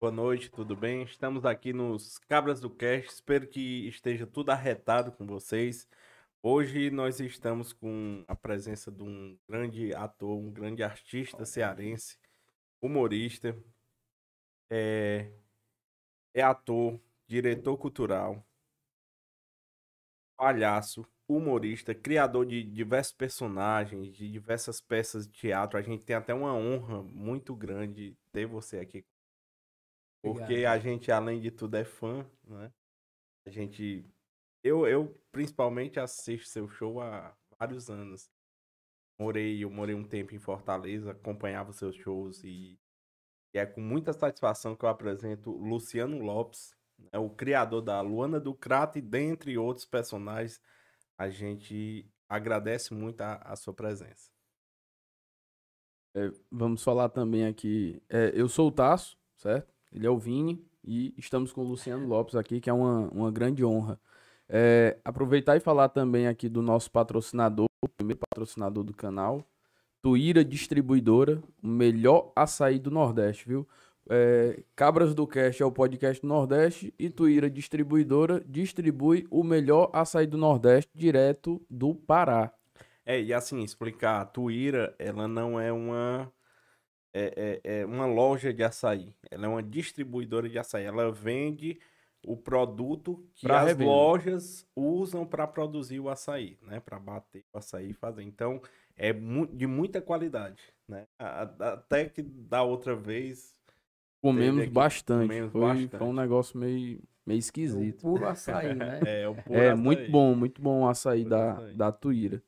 Boa noite, tudo bem? Estamos aqui nos Cabras do Cast. Espero que esteja tudo arretado com vocês. Hoje nós estamos com a presença de um grande ator, um grande artista cearense, humorista, é, é ator, diretor cultural, palhaço, humorista, criador de diversos personagens, de diversas peças de teatro. A gente tem até uma honra muito grande ter você aqui, porque Obrigado. a gente, além de tudo, é fã, né? A gente eu principalmente assisto seu show há vários anos. Eu morei um tempo em Fortaleza, acompanhava os seus shows e é com muita satisfação que eu apresento Luciano Lopes, né, o criador da Luana do Crato e dentre outros personagens. A gente agradece muito a sua presença. Vamos falar também aqui. Eu sou o Tasso, certo? Ele é o Vini e estamos com o Luciano Lopes aqui, que é uma grande honra. Aproveitar e falar também aqui do nosso patrocinador, o primeiro patrocinador do canal, Tuíra Distribuidora, o melhor açaí do Nordeste, viu? Cabras do Cast é o podcast do Nordeste e Tuíra Distribuidora distribui o melhor açaí do Nordeste direto do Pará. E assim, explicar, a Tuíra, ela não é é uma loja de açaí. Ela é uma distribuidora de açaí. Ela vende o produto que Para as revenda. lojas usam para produzir o açaí, né? Para bater o açaí e fazer. Então, é de muita qualidade, né? Até que da outra vez teve Comemos aqui, bastante. comemos Foi um bastante. negócio meio É o esquisito. puro açaí, né? É o puro açaí. Muito bom o açaí Puro da, açaí. da Tuíra.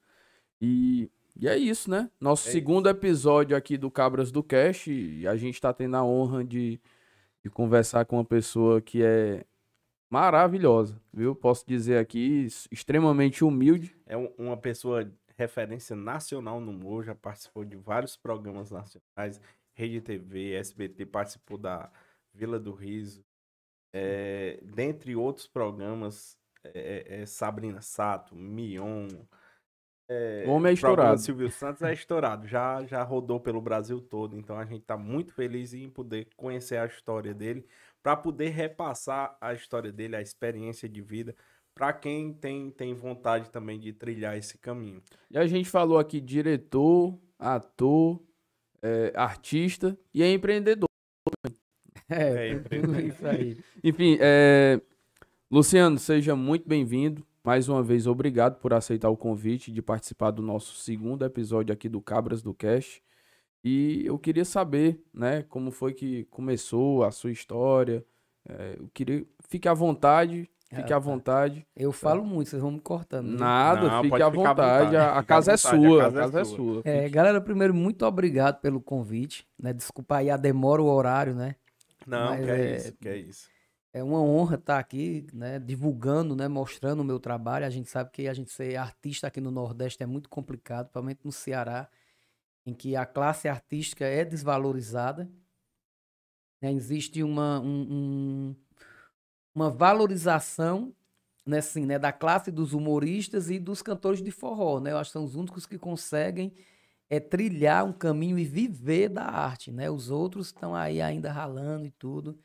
E é isso, né? Nosso É segundo isso. episódio aqui do Cabras do Cast. E a gente tá tendo a honra de conversar com uma pessoa que é maravilhosa, viu? Posso dizer aqui, extremamente humilde. É uma pessoa referência nacional no humor, já participou de vários programas nacionais, Rede TV, SBT, participou da Vila do Riso, dentre outros programas, Sabrina Sato, Mion, O homem é o programa estourado. Silvio Santos é estourado, já rodou pelo Brasil todo, então a gente está muito feliz em poder conhecer a história dele, para poder repassar a história dele, a experiência de vida, para quem tem vontade também de trilhar esse caminho. E a gente falou aqui diretor, ator, artista e é empreendedor. Tem tudo Empreendedor. isso aí. Enfim, Luciano, seja muito bem-vindo. Mais uma vez, obrigado por aceitar o convite de participar do nosso segundo episódio aqui do Cabras do Cast. E eu queria saber, né, como foi que começou a sua história. Eu queria. Fique à Rapaz, vontade. eu Tá? falo muito, vocês vão me cortando, viu? Nada, Não, fique pode à ficar à vontade. vontade. A Fica à casa é vontade, a sua, a casa é casa é sua. sua. Fique... Galera, primeiro, muito obrigado pelo convite, né? Desculpa aí a demora, o horário, né? Não, Mas que é isso, que é isso. é uma honra estar aqui, né? Divulgando, né? Mostrando o meu trabalho. A gente sabe que a gente ser artista aqui no Nordeste é muito complicado, principalmente no Ceará, em que a classe artística é desvalorizada, né? Existe uma valorização, né, assim, né, da classe dos humoristas e dos cantores de forró, né? Eu acho que são os únicos que conseguem trilhar um caminho e viver da arte, né? Os outros estão aí ainda ralando e tudo.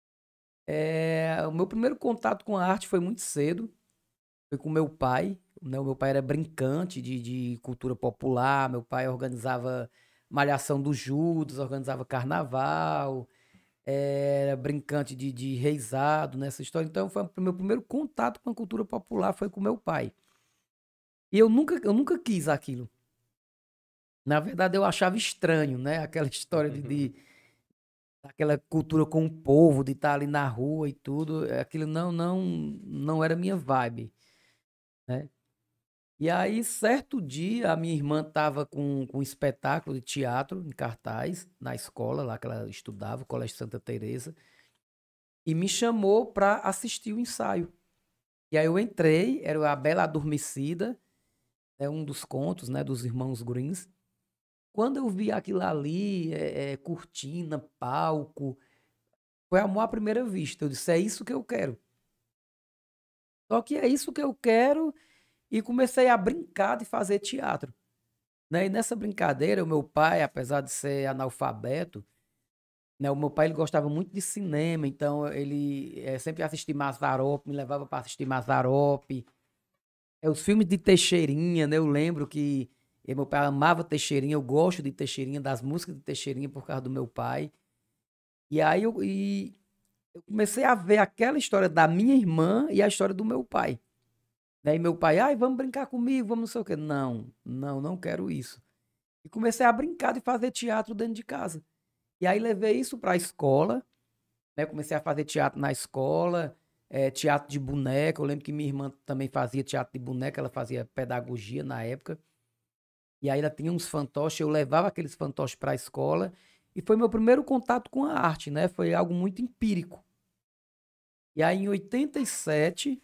O meu primeiro contato com a arte foi muito cedo, foi com meu pai, né? O meu pai era brincante de cultura popular, meu pai organizava Malhação do Judas, organizava carnaval, era brincante de reisado nessa história. Então, foi o meu primeiro contato com a cultura popular foi com meu pai. E eu nunca quis aquilo. Na verdade, eu achava estranho, né? Aquela história aquela cultura com o povo, de estar ali na rua e tudo. Aquilo não era minha vibe, né? E aí, certo dia, a minha irmã estava com um espetáculo de teatro em cartaz, na escola, lá que ela estudava, o Colégio Santa Teresa, e me chamou para assistir o ensaio. E aí eu entrei, era a Bela Adormecida, é um dos contos, né, dos irmãos Greens. Quando eu vi aquilo ali, cortina, palco, foi amor à primeira vista. Eu disse, é isso que eu quero. Só que é isso que eu quero e comecei a brincar de fazer teatro, né? E nessa brincadeira, o meu pai, apesar de ser analfabeto, né? O meu pai ele gostava muito de cinema, então ele sempre assistia Mazzaropi, me levava para assistir Mazzaropi. Os filmes de Teixeirinha, né? Eu lembro que meu pai amava Teixeirinha, eu gosto de Teixeirinha, das músicas de Teixeirinha por causa do meu pai. E aí eu comecei a ver aquela história da minha irmã e a história do meu pai. Né? E meu pai, ai, vamos brincar comigo, vamos não sei o quê. Não, não, não quero isso. E comecei a brincar de fazer teatro dentro de casa. E aí levei isso para a escola, né? Comecei a fazer teatro na escola, teatro de boneca. Eu lembro que minha irmã também fazia teatro de boneca, ela fazia pedagogia na época. E aí ela tinha uns fantoches, eu levava aqueles fantoches para a escola. E foi meu primeiro contato com a arte, né? Foi algo muito empírico. E aí em 87,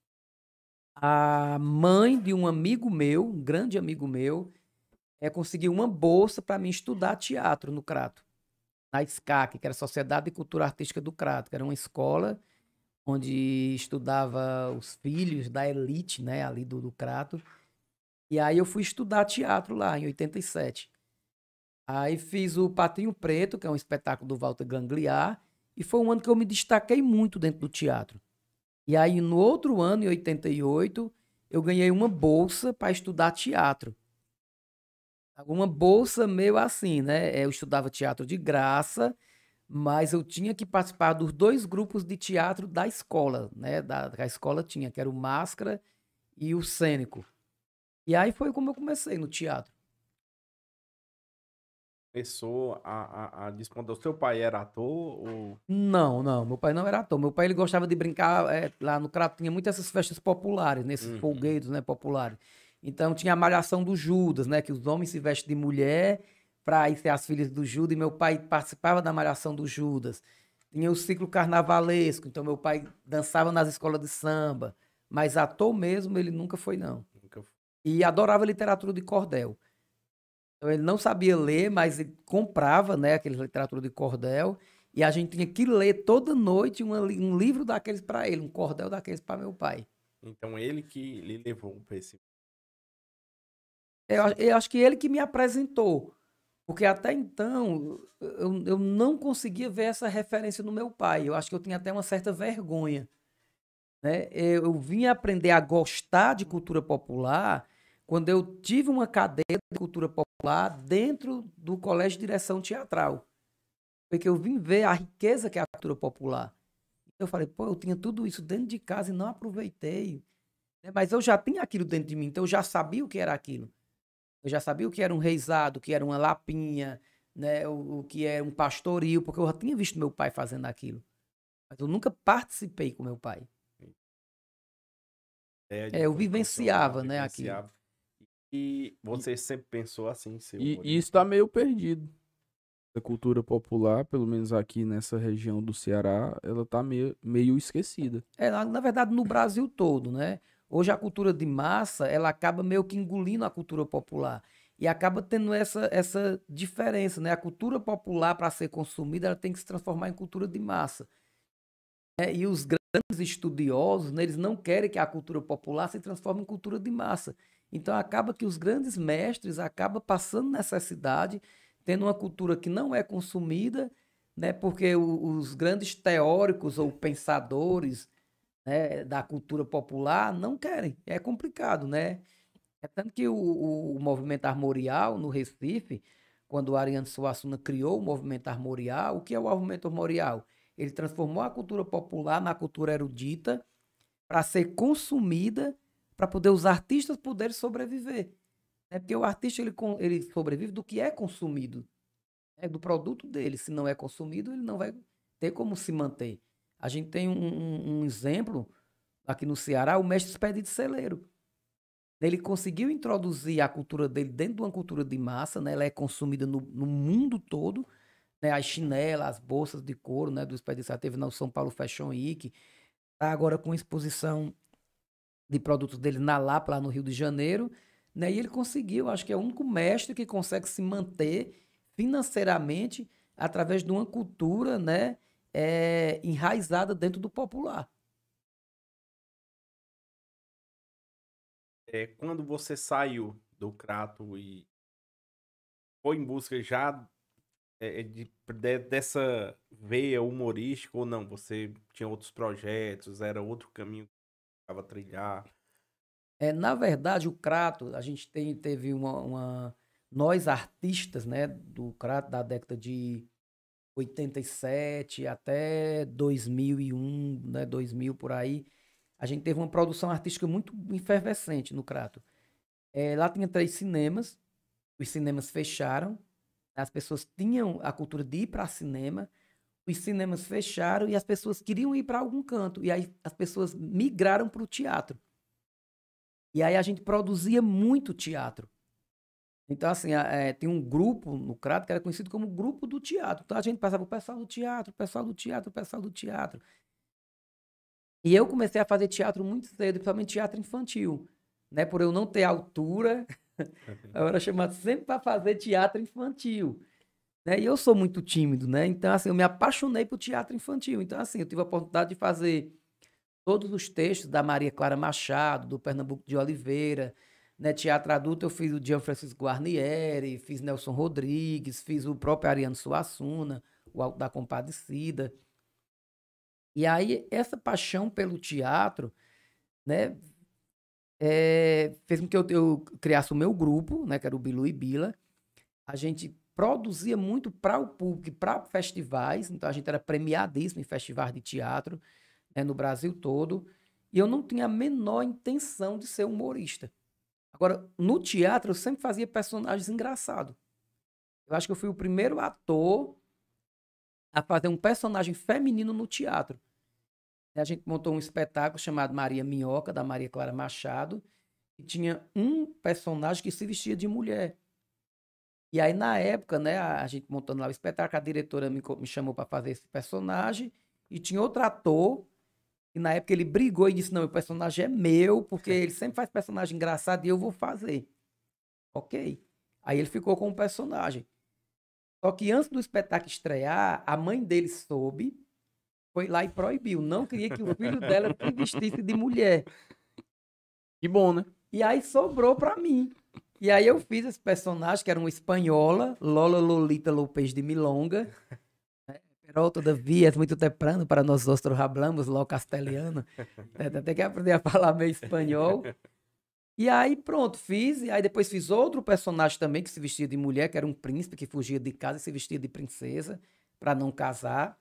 a mãe de um amigo meu, um grande amigo meu, conseguiu uma bolsa para mim estudar teatro no Crato, na SCAC, que era a Sociedade de Cultura Artística do Crato, que era uma escola onde estudava os filhos da elite, né, ali do Crato. E aí eu fui estudar teatro lá em 87. Aí fiz o Patinho Preto, que é um espetáculo do Walter Gangliar, e foi um ano que eu me destaquei muito dentro do teatro. E aí no outro ano, em 88, eu ganhei uma bolsa para estudar teatro. Uma bolsa meio assim, né? Eu estudava teatro de graça, mas eu tinha que participar dos dois grupos de teatro da escola, né? Da escola tinha, que era o Máscara e o Cênico. E aí foi como eu comecei no teatro. Começou a despontar. O seu pai era ator ou... Não, não, meu pai não era ator. Meu pai ele gostava de brincar lá no Crato, tinha muitas essas festas populares, nesses Uhum. folguedos, né, populares. Então tinha a malhação do Judas, né, que os homens se vestem de mulher para ir ser as filhas do Judas, e meu pai participava da malhação do Judas. Tinha o ciclo carnavalesco, então meu pai dançava nas escolas de samba, mas ator mesmo ele nunca foi não. Nunca fui. E adorava literatura de cordel. Então ele não sabia ler, mas ele comprava, né, aquele literatura de cordel, e a gente tinha que ler toda noite um livro daqueles para ele, um cordel daqueles para meu pai. Então ele que lhe levou para esse... Eu acho que ele que me apresentou, porque até então eu não conseguia ver essa referência no meu pai. Eu acho que eu tinha até uma certa vergonha, né? Eu vim aprender a gostar de cultura popular quando eu tive uma cadeira de cultura popular dentro do Colégio de Direção Teatral. Foi que eu vim ver a riqueza que é a cultura popular. Eu falei, pô, eu tinha tudo isso dentro de casa e não aproveitei. Né? Mas eu já tinha aquilo dentro de mim, então eu já sabia o que era aquilo. Eu já sabia o que era um reisado, o que era uma lapinha, né? O que é um pastoril, porque eu já tinha visto meu pai fazendo aquilo. Mas eu nunca participei com meu pai. Ideia de Eu como funcionava, vivenciava, né, aquilo. vivenciava. E E, você sempre pensou assim, ser e isso tá humorista? meio perdido. A cultura popular, pelo menos aqui nessa região do Ceará, ela tá meio esquecida. Na verdade, no Brasil todo, né? Hoje a cultura de massa, ela acaba meio que engolindo a cultura popular. E acaba tendo essa diferença, né? A cultura popular, para ser consumida, ela tem que se transformar em cultura de massa. Né? E os grandes estudiosos, né, eles não querem que a cultura popular se transforme em cultura de massa. Então acaba que os grandes mestres acabam passando necessidade, tendo uma cultura que não é consumida, né? Porque os grandes teóricos ou pensadores, né, da cultura popular não querem. É complicado, né? É tanto que o movimento armorial no Recife, quando o Ariano Suassuna criou o movimento armorial, o que é o movimento armorial? Ele transformou a cultura popular na cultura erudita para ser consumida, para poder os artistas poderem sobreviver. Né? Porque o artista ele sobrevive do que é consumido, né? Do produto dele. Se não é consumido, ele não vai ter como se manter. A gente tem um exemplo aqui no Ceará, o mestre Expedito Celeiro. Ele conseguiu introduzir a cultura dele dentro de uma cultura de massa, né? Ela é consumida no mundo todo, né? As chinelas, as bolsas de couro, né? Do Expedito Celeiro, teve no São Paulo Fashion Week, tá agora com exposição de produtos dele na Lapa, lá no Rio de Janeiro, né? E ele conseguiu, acho que é o único mestre que consegue se manter financeiramente através de uma cultura, né? Enraizada dentro do popular. Quando você saiu do Crato e foi em busca já dessa veia humorística ou não? Você tinha outros projetos, era outro caminho que estava a trilhar? Na verdade, o Crato, a gente teve nós artistas, né, do Crato da década de 87 até 2001, né, 2000 por aí, a gente teve uma produção artística muito efervescente no Crato. Lá tinha 3 cinemas, os cinemas fecharam, as pessoas tinham a cultura de ir para cinema, os cinemas fecharam e as pessoas queriam ir para algum canto, e aí as pessoas migraram para o teatro. E aí a gente produzia muito teatro. Então, assim, tem um grupo no Crato que era conhecido como Grupo do Teatro. Então a gente passava o pessoal do teatro, o pessoal do teatro, o pessoal do teatro. E eu comecei a fazer teatro muito cedo, principalmente teatro infantil. Né? Por eu não ter altura, eu era chamado sempre para fazer teatro infantil. Né? E eu sou muito tímido, né? Então, assim, eu me apaixonei por teatro infantil. Então, assim, eu tive a oportunidade de fazer todos os textos da Maria Clara Machado, do Pernambuco de Oliveira, né? Teatro adulto eu fiz o Gianfrancisco Guarnieri, fiz Nelson Rodrigues, fiz o próprio Ariano Suassuna, o Alto da Compadecida. E aí essa paixão pelo teatro, né, fez com que eu criasse o meu grupo, né, que era o Bilu e Bila. A gente produzia muito para o público, para festivais, então a gente era premiadíssimo em festivais de teatro, né, no Brasil todo. E eu não tinha a menor intenção de ser humorista. Agora, no teatro, eu sempre fazia personagens engraçados. Eu acho que eu fui o primeiro ator a fazer um personagem feminino no teatro. A gente montou um espetáculo chamado Maria Minhoca, da Maria Clara Machado, e tinha um personagem que se vestia de mulher. E aí, na época, né, a gente montando lá o espetáculo, a diretora me chamou para fazer esse personagem, e tinha outro ator, e na época ele brigou e disse, não, o personagem é meu, porque ele sempre faz personagem engraçado e eu vou fazer. Ok. Aí ele ficou com o personagem. Só que antes do espetáculo estrear, a mãe dele soube, foi lá e proibiu. Não queria que o filho dela se vestisse de mulher. Que bom, né? E aí sobrou pra mim. E aí eu fiz esse personagem, que era uma espanhola, Lola Lolita Lopes de Milonga. Pero todavia é muito temprano para nós outros hablamos lo castelhano. Tem que aprender a falar meio espanhol. E aí, pronto, fiz. E aí depois fiz outro personagem também que se vestia de mulher, que era um príncipe que fugia de casa e se vestia de princesa para não casar.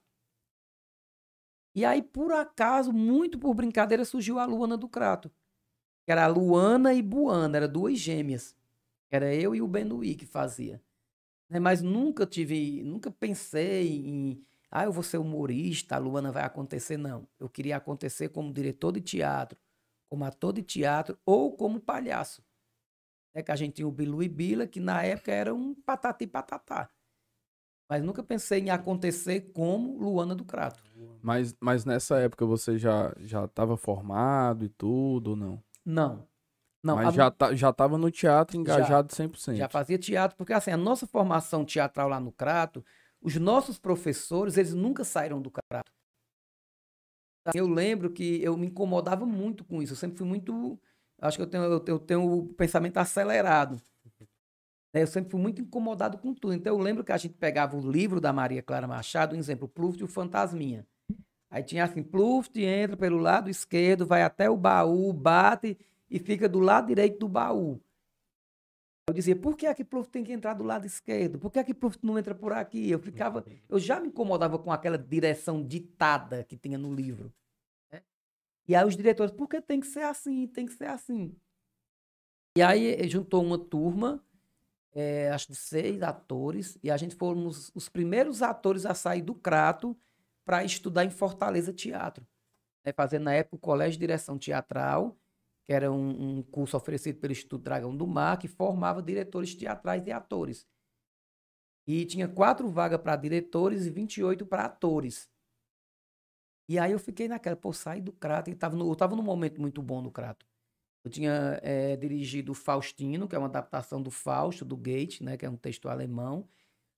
E aí, por acaso, muito por brincadeira, surgiu a Luana do Crato. Que era a Luana e Buana, eram 2 gêmeas. Era eu e o Benuí que fazia. Né? Mas nunca pensei eu vou ser humorista, a Luana vai acontecer, não. Eu queria acontecer como diretor de teatro, como ator de teatro ou como palhaço. É que a gente tinha o Bilu e Bila, que na época era um patati patatá. Mas nunca pensei em acontecer como Luana do Crato. Mas nessa época você já estava formado e tudo, ou não? Não. Não, Mas já estava no teatro engajado 100%. Já fazia teatro, porque assim, a nossa formação teatral lá no Crato, os nossos professores, eles nunca saíram do Crato. Eu lembro que eu me incomodava muito com isso. Eu sempre fui muito. Acho que eu tenho o pensamento acelerado. Né? Eu sempre fui muito incomodado com tudo. Então eu lembro que a gente pegava o livro da Maria Clara Machado, um exemplo, Pluft e o Fantasminha. Aí tinha assim, Pluft entra pelo lado esquerdo, vai até o baú, bate e fica do lado direito do baú. Eu dizia, por que é que Pluft tem que entrar do lado esquerdo? Por que é que Pluft não entra por aqui? Eu já me incomodava com aquela direção ditada que tinha no livro. Né? E aí os diretores, por que tem que ser assim? Tem que ser assim. E aí juntou uma turma, acho de 6 atores, e a gente fomos os primeiros atores a sair do Crato para estudar em Fortaleza teatro. Né? Fazendo na época o Colégio de Direção Teatral, que era um curso oferecido pelo Instituto Dragão do Mar, que formava diretores teatrais e atores. E tinha 4 vagas para diretores e 28 para atores. E aí eu fiquei naquela, saí do Crato, eu tava num momento muito bom no Crato. Eu tinha dirigido o Faustino, que é uma adaptação do Fausto, do Goethe, né, que é um texto alemão.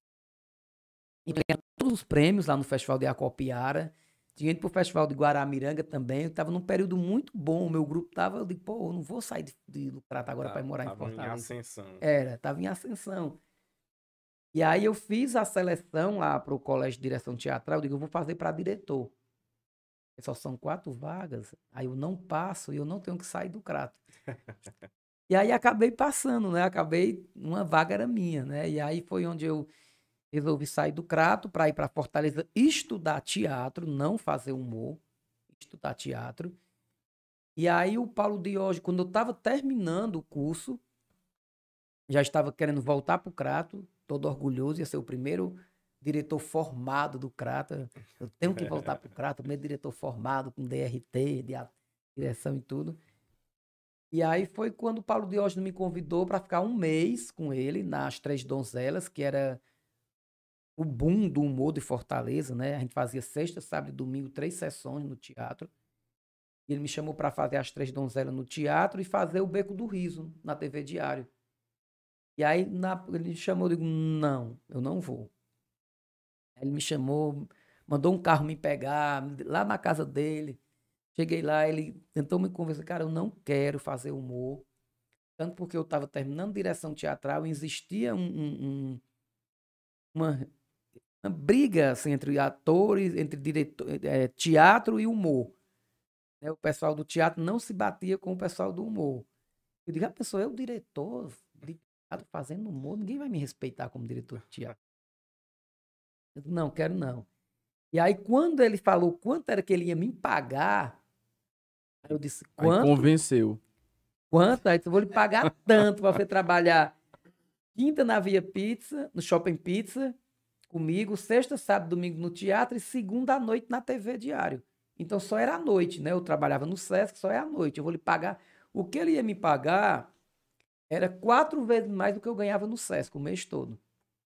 E ganhei todos os prêmios lá no Festival de Acopiara. Tinha ido pro Festival de Guaramiranga também. Eu tava num período muito bom. O meu grupo tava, eu digo, eu não vou sair do Crato agora para morar em Fortaleza. Tava em ascensão. Tava em ascensão. E aí eu fiz a seleção lá para o Colégio de Direção Teatral, eu digo, eu vou fazer para diretor. Só são 4 vagas, aí eu não passo e eu não tenho que sair do Crato. E aí acabei passando, né? Uma vaga era minha, né? E aí foi onde eu resolvi sair do Crato para ir para Fortaleza estudar teatro, não fazer humor, estudar teatro. E aí o Paulo Diógenes, quando eu estava terminando o curso, já estava querendo voltar para o Crato, todo orgulhoso, ia ser o primeiro diretor formado do Crato. Eu tenho que voltar para o Crato, o primeiro diretor formado com DRT, direção e tudo. E aí foi quando o Paulo Diógenes me convidou para ficar um mês com ele nas Três Donzelas, que era o boom do humor de Fortaleza, né? A gente fazia sexta, sábado e domingo, 3 sessões no teatro. E ele me chamou para fazer as Três Donzelas no teatro e fazer o Beco do Riso na TV Diário. E aí ele me chamou, eu digo, não, eu não vou. Aí ele me chamou, mandou um carro me pegar, lá na casa dele. Cheguei lá, ele tentou me convencer, cara, eu não quero fazer humor. Tanto porque eu estava terminando direção teatral e existia uma, uma briga assim, entre atores, entre teatro e humor. Né? O pessoal do teatro não se batia com o pessoal do humor. Eu digo, a pessoa é o diretor de teatro fazendo humor, ninguém vai me respeitar como diretor de teatro. Eu digo, não, quero não. E aí, quando ele falou quanto era que ele ia me pagar, aí eu disse, Aí quanto? convenceu. Quanto? Aí eu vou lhe pagar tanto para você trabalhar quinta na Via Pizza, no Shopping Pizza, comigo, sexta, sábado, domingo no teatro e segunda à noite na TV Diário. Então só era à noite, né? Eu trabalhava no Sesc, só é à noite. Eu vou lhe pagar. O que ele ia me pagar era 4 vezes mais do que eu ganhava no Sesc o mês todo.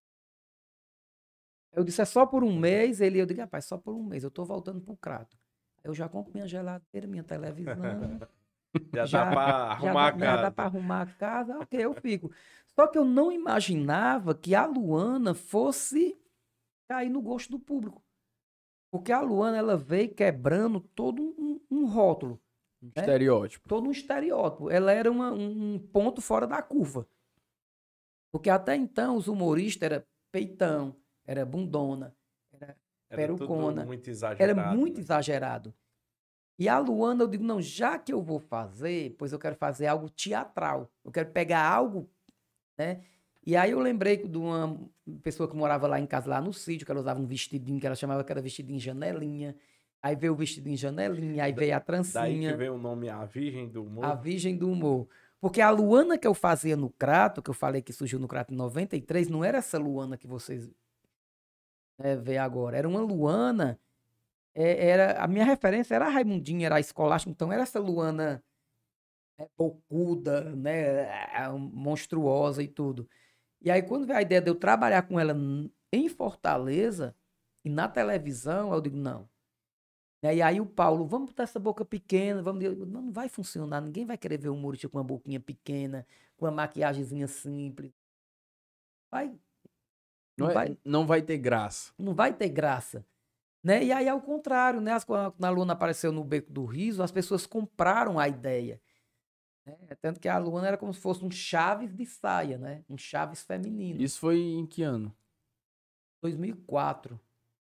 Eu disse, é só por um mês. Eu digo, rapaz, só por um mês. Eu tô voltando pro Crato. Eu já compro minha geladeira, minha televisão. Já dá pra arrumar a Já dá casa. para arrumar a casa. Ok, eu fico. Só que eu não imaginava que a Luana fosse cair no gosto do público. Porque a Luana, ela veio quebrando todo um rótulo, né? Estereótipo. Todo um estereótipo. Ela era um ponto fora da curva. Porque até então os humoristas eram peitão, era bundona, era Era tudo perucona, muito era exagerado, muito né? exagerado. E a Luana, eu digo, não, já que eu vou fazer, pois eu quero fazer algo teatral. Eu quero pegar algo, né? E aí eu lembrei de uma pessoa que morava lá em casa, lá no sítio, que ela usava um vestidinho, que ela chamava que era vestidinho janelinha. Aí veio o vestidinho janelinha, aí veio a Daí que trancinha, veio o nome A Virgem do a Humor. Virgem do Humor. Porque a Luana que eu fazia no Crato, que eu falei que surgiu no Crato em 93, não era essa Luana que vocês veem agora. Era uma Luana, a minha referência era a Raimundinha, era a Escolástica, então era essa Luana bocuda, né, monstruosa e tudo. E aí, quando veio a ideia de eu trabalhar com ela em Fortaleza e na televisão, eu digo, não. Né, e aí o Paulo, vamos botar essa boca pequena, vamos. Eu digo, não, não vai funcionar, ninguém vai querer ver um humorista com uma boquinha pequena, com uma maquiagemzinha simples. Vai, não vai, Não vai ter graça. não vai ter graça. Né? E aí, ao contrário, né? Quando a Luana apareceu no Beco do Riso, as pessoas compraram a ideia. Né? Tanto que a Luana era como se fosse um Chaves de saia, né? Um Chaves feminino. Isso foi em que ano? 2004.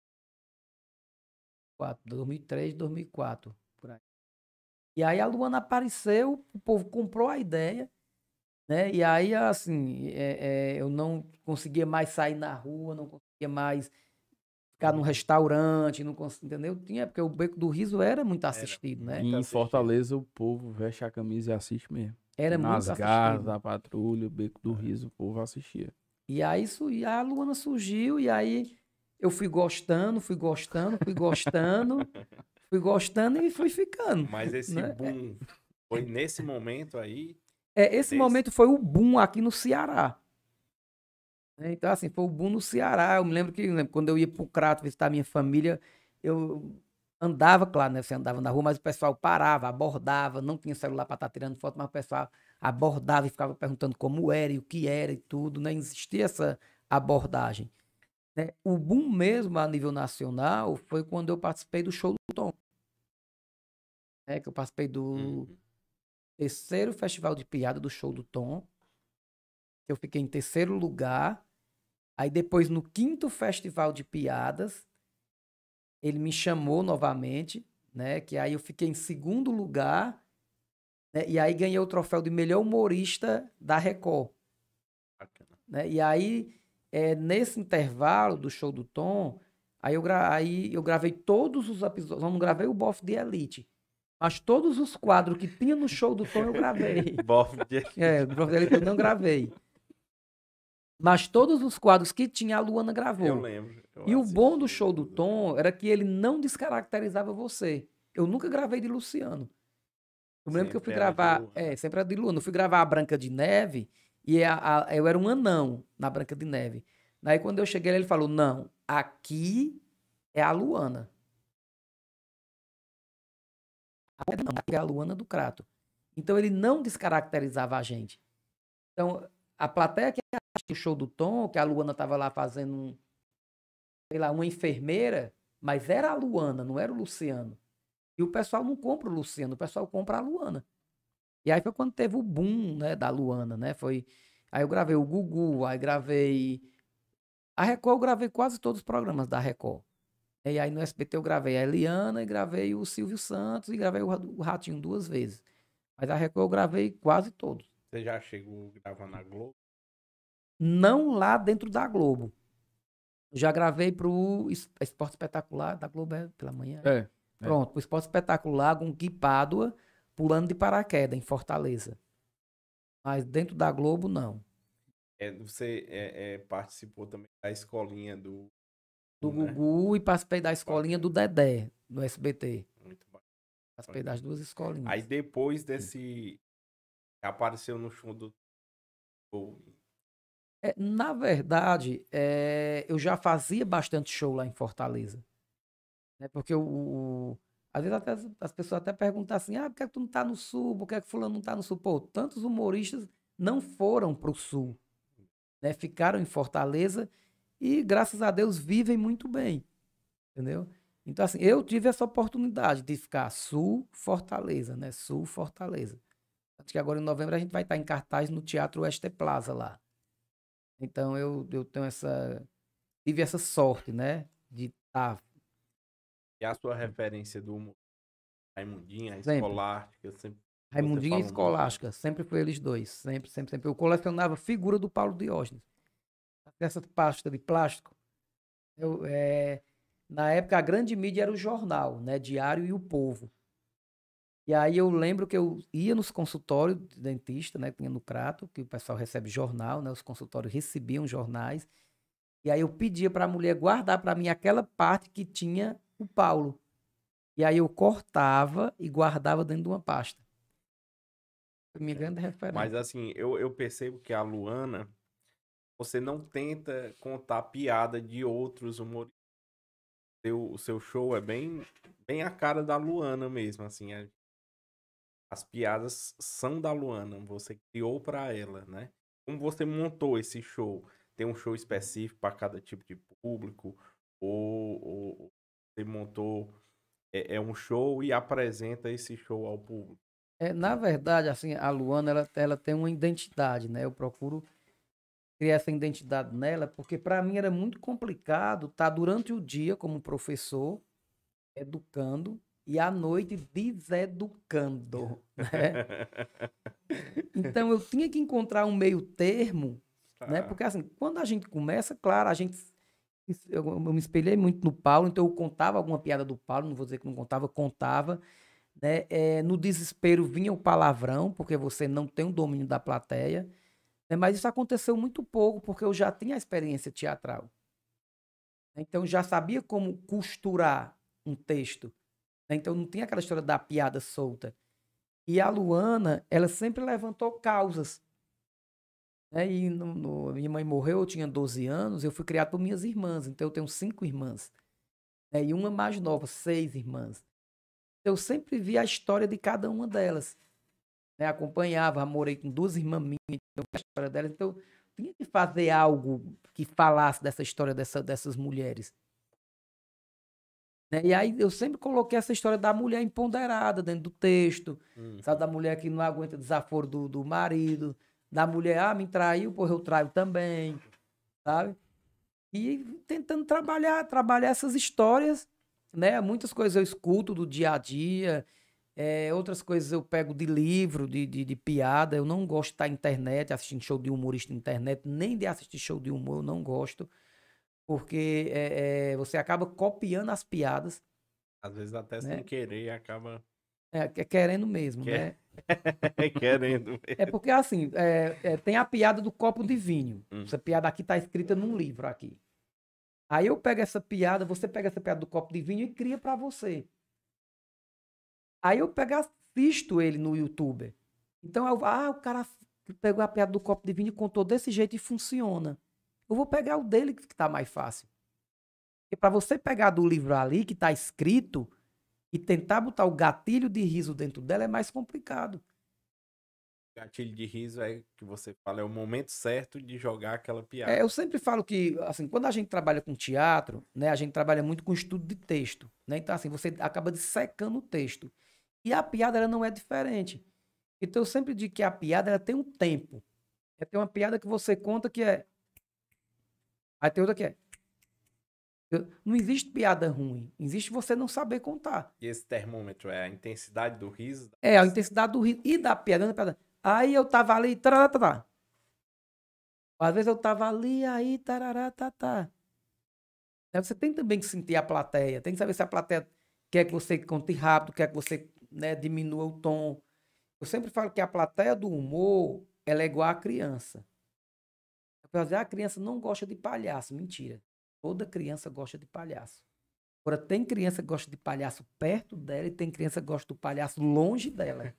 2003, 2004, por aí. E aí a Luana apareceu, o povo comprou a ideia, né? E aí, assim, eu não conseguia mais sair na rua, não conseguia mais ficar num restaurante, não conseguia, entendeu? Tinha, porque o Beco do Riso era muito Era assistido, né? E muito em assistido. Fortaleza o povo veste a camisa e assiste mesmo. Era Nas muito garras assistido. da patrulha, o Beco do Riso, o povo assistia. E aí e a Luana surgiu, e aí eu fui gostando, fui gostando, fui gostando, fui gostando e fui ficando, Mas esse né? boom foi nesse momento aí. Esse Desse- momento foi o boom aqui no Ceará. Né? Então, assim, foi o boom no Ceará. Eu me lembro que quando eu ia pro Crato visitar minha família, eu andava, claro, né? Você andava na rua, mas o pessoal parava, abordava, não tinha celular para estar tirando foto, mas o pessoal abordava e ficava perguntando como era e o que era e tudo, né? Existia essa abordagem. Né? O boom mesmo a nível nacional foi quando eu participei do show do Tom. Né? Que eu participei do terceiro festival de piada do show do Tom. Que eu fiquei em terceiro lugar. Aí depois, no 5º Festival de Piadas, ele me chamou novamente, né? Que aí eu fiquei em 2º lugar, né? E aí ganhei o troféu de melhor humorista da Record, Bacana. né? E aí, nesse intervalo do show do Tom, aí eu gravei todos os episódios. Eu não gravei o Bofe de Elite, mas todos os quadros que tinha no show do Tom eu gravei. Bofe de O Bofe de Elite eu não gravei. Mas todos os quadros que tinha, a Luana Eu gravou. lembro. Eu E o bom do assisti show do tudo. Tom era que ele não descaracterizava você. Eu nunca gravei de Luciano. Eu me lembro que eu fui Sempre era de gravar. Luana. Sempre era de Luana. Eu fui gravar a Branca de Neve e eu era um anão na Branca de Neve. Daí quando eu cheguei, ele falou: Não, aqui é a Luana. Não, aqui é a Luana do Crato. Então ele não descaracterizava a gente. Então, a plateia que assistiu o show do Tom, que a Luana estava lá fazendo sei lá, uma enfermeira, mas era a Luana, não era o Luciano. E o pessoal não compra o Luciano, o pessoal compra a Luana. E aí foi quando teve o boom, né, da Luana, né? Aí eu gravei o Gugu, aí gravei a Record, eu gravei quase todos os programas da Record. E aí no SBT eu gravei a Eliana e gravei o Silvio Santos e gravei o Ratinho 2 vezes. Mas a Record eu gravei quase todos. Você já chegou a gravar na Globo? Não lá dentro da Globo. Eu já gravei pro Esporte Espetacular, da Globo pela manhã. É. Pronto, pro Esporte Espetacular com Gui Pádua pulando de paraquedas em Fortaleza. Mas dentro da Globo, não. Você participou também da escolinha do Do né? Gugu e participei da escolinha do Dedé, no SBT. Muito bacana. Participei das 2 escolinhas. Aí depois desse apareceu no show do Na verdade, eu já fazia bastante show lá em Fortaleza. Né? Porque às vezes até as pessoas até perguntam assim, por que é que tu não tá no Sul? Por que é que fulano não tá no Sul? Pô, tantos humoristas não foram pro Sul, né? Ficaram em Fortaleza e, graças a Deus, vivem muito bem, entendeu? Então, assim, eu tive essa oportunidade de ficar Sul, Fortaleza, né? Sul, Fortaleza. Acho que agora em novembro a gente vai estar em cartaz no Teatro Oeste Plaza lá. Então, eu tenho tive essa sorte, né? De estar E a sua referência do humor? Raimundinho, a sempre. Escolástica, sempre você Raimundinho e fala muito, né? Escolástica, sempre foi eles dois, sempre, sempre, sempre. Eu colecionava figura do Paulo Diógenes. Essa pasta de plástico, eu, na época a grande mídia era o jornal, né, Diário e o Povo. E aí eu lembro que eu ia nos consultórios de dentista, né, que tinha no Crato, que o pessoal recebe jornal, né, os consultórios recebiam jornais. E aí eu pedia para a mulher guardar para mim aquela parte que tinha o Paulo. E aí eu cortava e guardava dentro de uma pasta. Foi minha grande Mas referência. assim, eu percebo que a Luana, você não tenta contar piada de outros humoristas. O seu show é bem a cara da Luana mesmo, assim. As piadas são da Luana, você criou pra ela, né? Como você montou esse show? Tem um show específico para cada tipo de público? Ou você montou um show e apresenta esse show ao público? Na verdade, assim, a Luana, ela tem uma identidade, né? Eu procuro criar essa identidade nela, porque para mim era muito complicado estar durante o dia como professor, educando, e à noite deseducando, né? Então eu tinha que encontrar um meio termo, né? Tá. Porque assim, quando a gente começa, claro, eu me espelhei muito no Paulo, então eu contava alguma piada do Paulo, não vou dizer que não contava, contava, né? No desespero vinha o palavrão, porque você não tem o domínio da plateia, né? Mas isso aconteceu muito pouco, porque eu já tinha a experiência teatral. Então eu já sabia como costurar um texto, né? Então não tinha aquela história da piada solta. E a Luana, ela sempre levantou causas, né? E minha mãe morreu, eu tinha 12 anos, eu fui criado por minhas irmãs, então eu tenho 5 irmãs, né? E uma mais nova, 6 irmãs. Eu sempre vi a história de cada uma delas, né? Acompanhava, morei com 2 irmãs minhas, então a história delas, então eu tinha que fazer algo que falasse dessa história dessas mulheres, né? E aí eu sempre coloquei essa história da mulher empoderada dentro do texto, sabe? Da mulher que não aguenta desaforo do marido, da mulher, me traiu, porra, eu traio também, sabe? E tentando trabalhar essas histórias, né? Muitas coisas eu escuto do dia a dia, outras coisas eu pego de livro, de piada. Eu não gosto de estar na internet, assistindo show de humorista na internet, nem de assistir show de humor, eu não gosto, porque você acaba copiando as piadas, Às vezes até sem né? querer acaba Querendo mesmo, que- né? querendo É mesmo. porque assim, tem a piada do copo de vinho. Hum. Essa piada aqui tá escrita num livro aqui. Aí eu pego essa piada, você pega essa piada do copo de vinho e cria pra você. Aí eu pego, assisto ele no YouTube. Então, o cara pegou a piada do copo de vinho e contou desse jeito e funciona. Eu vou pegar o dele que tá mais fácil. Porque para você pegar do livro ali que tá escrito e tentar botar o gatilho de riso dentro dela é mais complicado. Gatilho de riso é que você fala, é o momento certo de jogar aquela piada. Eu sempre falo que, assim, quando a gente trabalha com teatro, né, a gente trabalha muito com estudo de texto, né? Então, assim, você acaba dissecando o texto. E a piada, ela não é diferente. Então, eu sempre digo que a piada, ela tem um tempo. Tem uma piada que você conta que é... Aí tem outra que é... Não existe piada ruim. Existe você não saber contar. E esse termômetro é a intensidade do riso? A intensidade do riso e da piada, da piada. Aí eu tava ali... Tarará. Às vezes eu tava ali, aí... Tarará, tá. Você tem também que sentir a plateia. Tem que saber se a plateia quer que você conte rápido, quer que você, né, diminua o tom. Eu sempre falo que a plateia do humor, ela é igual à criança. A criança não gosta de palhaço. Mentira. Toda criança gosta de palhaço. Agora, tem criança que gosta de palhaço perto dela e tem criança que gosta do palhaço longe dela.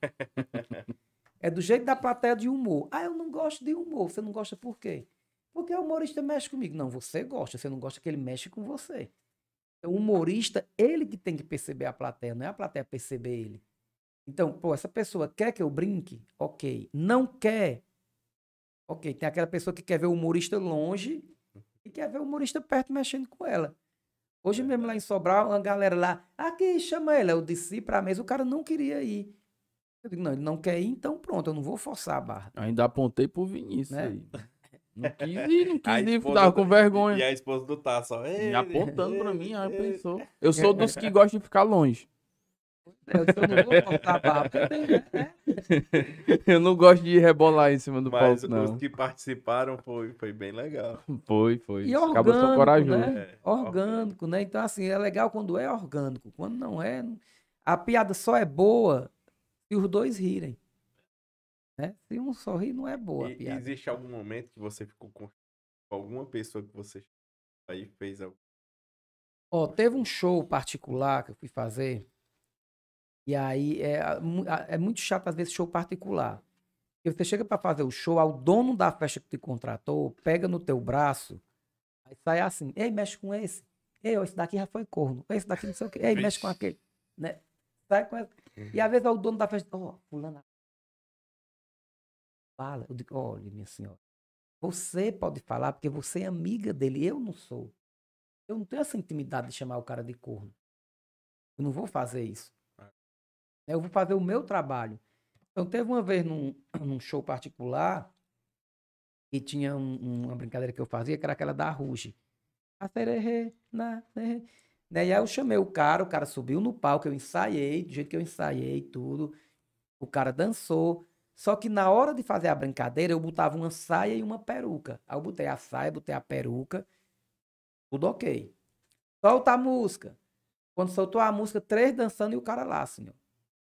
É do jeito da plateia de humor. Ah, eu não gosto de humor. Você não gosta por quê? Porque o humorista mexe comigo. Não, você gosta. Você não gosta que ele mexe com você. O humorista, ele que tem que perceber a plateia, não é a plateia perceber ele. Então, pô, essa pessoa quer que eu brinque? Ok. Não quer? Ok. Tem aquela pessoa que quer ver o humorista longe e quer ver o humorista perto mexendo com ela. Hoje mesmo lá em Sobral, uma galera lá, aqui, chama ele. Eu disse pra mesa, o cara não queria ir. Eu digo, não, ele não quer ir, então pronto, eu não vou forçar a barra, Ainda apontei pro Vinícius né? aí. Não quis ir, não A quis ir, esposa tava com E vergonha. a esposa do Tasso, ó. Me apontando pra mim, aí Ele. pensou. Eu sou dos que gostam de ficar longe. Eu disse, eu não vou forçar a barra, porque tem, né? Eu não gosto de rebolar em cima do Mas palco, os não. que participaram foi bem legal. Foi. E Os cabas são orgânico, corajosos. né? Orgânico, né? Então, assim, é legal quando é orgânico. Quando não é, a piada só é boa se os dois rirem, né? Se um só rir, não é boa a E piada. existe algum momento que você ficou com alguma pessoa que você aí fez algo? Ó, teve um show particular que eu fui fazer, e aí é muito chato às vezes show particular. Porque você chega pra fazer o show, ao dono da festa que te contratou, pega no teu braço, aí sai assim, ei, mexe com esse. Ei, ó, esse daqui já foi corno. Esse daqui não sei o quê. Ei, mexe com Vixe. aquele. Né? Sai com essa. E às vezes é o dono da festa, ó, fulana fala. Eu digo, olha, minha senhora, você pode falar porque você é amiga dele, eu não sou. Eu não tenho essa intimidade de chamar o cara de corno. Eu não vou fazer isso. Eu vou fazer o meu trabalho. Então, teve uma vez num show particular e tinha uma brincadeira que eu fazia, que era aquela da Ruge. A sererê, né? E aí eu chamei o cara subiu no palco, eu ensaiei, do jeito que eu ensaiei tudo. O cara dançou. Só que na hora de fazer a brincadeira, eu botava uma saia e uma peruca. Aí eu botei a saia, botei a peruca, tudo ok. Solta a música. Quando soltou a música, três dançando e o cara lá, senhor.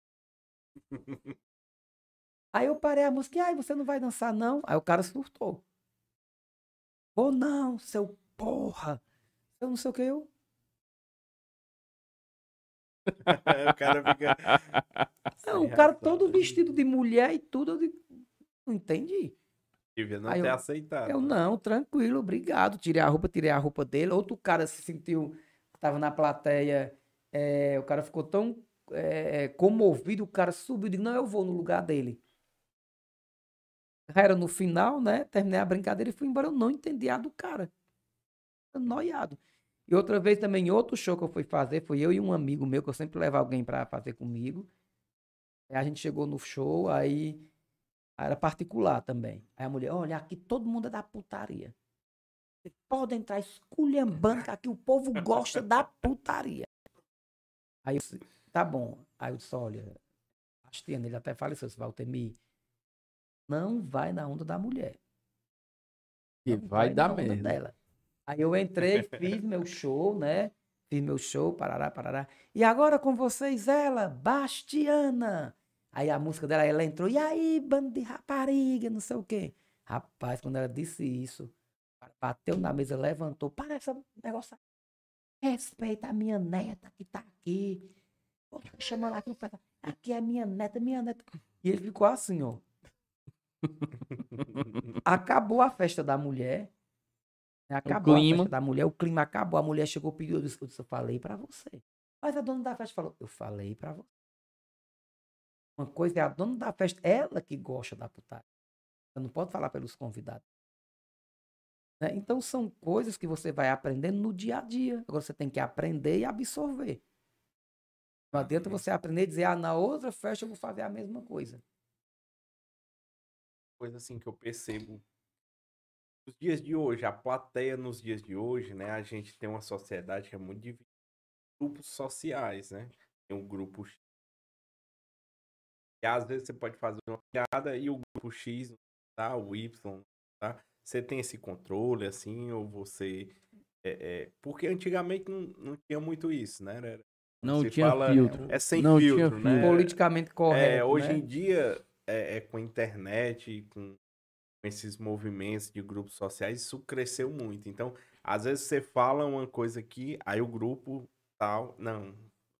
Aí eu parei a música, e aí, você não vai dançar, não? Aí o cara surtou. Vou não, seu porra. Eu não sei o que, eu. O cara fica Não, sem o cara reação. todo vestido de mulher e tudo, eu digo, não entendi. Devia não Aí ter eu, aceitado. eu não, tranquilo, obrigado. Tirei a roupa dele. Outro cara se sentiu, tava na plateia, o cara ficou tão comovido, o cara subiu e disse, não, eu vou no lugar dele. Era no final, né? Terminei a brincadeira e fui embora. Eu não entendi a do cara. Noiado. E outra vez também, outro show que eu fui fazer, foi eu e um amigo meu, que eu sempre levo alguém pra fazer comigo. Aí a gente chegou no show, aí era particular também. Aí a mulher, olha, aqui todo mundo é da putaria. Você pode entrar esculhambando, que aqui o povo gosta da putaria. Aí eu disse, tá bom. Aí eu disse, olha, Bastiano, ele até faleceu, esse Valtemir, não vai na onda da mulher. Que Não vai dar na onda merda. dela. Aí eu entrei, fiz meu show, né? Fiz meu show, parará, parará. E agora com vocês, ela, Bastiana. Aí a música dela, ela entrou, e aí, bando de rapariga, não sei o quê. Rapaz, quando ela disse isso, bateu na mesa, levantou, para esse negócio aí. Respeita a minha neta que tá aqui. Pô, tá chamando aqui, aqui é minha neta, minha neta. E ele ficou assim, ó. Acabou a festa da mulher. Acabou a festa da mulher, o clima acabou. A mulher chegou, pediu, eu disse, eu falei pra você. Mas a dona da festa falou, eu falei pra você. Uma coisa é a dona da festa, ela que gosta da putaria. Você não pode falar pelos convidados. Né? Então são coisas que você vai aprendendo no dia a dia. Agora você tem que aprender e absorver. Não adianta você aprender e dizer, na outra festa eu vou fazer a mesma coisa. Coisa assim que eu percebo nos dias de hoje, a plateia nos dias de hoje, né? A gente tem uma sociedade que é muito dividida em grupos sociais, né? Tem um grupo X. E às vezes você pode fazer uma piada e o grupo X, tá? O Y, tá? Você tem esse controle, assim, ou você... Porque antigamente não tinha muito isso, né? Não Você tinha fala, filtro. é sem Não tinha filtro, né? Politicamente correto, Hoje né? em dia, com a internet, com esses movimentos de grupos sociais, isso cresceu muito. Então, às vezes você fala uma coisa aqui, aí o grupo tal, não,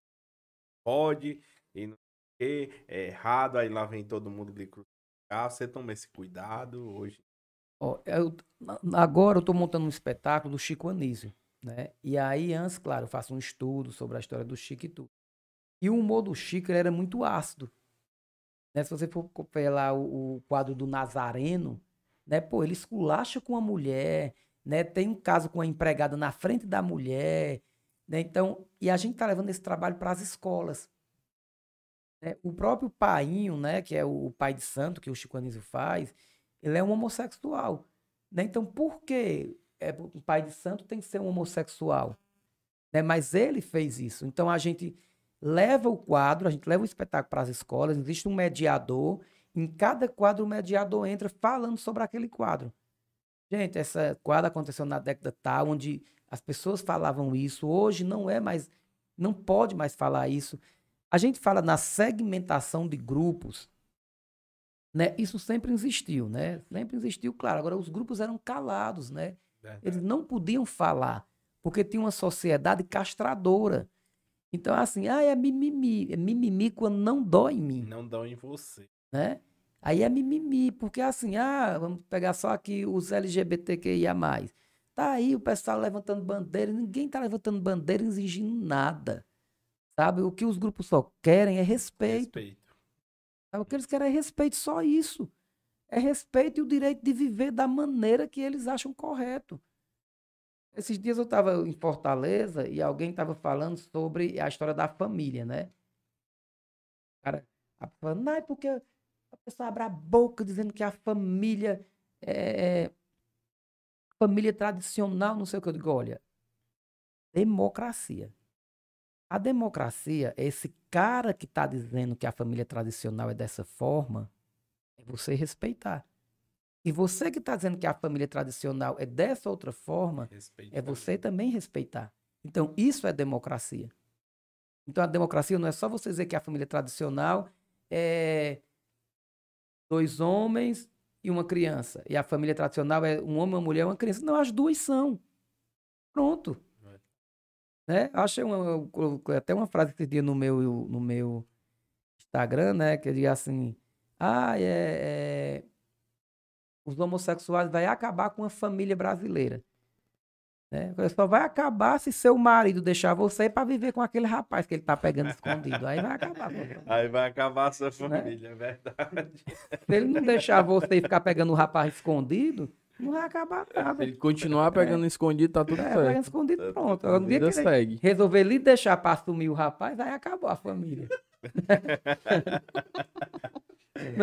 pode, e não sei o quê, é errado, aí lá vem todo mundo de crucificar. Você toma esse cuidado hoje? Ó, agora eu estou montando um espetáculo do Chico Anísio, né? E aí, antes, claro, eu faço um estudo sobre a história do Chico e tudo. E o humor do Chico ele era muito ácido. Né? Se você for ver lá o quadro do Nazareno, né? Pô, ele esculacha com a mulher, né? Tem um caso com a empregada na frente da mulher, né? Então, e a gente tá levando esse trabalho para as escolas. Né? O próprio Painho, né? Que é o pai de santo que o Chico Anísio faz, ele é um homossexual. Né? Então, por que o pai de santo tem que ser um homossexual? Né? Mas ele fez isso. Então, a gente leva o quadro, a gente leva o espetáculo para as escolas, existe um mediador, em cada quadro o mediador entra falando sobre aquele quadro. Gente, essa quadro aconteceu na década tal, onde as pessoas falavam isso, hoje não é mais, não pode mais falar isso. A gente fala na segmentação de grupos, né? Isso sempre existiu, né? Sempre existiu, claro. Agora, os grupos eram calados, né? Eles não podiam falar, porque tinha uma sociedade castradora. Então, assim, é mimimi. É mimimi quando não dói em mim, Não dão em você. né? Aí é mimimi, porque assim, vamos pegar só aqui os LGBTQIA+. Tá aí o pessoal levantando bandeira, ninguém tá levantando bandeira exigindo nada, sabe? O que os grupos só querem é respeito. Sabe? O que eles querem é respeito, só isso. É respeito e o direito de viver da maneira que eles acham correto. Esses dias eu estava em Fortaleza e alguém estava falando sobre a história da família, né? Cara, falando, não, é porque a pessoa abre a boca dizendo que a família é família tradicional, não sei o que. Eu digo, olha, democracia. A democracia é esse cara que está dizendo que a família tradicional é dessa forma, é você respeitar. E você que está dizendo que a família tradicional é dessa outra forma, é você também respeitar. Então, isso é democracia. Então, a democracia não é só você dizer que a família tradicional é 2 homens e uma criança. E a família tradicional é um homem, uma mulher e uma criança. Não, as duas são. Pronto. Né? Eu coloquei até uma frase esse dia no meu Instagram, né? Que diz assim, os homossexuais vai acabar com a família brasileira. Né? Só vai acabar se seu marido deixar você para viver com aquele rapaz que ele tá pegando escondido. Aí vai acabar. Aí vai acabar a sua família, né? É verdade. Se ele não deixar você e ficar pegando o rapaz escondido, não vai acabar nada. Se ele continuar pegando escondido, tá tudo certo. Pegando escondido, pronto. No dia que ele segue. resolver lhe deixar para assumir o rapaz, aí acabou a família.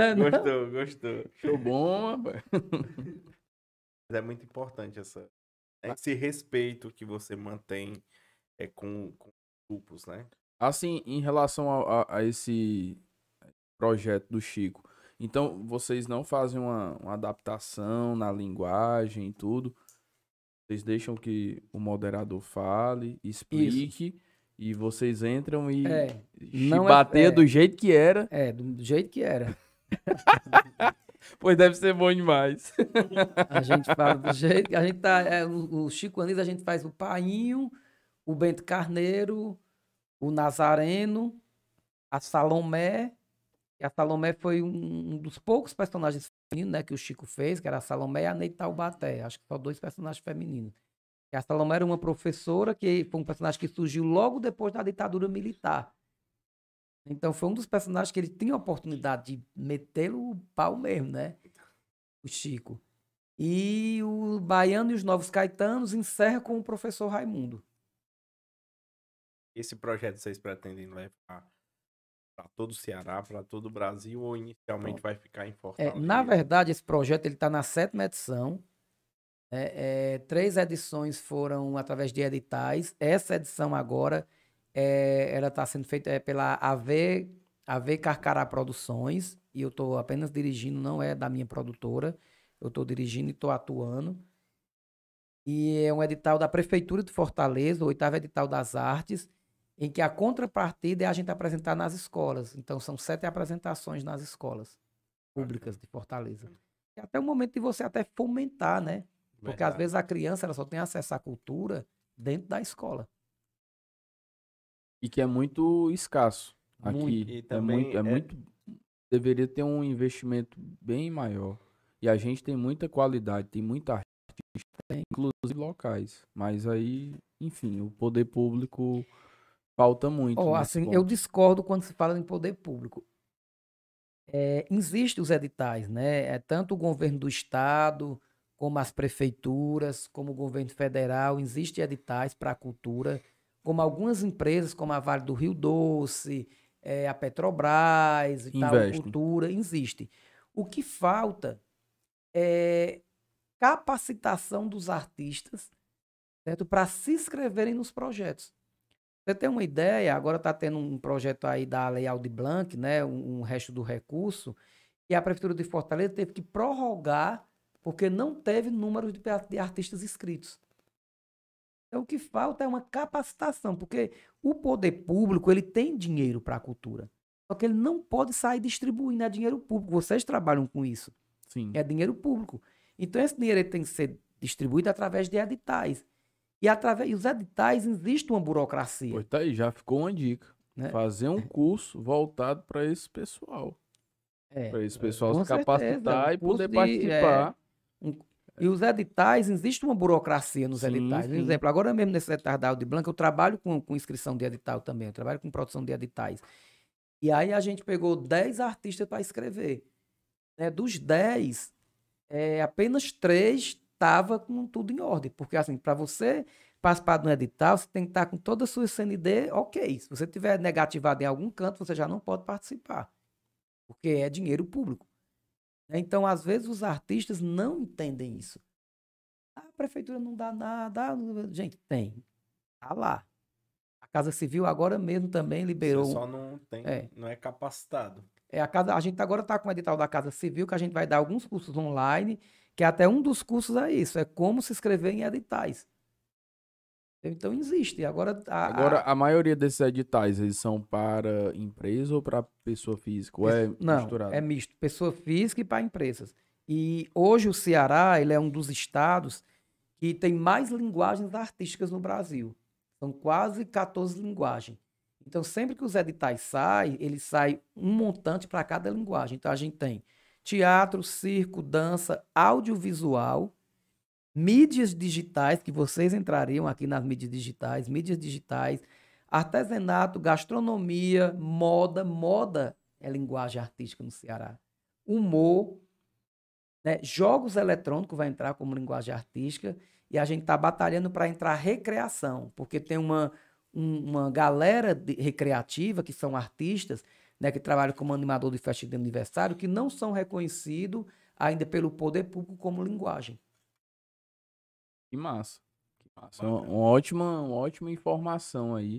Gostou. Show bom, rapaz. Mas é muito importante essa esse respeito que você mantém com grupos, né? Assim, em relação a esse projeto do Chico, então vocês não fazem uma adaptação na linguagem e tudo? Vocês deixam que o moderador fale, explique, e vocês entram e Não chibateia do jeito que era? do jeito que era. Pois deve ser bom demais. A gente fala do jeito que a gente tá. O Chico Anísio, a gente faz o Painho, o Bento Carneiro, o Nazareno, a Salomé. E a Salomé foi um dos poucos personagens femininos, né, que o Chico fez, que era a Salomé e a Neide Taubaté. Acho que só 2 personagens femininos. E a Salomé era uma professora que foi um personagem que surgiu logo depois da ditadura militar. Então foi um dos personagens que ele tinha a oportunidade de meter o pau mesmo, né? O Chico. E o Baiano e os Novos Caetanos encerra com o professor Raimundo. Esse projeto vocês pretendem levar para todo o Ceará, para todo o Brasil, ou inicialmente vai ficar em Fortaleza? Na verdade, esse projeto está na 7ª edição. 3 edições foram através de editais. Essa edição agora, ela está sendo feita pela AV Carcará Produções, e eu estou apenas dirigindo, não é da minha produtora. Eu estou dirigindo e estou atuando. E é um edital da Prefeitura de Fortaleza, o 8º edital das artes, em que a contrapartida é a gente apresentar nas escolas. Então, são 7 apresentações nas escolas públicas de Fortaleza. E até o momento de você até fomentar, né? Porque às vezes a criança ela só tem acesso à cultura dentro da escola. E que é muito escasso aqui. Muito. E também muito. Deveria ter um investimento bem maior. E a gente tem muita qualidade, tem muita artista, inclusive locais. Mas aí, enfim, o poder público falta muito. Assim, eu discordo quando se fala em poder público. Existem os editais, né? Tanto o governo do estado, como as prefeituras, como o governo federal, existem editais para a cultura, como algumas empresas, como a Vale do Rio Doce, a Petrobras, Cultura, existe. O que falta é capacitação dos artistas, certo? Para se inscreverem nos projetos. Você tem uma ideia, agora está tendo um projeto aí da Lei Aldir Blanc, né? Um resto do recurso, e a Prefeitura de Fortaleza teve que prorrogar porque não teve número de artistas inscritos. Então, o que falta é uma capacitação, porque o poder público ele tem dinheiro para a cultura, só que ele não pode sair distribuindo, é dinheiro público. Vocês trabalham com isso. Sim. É dinheiro público. Então, esse dinheiro ele tem que ser distribuído através de editais. E através dos editais existe uma burocracia. Pois tá aí, já ficou uma dica. Né? Fazer um curso voltado para esse pessoal. Para esse pessoal se capacitar e poder participar. E os editais, existe uma burocracia nos editais. Por exemplo, agora mesmo nesse edital da Aldir Blanc, eu trabalho com inscrição de edital também, eu trabalho com produção de editais. E aí a gente pegou 10 artistas para escrever. Dos 10, apenas 3 estava com tudo em ordem. Porque, assim, para você participar de um edital, você tem que estar com toda a sua CND ok. Se você tiver negativado em algum canto, você já não pode participar. Porque é dinheiro público. Então, às vezes, os artistas não entendem isso. A prefeitura não dá nada. Gente, tem. Tá lá. A Casa Civil agora mesmo também liberou. Você só não tem, não é capacitado. A gente agora está com o edital da Casa Civil, que a gente vai dar alguns cursos online, que até um dos cursos é isso, é como se inscrever em editais. Então existe. Agora, a maioria desses editais, eles são para empresa ou para pessoa física? Ou é misturado? Não, é misto. Pessoa física e para empresas. E hoje o Ceará, ele é um dos estados que tem mais linguagens artísticas no Brasil. São quase 14 linguagens. Então, sempre que os editais saem, ele sai um montante para cada linguagem. Então, a gente tem teatro, circo, dança, audiovisual, mídias digitais, que vocês entrariam aqui nas mídias digitais, artesanato, gastronomia, moda. Moda é linguagem artística no Ceará. Humor, né? Jogos eletrônicos vai entrar como linguagem artística, e a gente está batalhando para entrar recreação, porque tem uma galera recreativa, que são artistas, né, que trabalham como animador de festa de aniversário, que não são reconhecidos ainda pelo poder público como linguagem. Que massa. Uma ótima informação aí.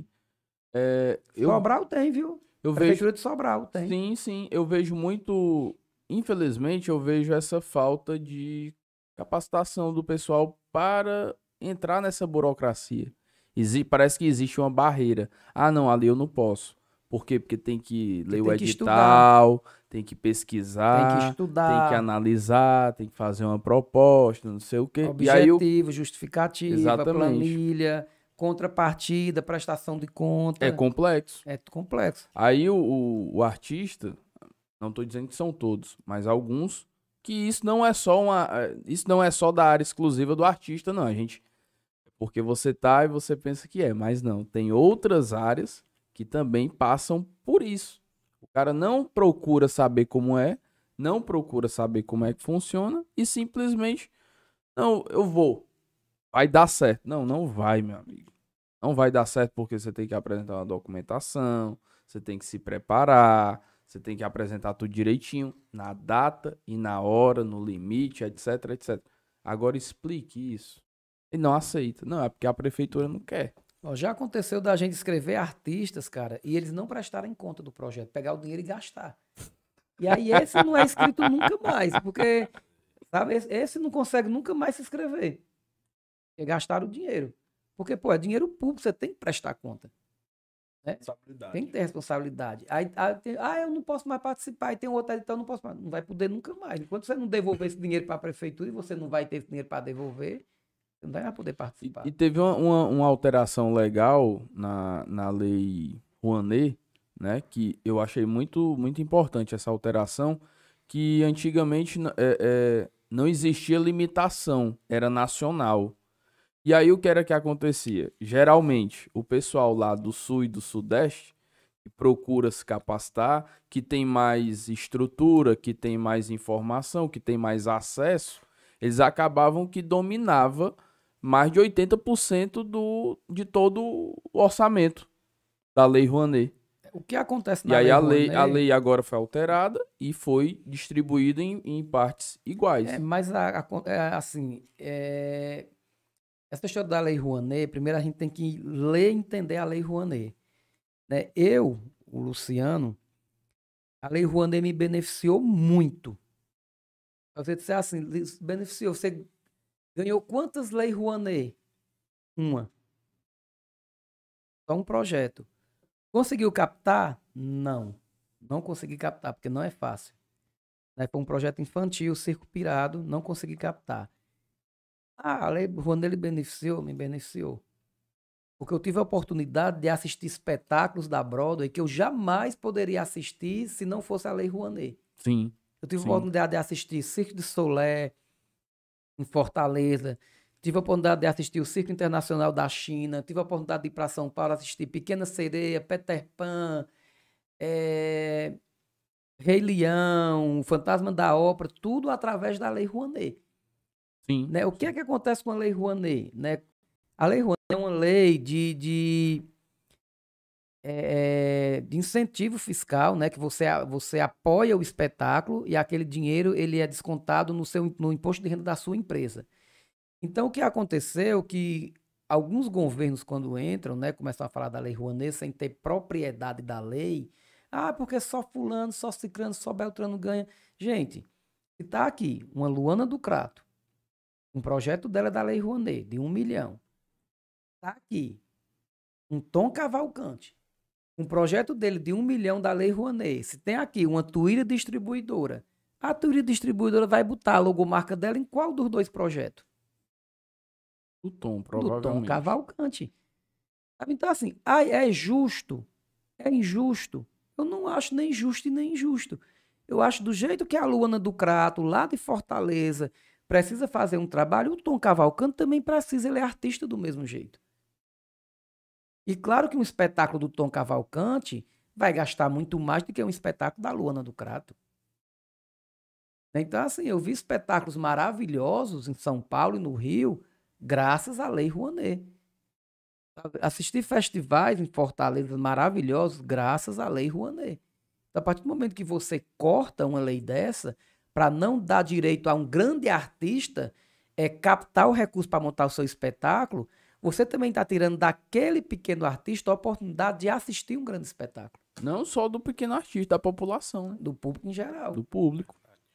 Sobral tem, viu? Eu Prefeitura vejo, de Sobral tem. sim, eu vejo muito, infelizmente, eu vejo essa falta de capacitação do pessoal para entrar nessa burocracia. Parece que existe uma barreira. Ah, não, ali eu não posso. Por quê? Porque tem que ler o tem que edital, tem que Tem que pesquisar, tem que estudar. analisar, tem que fazer uma proposta, não sei o quê. E aí Objetivo, justificativa, Exatamente. planilha, contrapartida, prestação de conta. É complexo. É complexo. Aí o artista, não estou dizendo que são todos, mas alguns, que isso não é só da área exclusiva do artista, não. Porque você tá e você pensa que é, mas não. Tem outras áreas que também passam por isso. O cara não procura saber como é, não procura saber como é que funciona e simplesmente, não, eu vou. Vai dar certo. Não, não vai, meu amigo. Não vai dar certo porque você tem que apresentar uma documentação, você tem que se preparar, você tem que apresentar tudo direitinho, na data e na hora, no limite, etc, etc. Agora explique isso. Ele não aceita. Não, é porque a prefeitura não quer. Ó, já aconteceu da gente escrever artistas, cara, e eles não prestarem conta do projeto, pegar o dinheiro e gastar. E aí esse não é escrito nunca mais, porque, sabe, esse não consegue nunca mais se inscrever. Porque gastaram o dinheiro. Porque, pô, é dinheiro público, você tem que prestar conta. Né? Responsabilidade. Tem que ter responsabilidade. Aí, eu não posso mais participar, e tem um outro edital, eu não posso mais. Não vai poder nunca mais. Enquanto você não devolver esse dinheiro para a prefeitura e você não vai ter esse dinheiro para devolver, você não vai poder participar. E teve uma alteração legal na lei Rouanet, né? Que eu achei muito, muito importante essa alteração, que antigamente não existia limitação, era nacional. E aí o que era que acontecia? Geralmente, o pessoal lá do sul e do sudeste, que procura se capacitar, que tem mais estrutura, que tem mais informação, que tem mais acesso, eles acabavam que dominava mais de 80% de todo o orçamento da Lei Rouanet. O que acontece E na aí Lei a Rouanet... lei agora foi alterada e foi distribuída em partes iguais. Mas, essa história da Lei Rouanet, primeiro a gente tem que ler e entender a Lei Rouanet. Né? O Luciano, a Lei Rouanet me beneficiou muito. Você disser assim, beneficiou, você ganhou quantas Leis Rouanet? Uma. Só um projeto. Conseguiu captar? Não. Não consegui captar, porque não é fácil. Né? Foi um projeto infantil, Circo Pirado, não consegui captar. A Lei Rouanet me beneficiou. Porque eu tive a oportunidade de assistir espetáculos da Broadway que eu jamais poderia assistir se não fosse a Lei Rouanet. Sim. Eu tive a oportunidade de assistir Cirque du Soleil em Fortaleza. Tive a oportunidade de assistir o Circo Internacional da China. Tive a oportunidade de ir para São Paulo assistir Pequena Sereia, Peter Pan, Rei Leão, Fantasma da Ópera, tudo através da Lei Rouanet. Sim. Né? O que é que acontece com a Lei Rouanet? Né? A Lei Rouanet é uma lei de incentivo fiscal, né? Que você apoia o espetáculo e aquele dinheiro ele é descontado no imposto de renda da sua empresa. Então, o que aconteceu que alguns governos, quando entram, né, começam a falar da Lei Rouanet sem ter propriedade da lei, porque só fulano, só ciclano, só beltrano ganha. Gente, se está aqui uma Luana do Crato, um projeto dela é da Lei Rouanet, de 1 milhão. Está aqui um Tom Cavalcante, um projeto dele de 1 milhão da Lei Rouanet. Se tem aqui uma Tuíra Distribuidora, a Tuíra Distribuidora vai botar a logomarca dela em qual dos dois projetos? Do Tom, Do provavelmente. Tom Cavalcante. Então, assim, é justo? É injusto? Eu não acho nem justo e nem injusto. Eu acho do jeito que a Luana do Crato, lá de Fortaleza, precisa fazer um trabalho, o Tom Cavalcante também precisa, ele é artista do mesmo jeito. E claro que um espetáculo do Tom Cavalcante vai gastar muito mais do que um espetáculo da Luana do Crato. Então, assim, eu vi espetáculos maravilhosos em São Paulo e no Rio, graças à Lei Rouanet. Assisti festivais em Fortaleza maravilhosos, graças à Lei Rouanet. Então, a partir do momento que você corta uma lei dessa, para não dar direito a um grande artista captar o recurso para montar o seu espetáculo, você também está tirando daquele pequeno artista a oportunidade de assistir um grande espetáculo. Não só do pequeno artista, da população, né? Do público em geral. Do público.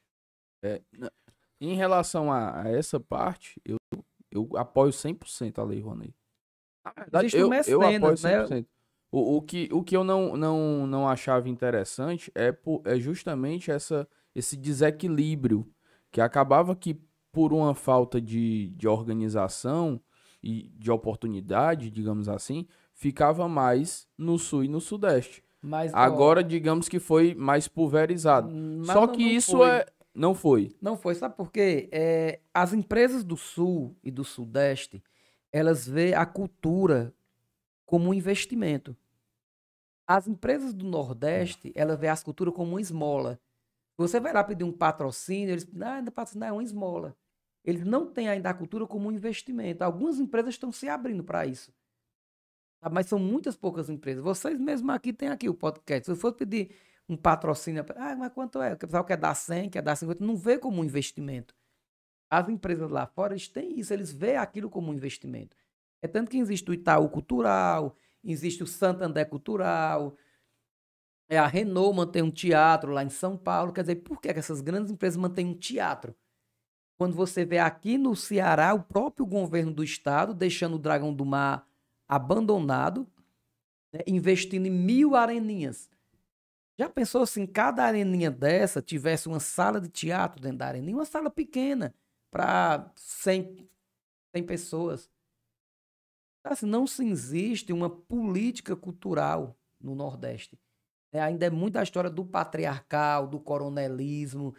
Em relação a essa parte, eu apoio 100% a Lei Rouanet. Na verdade, Existe o eu mecenas, apoio né? 100%. O que eu não achava interessante é justamente esse desequilíbrio, que acabava que, por uma falta de organização e de oportunidade, digamos assim, ficava mais no sul e no sudeste. Mas, ó, Agora, digamos que foi mais pulverizado. mas Só não- que não isso foi. não foi. Não foi, sabe por quê? As empresas do sul e do sudeste, elas veem a cultura como um investimento. As empresas do Nordeste, ela vê a cultura como uma esmola. Você vai lá pedir um patrocínio, eles ainda patrocinar é uma esmola. Eles não têm ainda a cultura como um investimento. Algumas empresas estão se abrindo para isso. Tá? Mas são muitas poucas empresas. Vocês mesmo aqui têm aqui o podcast. Se eu for pedir um patrocínio, mas quanto é? O pessoal quer dar 100, quer dar 50, não vê como um investimento. As empresas lá fora, eles têm isso, eles veem aquilo como um investimento. É tanto que existe o Itaú Cultural, existe o Santander Cultural, a Renault mantém um teatro lá em São Paulo. Quer dizer, por que essas grandes empresas mantêm um teatro? Quando você vê aqui no Ceará, o próprio governo do estado deixando o Dragão do Mar abandonado, né, investindo em 1.000 areninhas. Já pensou se em cada areninha dessa tivesse uma sala de teatro dentro da areninha? Uma sala pequena para 100 pessoas. Assim, não se existe uma política cultural no Nordeste. Ainda é muito a história do patriarcal, do coronelismo,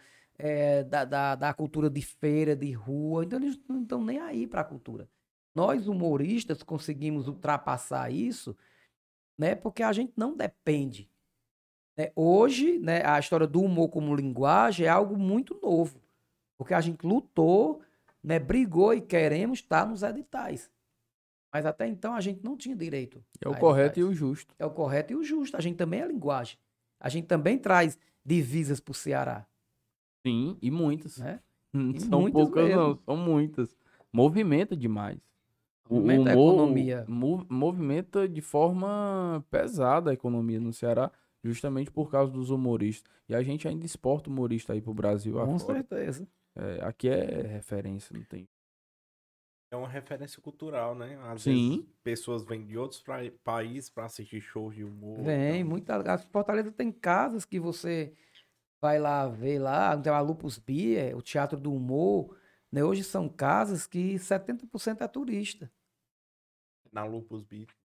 da cultura de feira, de rua. Então, eles não estão nem aí para a cultura. Nós, humoristas, conseguimos ultrapassar isso, né, porque a gente não depende. Né? Hoje, né, a história do humor como linguagem é algo muito novo, porque a gente lutou, né, brigou e queremos estar nos editais. Mas até então a gente não tinha direito. É o a correto e editais. o justo. É o correto e o justo. A gente também é linguagem. A gente também traz divisas para o Ceará. Sim, e muitas. Né? Não E são muitas poucas, mesmo. não, são muitas. Movimenta demais. O Movimenta a humor economia. movimenta de forma pesada a economia no Ceará, justamente por causa dos humoristas. E a gente ainda exporta humorista aí pro Brasil Com afora. certeza. Aqui é referência, não tem. É uma referência cultural, né? Às Sim. vezes pessoas vêm de outros países para assistir shows de humor. Vem, então- muita. Fortaleza tem casas que você vai lá ver lá, tem a Lupus Beer, o Teatro do Humor, né? Hoje são casas que 70% é turista. Na Lupus Beat.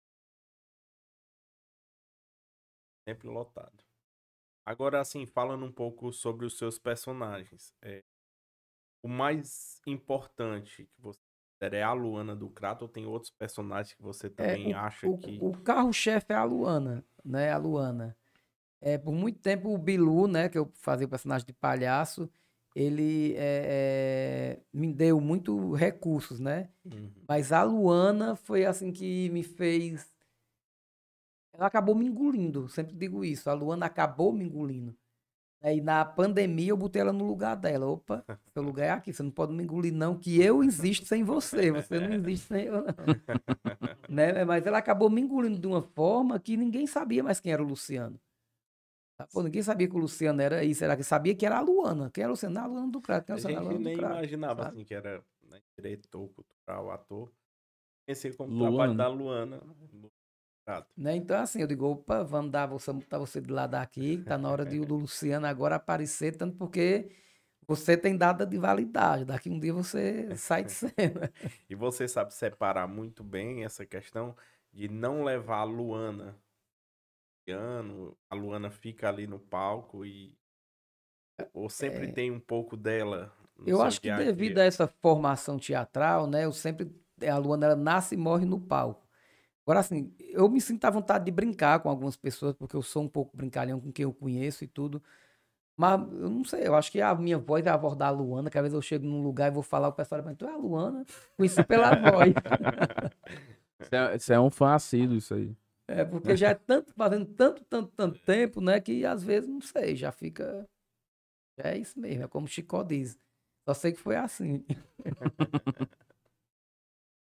Sempre lotado. Agora, assim, falando um pouco sobre os seus personagens. O mais importante que você considera é a Luana do Crato ou tem outros personagens que você também acha que... O carro-chefe é a Luana, né? A Luana. Por muito tempo o Bilu, né, que eu fazia o personagem de palhaço, ele me deu muito recursos, né? Uhum. Mas a Luana foi assim que me fez. Ela acabou me engolindo, sempre digo isso. A Luana acabou me engolindo. E na pandemia eu botei ela no lugar dela. Opa, seu lugar é aqui, você não pode me engolir, não, que eu existo sem você. Você não existe sem eu, não. Né? Mas ela acabou me engolindo de uma forma que ninguém sabia mais quem era o Luciano. Pô, ninguém sabia que o Luciano era isso, era que sabia que era a Luana. Quem era o Luciano? A Luana do Crato. Quem A era o Luciano? A gente Luana do nem Crato. imaginava, Sabe? assim, que era, né, diretor, cultural, ator. Pensei como Luana. trabalho da Luana no Crato. Né? Então, assim, eu digo, opa, vamos botar você de lado aqui, que tá na hora do Luciano agora aparecer, tanto porque você tem data de validade. Daqui um dia você sai de cena. E você sabe separar muito bem essa questão de não levar a Luana piano, a Luana fica ali no palco ou sempre tem um pouco dela no Eu seu acho que dia a devido dia. a essa formação teatral, né, a Luana, ela nasce e morre no palco. Agora, assim, eu me sinto à vontade de brincar com algumas pessoas, porque eu sou um pouco brincalhão com quem eu conheço e tudo. Mas eu não sei, eu acho que a minha voz é a voz da Luana, que às vezes eu chego num lugar e vou falar, o pessoal vai, tu é a Luana? Conheci pela voz. Você é um fã assíduo, isso aí. Porque já é fazendo tanto tempo, né, que às vezes, não sei, já fica. Já é isso mesmo, é como o Chicó diz. Só sei que foi assim.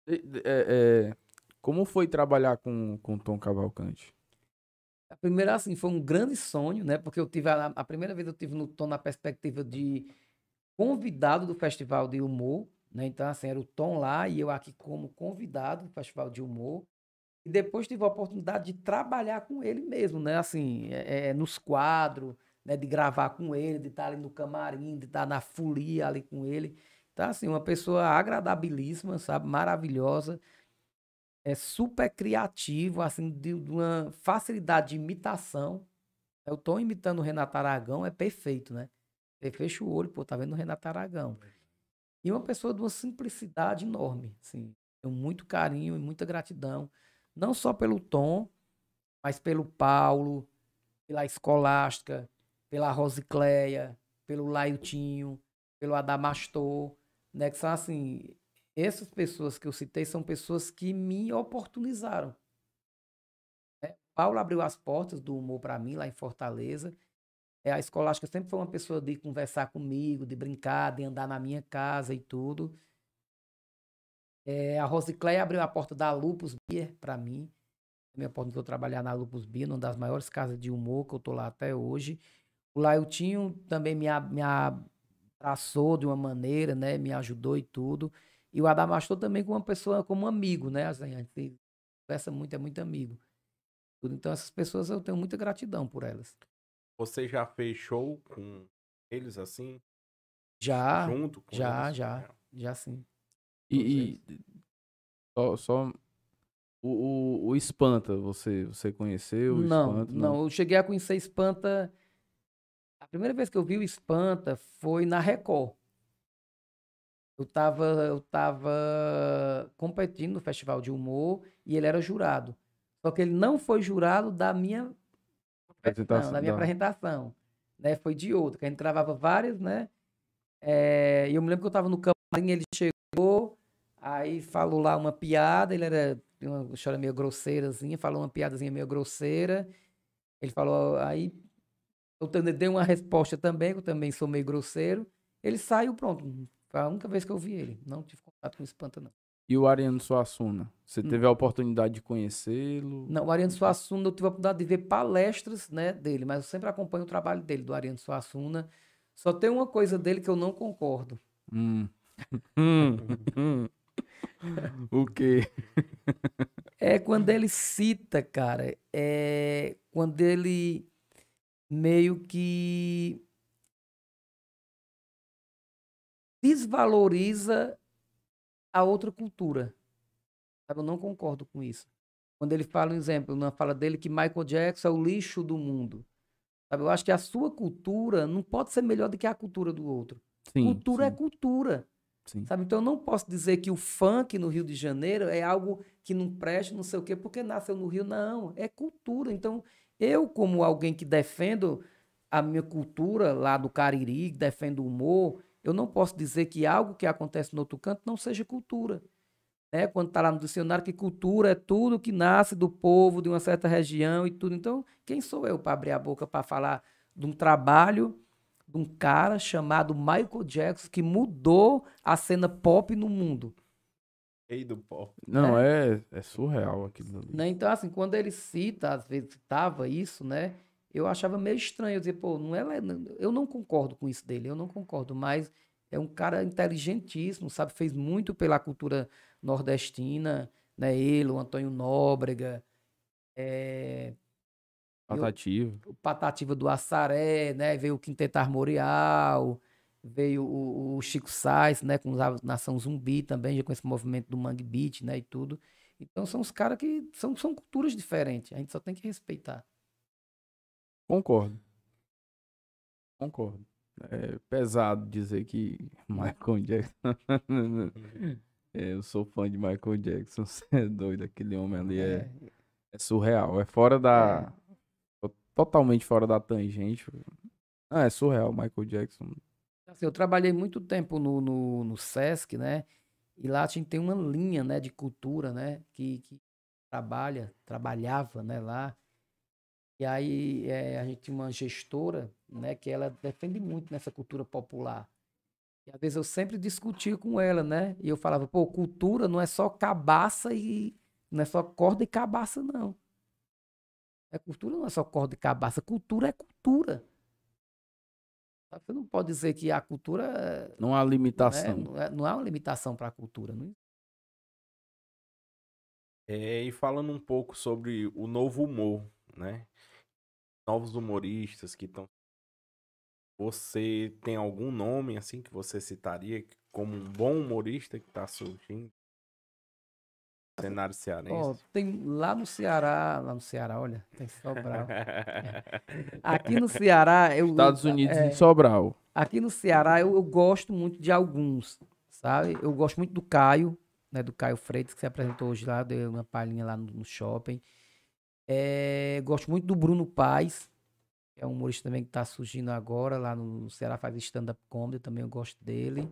Como foi trabalhar com Tom Cavalcante? A primeira, assim, foi um grande sonho, né? Porque eu tive a primeira vez eu tive no Tom na perspectiva de convidado do Festival de Humor, né? Então, assim, era o Tom lá e eu aqui como convidado do Festival de Humor. E depois tive a oportunidade de trabalhar com ele mesmo, né? Assim, nos quadros, né? De gravar com ele, de estar ali no camarim, de estar na folia ali com ele. Então, assim, uma pessoa agradabilíssima, sabe? Maravilhosa. É super criativo, assim, de uma facilidade de imitação. Eu tô imitando o Renato Aragão, é perfeito, né? Você fecha o olho, pô, tá vendo o Renato Aragão. E uma pessoa de uma simplicidade enorme, assim. Tenho muito carinho e muita gratidão, não só pelo Tom, mas pelo Paulo, pela Escolástica, pela Rosicléia, pelo Lailtinho, pelo Adamastor, né? Que são assim, essas pessoas que eu citei são pessoas que me oportunizaram. Paulo abriu as portas do humor para mim lá em Fortaleza. A Escolástica sempre foi uma pessoa de conversar comigo, de brincar, de andar na minha casa e tudo. A Rosicléia abriu a porta da Lupus Beer para mim. Me oportunizou trabalhar na Lupus Beer, uma das maiores casas de humor que eu tô lá até hoje. O Lailtinho também me abraçou de uma maneira, né? Me ajudou e tudo. E o Adamastor também como uma pessoa, como um amigo, né? Assim, a gente conversa muito, é muito amigo. Tudo. Então, essas pessoas eu tenho muita gratidão por elas. Você já fez show com eles assim? Já, Junto com já, eles? já, já sim. Todos E, eles. e só o Espanta, você conheceu o Não, Espanta? Não. não. Eu cheguei a conhecer Espanta. A primeira vez que eu vi o Espanta foi na Record. Eu tava competindo no Festival de Humor e ele era jurado. Só que ele não foi jurado da minha competição, Apresentação da minha da... apresentação, né? Foi de outro, que a gente gravava várias, né? E eu me lembro que eu tava no camarim, ele chegou, aí falou lá uma piada, ele era tinha uma história meio grosseirazinha, falou uma piadazinha meio grosseira. Ele falou, aí eu dei uma resposta também, que eu também sou meio grosseiro. Ele saiu, pronto. Foi a única vez que eu vi ele. Não tive contato com o Espanta, não. E o Ariano Suassuna? Você Hum. teve a oportunidade de conhecê-lo? Não, o Ariano Suassuna, eu tive a oportunidade de ver palestras, né, dele, mas eu sempre acompanho o trabalho dele, do Ariano Suassuna. Só tem uma coisa dele que eu não concordo. Hum. Hum. Hum. O quê? É quando ele cita, cara, quando ele meio que desvaloriza a outra cultura. Sabe? Eu não concordo com isso. Quando ele fala, um exemplo, na fala dele que Michael Jackson é o lixo do mundo. Sabe? Eu acho que a sua cultura não pode ser melhor do que a cultura do outro. Sim, Cultura é sim, cultura. sim. Sabe? Então eu não posso dizer que o funk no Rio de Janeiro é algo que não presta, não sei o quê, porque nasceu no Rio. Não, é cultura. Então, eu, como alguém que defendo a minha cultura lá do Cariri, que defendo o humor, eu não posso dizer que algo que acontece no outro canto não seja cultura. Né? Quando está lá no dicionário que cultura é tudo que nasce do povo de uma certa região e tudo. Então, quem sou eu para abrir a boca para falar de um trabalho de um cara chamado Michael Jackson que mudou a cena pop no mundo, Rei do pop. Não, né? é surreal aquilo ali. Né? Então, assim, quando ele cita, às vezes citava isso, né? Eu achava meio estranho. Eu dizia, pô, não é, eu não concordo com isso dele, eu não concordo, mas é um cara inteligentíssimo, sabe? Fez muito pela cultura nordestina, né? Ele, o Antônio Nóbrega, e Patativa. o Patativa do Assaré, né? Veio o Quinteto Armorial, veio o Chico Sainz, né? Com a Nação Zumbi também, já com esse movimento do Mangue Beat, né? E tudo. Então são os caras que são culturas diferentes. A gente só tem que respeitar. Concordo, concordo. É pesado dizer que Michael Jackson. Eu sou fã de Michael Jackson. Você é doido, aquele homem ali É, é surreal. É fora é. da. Totalmente fora da tangente. Ah, é surreal, Michael Jackson. Assim, eu trabalhei muito tempo no Sesc, né? E lá a gente tem uma linha, né, de cultura, né? Que trabalhava, né, lá. E aí a gente tinha uma gestora, né, que ela defende muito nessa cultura popular. E às vezes eu sempre discutia com ela, né? E eu falava, pô, cultura não é só cabaça e não é só corda e cabaça, não. Cultura não é só corda e cabaça, cultura é cultura. Sabe? Você não pode dizer que a cultura Não há limitação. não há uma limitação para a cultura. Não. E falando um pouco sobre o novo humor, né? Novos humoristas que estão. Você tem algum nome assim que você citaria como um bom humorista que está surgindo no cenário Ó, cearense? tem lá no Ceará, olha, tem Sobral. Aqui no Ceará, Estados Unidos em Sobral. aqui no Ceará eu gosto muito de alguns, sabe? Eu gosto muito do Caio, né? Do Caio Freitas, que se apresentou hoje lá, deu uma palhinha lá no shopping. Gosto muito do Bruno Paes, que é um humorista também que tá surgindo agora, lá no Ceará faz stand-up comedy, também eu gosto dele.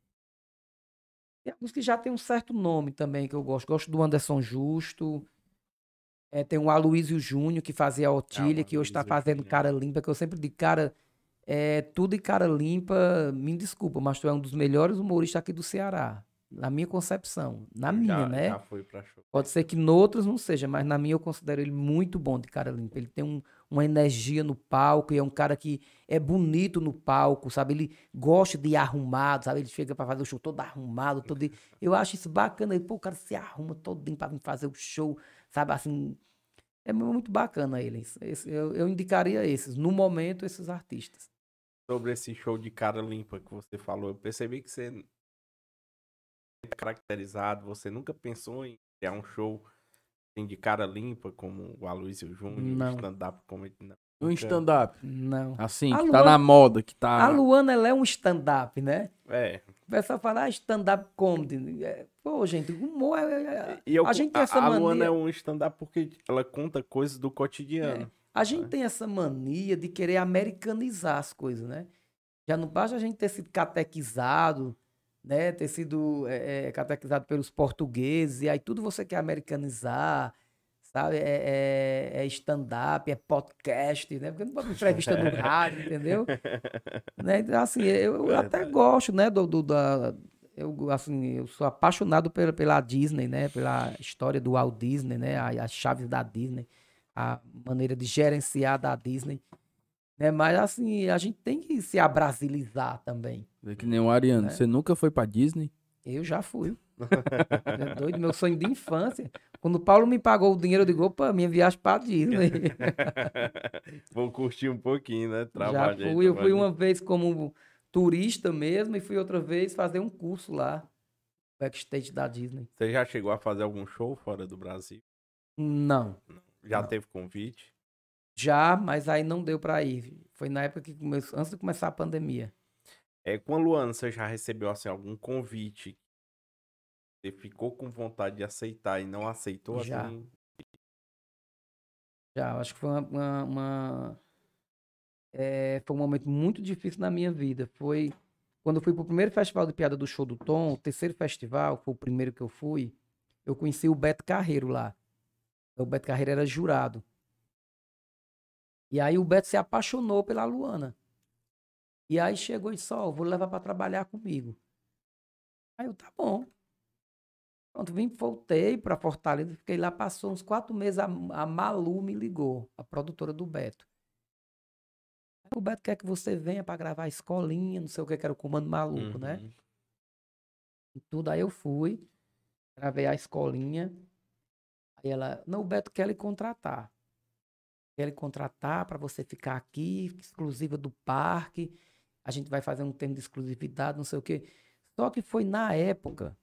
Tem alguns que já tem um certo nome também que eu gosto. Gosto do Anderson Justo. Tem o Aloysio Júnior, que fazia a Otília, que hoje está Aloysio fazendo Júnior. Cara Limpa, que eu sempre digo, cara, tudo em Cara Limpa, me desculpa, mas tu é um dos melhores humoristas aqui do Ceará. Na minha concepção. Na minha, Já né? foi pra show. Pode ser que noutros não seja, mas na minha eu considero ele muito bom de Cara Limpa. Ele tem uma energia no palco e é um cara que é bonito no palco, sabe? Ele gosta de ir arrumado, sabe? Ele chega pra fazer o show todo arrumado, todo. Eu acho isso bacana. Pô, o cara se arruma todinho pra vir fazer o show, sabe? Assim, é muito bacana ele. Eu indicaria esses, no momento, esses artistas. Sobre esse show de cara limpa que você falou, eu percebi que você é caracterizado, você nunca pensou em criar um show assim, de cara limpa, como o Aloysio Júnior, Não, stand-up comedy, não. Um Nunca. stand-up. não. Assim, A que tá na Luana, moda, que a tá. Luana, ela é um stand-up, né? É. O pessoal fala, stand-up comedy. Pô, gente, humor E eu, a gente tem essa a Luana é mania. um stand-up porque ela conta coisas do cotidiano. A gente Né? tem essa mania de querer americanizar as coisas, né? Já não basta a gente ter sido catequizado, né? Ter sido catequizado pelos portugueses, e aí tudo você quer americanizar, sabe? É stand-up, é podcast, né? Porque não pode entrevista no rádio, entendeu? Né? Então, assim, eu até Verdade. gosto, né? Assim, eu sou apaixonado pela Disney, né? Pela história do Walt Disney, né? As chaves da Disney, a maneira de gerenciar da Disney, né? Mas, assim, a gente tem que se abrasilizar também, É que nem o Ariano. né? Você nunca foi pra Disney? Eu já fui. É doido, meu sonho de infância. Quando o Paulo me pagou o dinheiro, eu digo, opa, minha viagem pra Disney. Vou curtir um pouquinho, né? Já Trabalhei, fui, eu fui trabalhei. uma vez como turista mesmo e fui outra vez fazer um curso lá, backstage da Disney. Você já chegou a fazer algum show fora do Brasil? Não, Já não. teve convite? Já, mas aí não deu pra ir. Foi na época que começou, antes de começar a pandemia. Com a Luana, você já recebeu assim, algum convite? Você ficou com vontade de aceitar e não aceitou Já, assim? já. Acho que foi foi um momento muito difícil na minha vida. Foi quando eu fui pro primeiro festival de piada do Show do Tom, o terceiro festival, foi o primeiro que eu fui. Eu conheci o Beto Carreiro lá. O Beto Carreiro era jurado. E aí o Beto se apaixonou pela Luana. E aí chegou e disse, ó, vou levar pra trabalhar comigo. Aí eu, tá bom. Pronto, voltei pra Fortaleza, fiquei lá, passou uns 4 meses, a Malu me ligou, a produtora do Beto. O Beto quer que você venha pra gravar a escolinha, não sei o que era o Comando Maluco, né? Uhum. E tudo, aí eu fui, gravei a escolinha. Aí ela, não, o Beto quer lhe contratar. Quer lhe contratar pra você ficar aqui, exclusiva do parque. A gente vai fazer um termo de exclusividade, não sei o quê. Só que foi na época,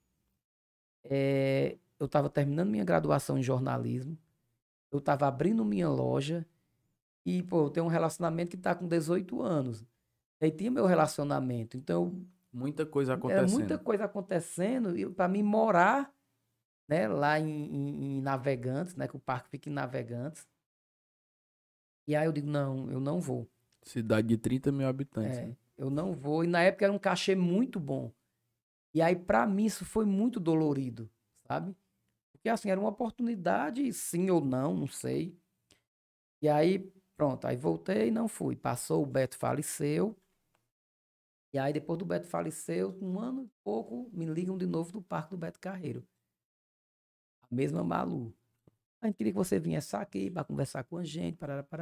eu estava terminando minha graduação em jornalismo, eu estava abrindo minha loja e, pô, eu tenho um relacionamento que está com 18 anos. Aí tinha meu relacionamento, então Muita coisa era muita acontecendo. coisa acontecendo e para mim morar, né, lá em Navegantes, né, que o parque fica em Navegantes. E aí eu digo, não, eu não vou. Cidade de 30 mil habitantes, né? Eu não vou. E na época era um cachê muito bom. E aí, para mim, isso foi muito dolorido, sabe? Porque assim, era uma oportunidade, sim ou não, não sei. E aí, pronto, aí voltei e não fui. Passou, o Beto faleceu. E aí, depois do Beto faleceu, um ano e pouco, me ligam de novo do Parque do Beto Carreiro. A mesma Malu. A gente queria que você viesse aqui para conversar com a gente, para.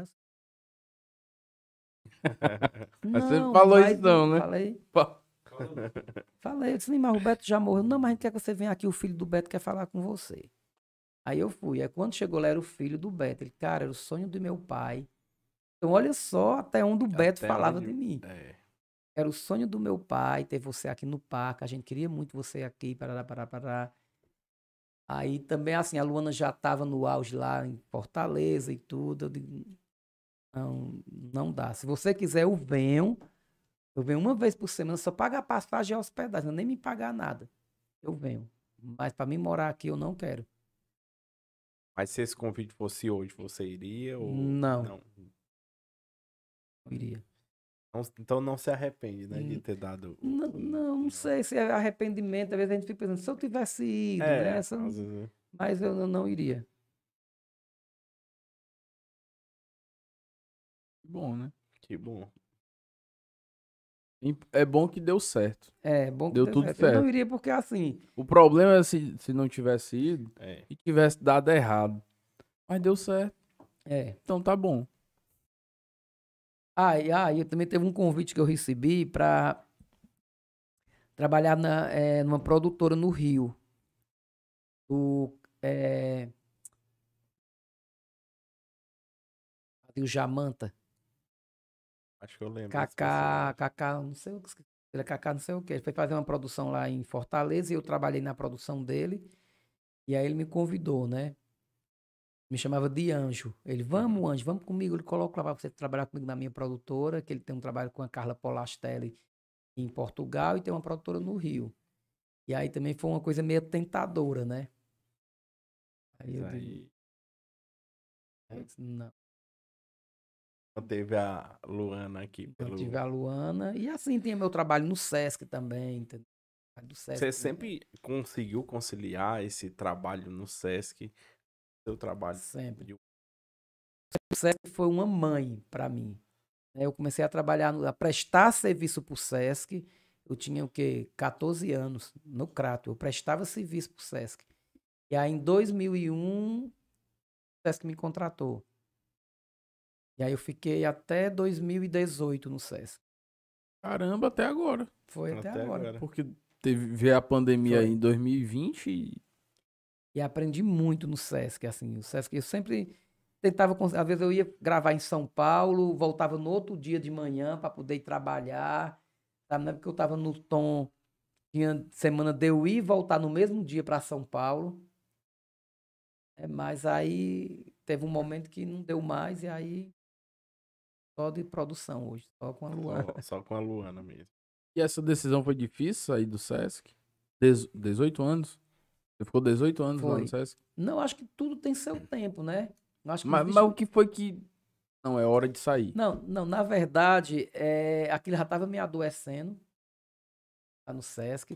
Mas você Não, falou mas isso não, né? falei, Fa- eu disse, mas o Beto já morreu. Não, mas a gente quer que você venha aqui, o filho do Beto quer falar com você. Aí eu fui. Aí quando chegou lá, era o filho do Beto. Ele, cara, era o sonho do meu pai. Então, olha só até onde o Beto Até falava onde- de mim. É. Era o sonho do meu pai ter você aqui no parque. A gente queria muito você aqui, parará, parará, parará. Aí também, assim, a Luana já estava no auge lá em Fortaleza e tudo. Eu digo, não, não dá. Se você quiser, eu venho uma vez por semana, só paga a passagem e a hospedagem, não nem me pagar nada. Eu venho. Mas para mim morar aqui, eu não quero. Mas se esse convite fosse hoje, você iria ou Não, não? não iria. Então não se arrepende, né, de Hum, ter dado Não, não sei se é arrependimento. Às vezes a gente fica pensando, se eu tivesse ido, né? às vezes, Mas eu não iria. Bom, né? que bom. É bom que deu certo. É bom que Deu dê tudo certo. Eu não certo. iria porque assim, O problema é se não tivesse ido É. e tivesse dado errado. Mas deu certo. Então tá bom. eu também teve um convite que eu recebi para trabalhar numa produtora no Rio. Do é, Rio Jamanta. Acho que eu lembro desse Kaká, personagem. Kaká, não sei o que. Ele é Kaká, não sei o que. Ele foi fazer uma produção lá em Fortaleza e eu trabalhei na produção dele. E aí ele me convidou, né? Me chamava de Anjo. Ele, vamos, Anjo, vamos comigo. Ele coloca lá para você trabalhar comigo na minha produtora, que ele tem um trabalho com a Carla Polastelli em Portugal e tem uma produtora no Rio. E aí também foi uma coisa meio tentadora, né? Aí eu Mas digo, aí não. teve a Luana aqui Eu pelo. tive a Luana. E assim tinha meu trabalho no Sesc também, entendeu? Do Sesc Você também, sempre conseguiu conciliar esse trabalho no Sesc, seu trabalho sempre. de. O Sesc foi uma mãe para mim. Eu comecei a trabalhar, a prestar serviço para o Sesc. Eu tinha o quê? 14 anos, no Crato. Eu prestava serviço para o Sesc. E aí, em 2001, o Sesc me contratou. E aí, eu fiquei até 2018 no Sesc. Caramba, até agora. Foi até agora. Porque veio a pandemia Foi. em 2020 E aprendi muito no Sesc, assim. O Sesc, eu sempre tentava, às vezes eu ia gravar em São Paulo, voltava no outro dia de manhã para poder ir trabalhar, sabe? Não é porque eu estava no tom, tinha semana de eu ir e voltar no mesmo dia para São Paulo. Mas aí teve um momento que não deu mais e aí só de produção hoje, só com a Luana. Só com a Luana mesmo. E essa decisão foi difícil sair do Sesc? 18 anos? Você ficou 18 anos lá no Foi. Sesc? Não, acho que tudo tem seu tempo, né? Eu acho que Mas o que foi que. Não, é hora de sair. Não, na verdade, aquilo já estava me adoecendo lá no Sesc,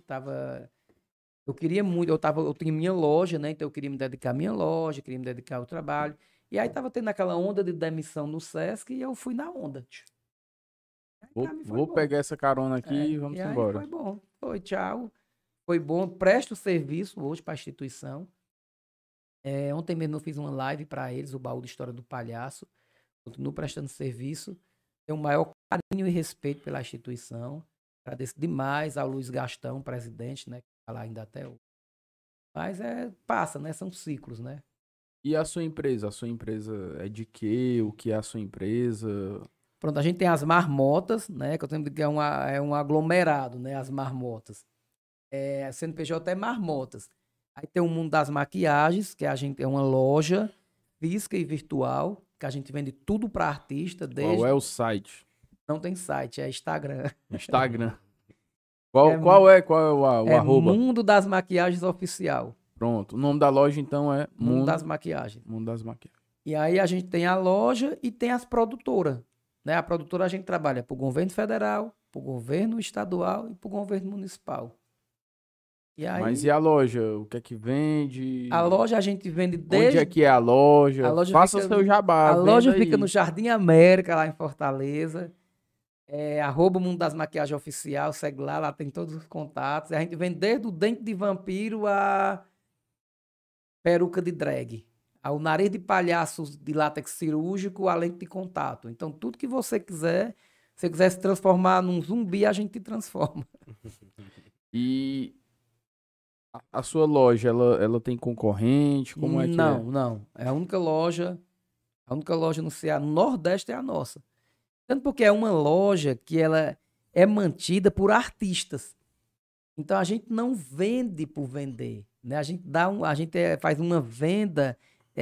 eu queria muito, eu tinha minha loja, né? Então eu queria me dedicar à minha loja, queria me dedicar ao trabalho. E aí tava tendo aquela onda de demissão no Sesc e eu fui na onda. Aí pra mim foi Vou bom. pegar essa carona aqui e vamos E aí embora. foi bom. Foi, tchau. Foi bom. Presto serviço hoje para a instituição. Ontem mesmo eu fiz uma live para eles, o Baú de História do Palhaço. Continuo prestando serviço. Tenho o maior carinho e respeito pela instituição. Agradeço demais ao Luiz Gastão, presidente, né? Que está lá ainda até hoje. Mas passa, né? São ciclos, né? E a sua empresa? A sua empresa é de quê? O que é a sua empresa? Pronto, a gente tem as marmotas, né? Que eu tenho que é um aglomerado, né? As marmotas. A CNPJ é marmotas. Aí tem o mundo das maquiagens, que a gente é uma loja física e virtual, que a gente vende tudo para artista, Qual é o site? Não tem site, é Instagram. Instagram. É Qual é o arroba? Mundo das Maquiagens Oficial. Pronto. O nome da loja, então, é Mundo das Maquiagens. Mundo das Maquiagens. E aí a gente tem a loja e tem as produtoras. Né? A produtora a gente trabalha para o governo federal, para o governo estadual e para o governo municipal. E aí, Mas e a loja? O que é que vende? a loja a gente vende Onde desde... é que é a loja? A loja Faça fica- seu jabá. A loja venda fica aí. no Jardim América, lá em Fortaleza. É @Mundo das Maquiagens Oficial, segue lá tem todos os contatos. A gente vende desde o dente de vampiro a peruca de drag, ao nariz de palhaço de látex cirúrgico, a lente de contato. Então, tudo que você quiser, se você quiser se transformar num zumbi, a gente te transforma. E a sua loja, ela tem concorrente? Como é que é? Não. É a única loja no Ceará, no Nordeste é a nossa. Tanto porque é uma loja que ela é mantida por artistas. Então a gente não vende por vender, né? A gente faz uma venda,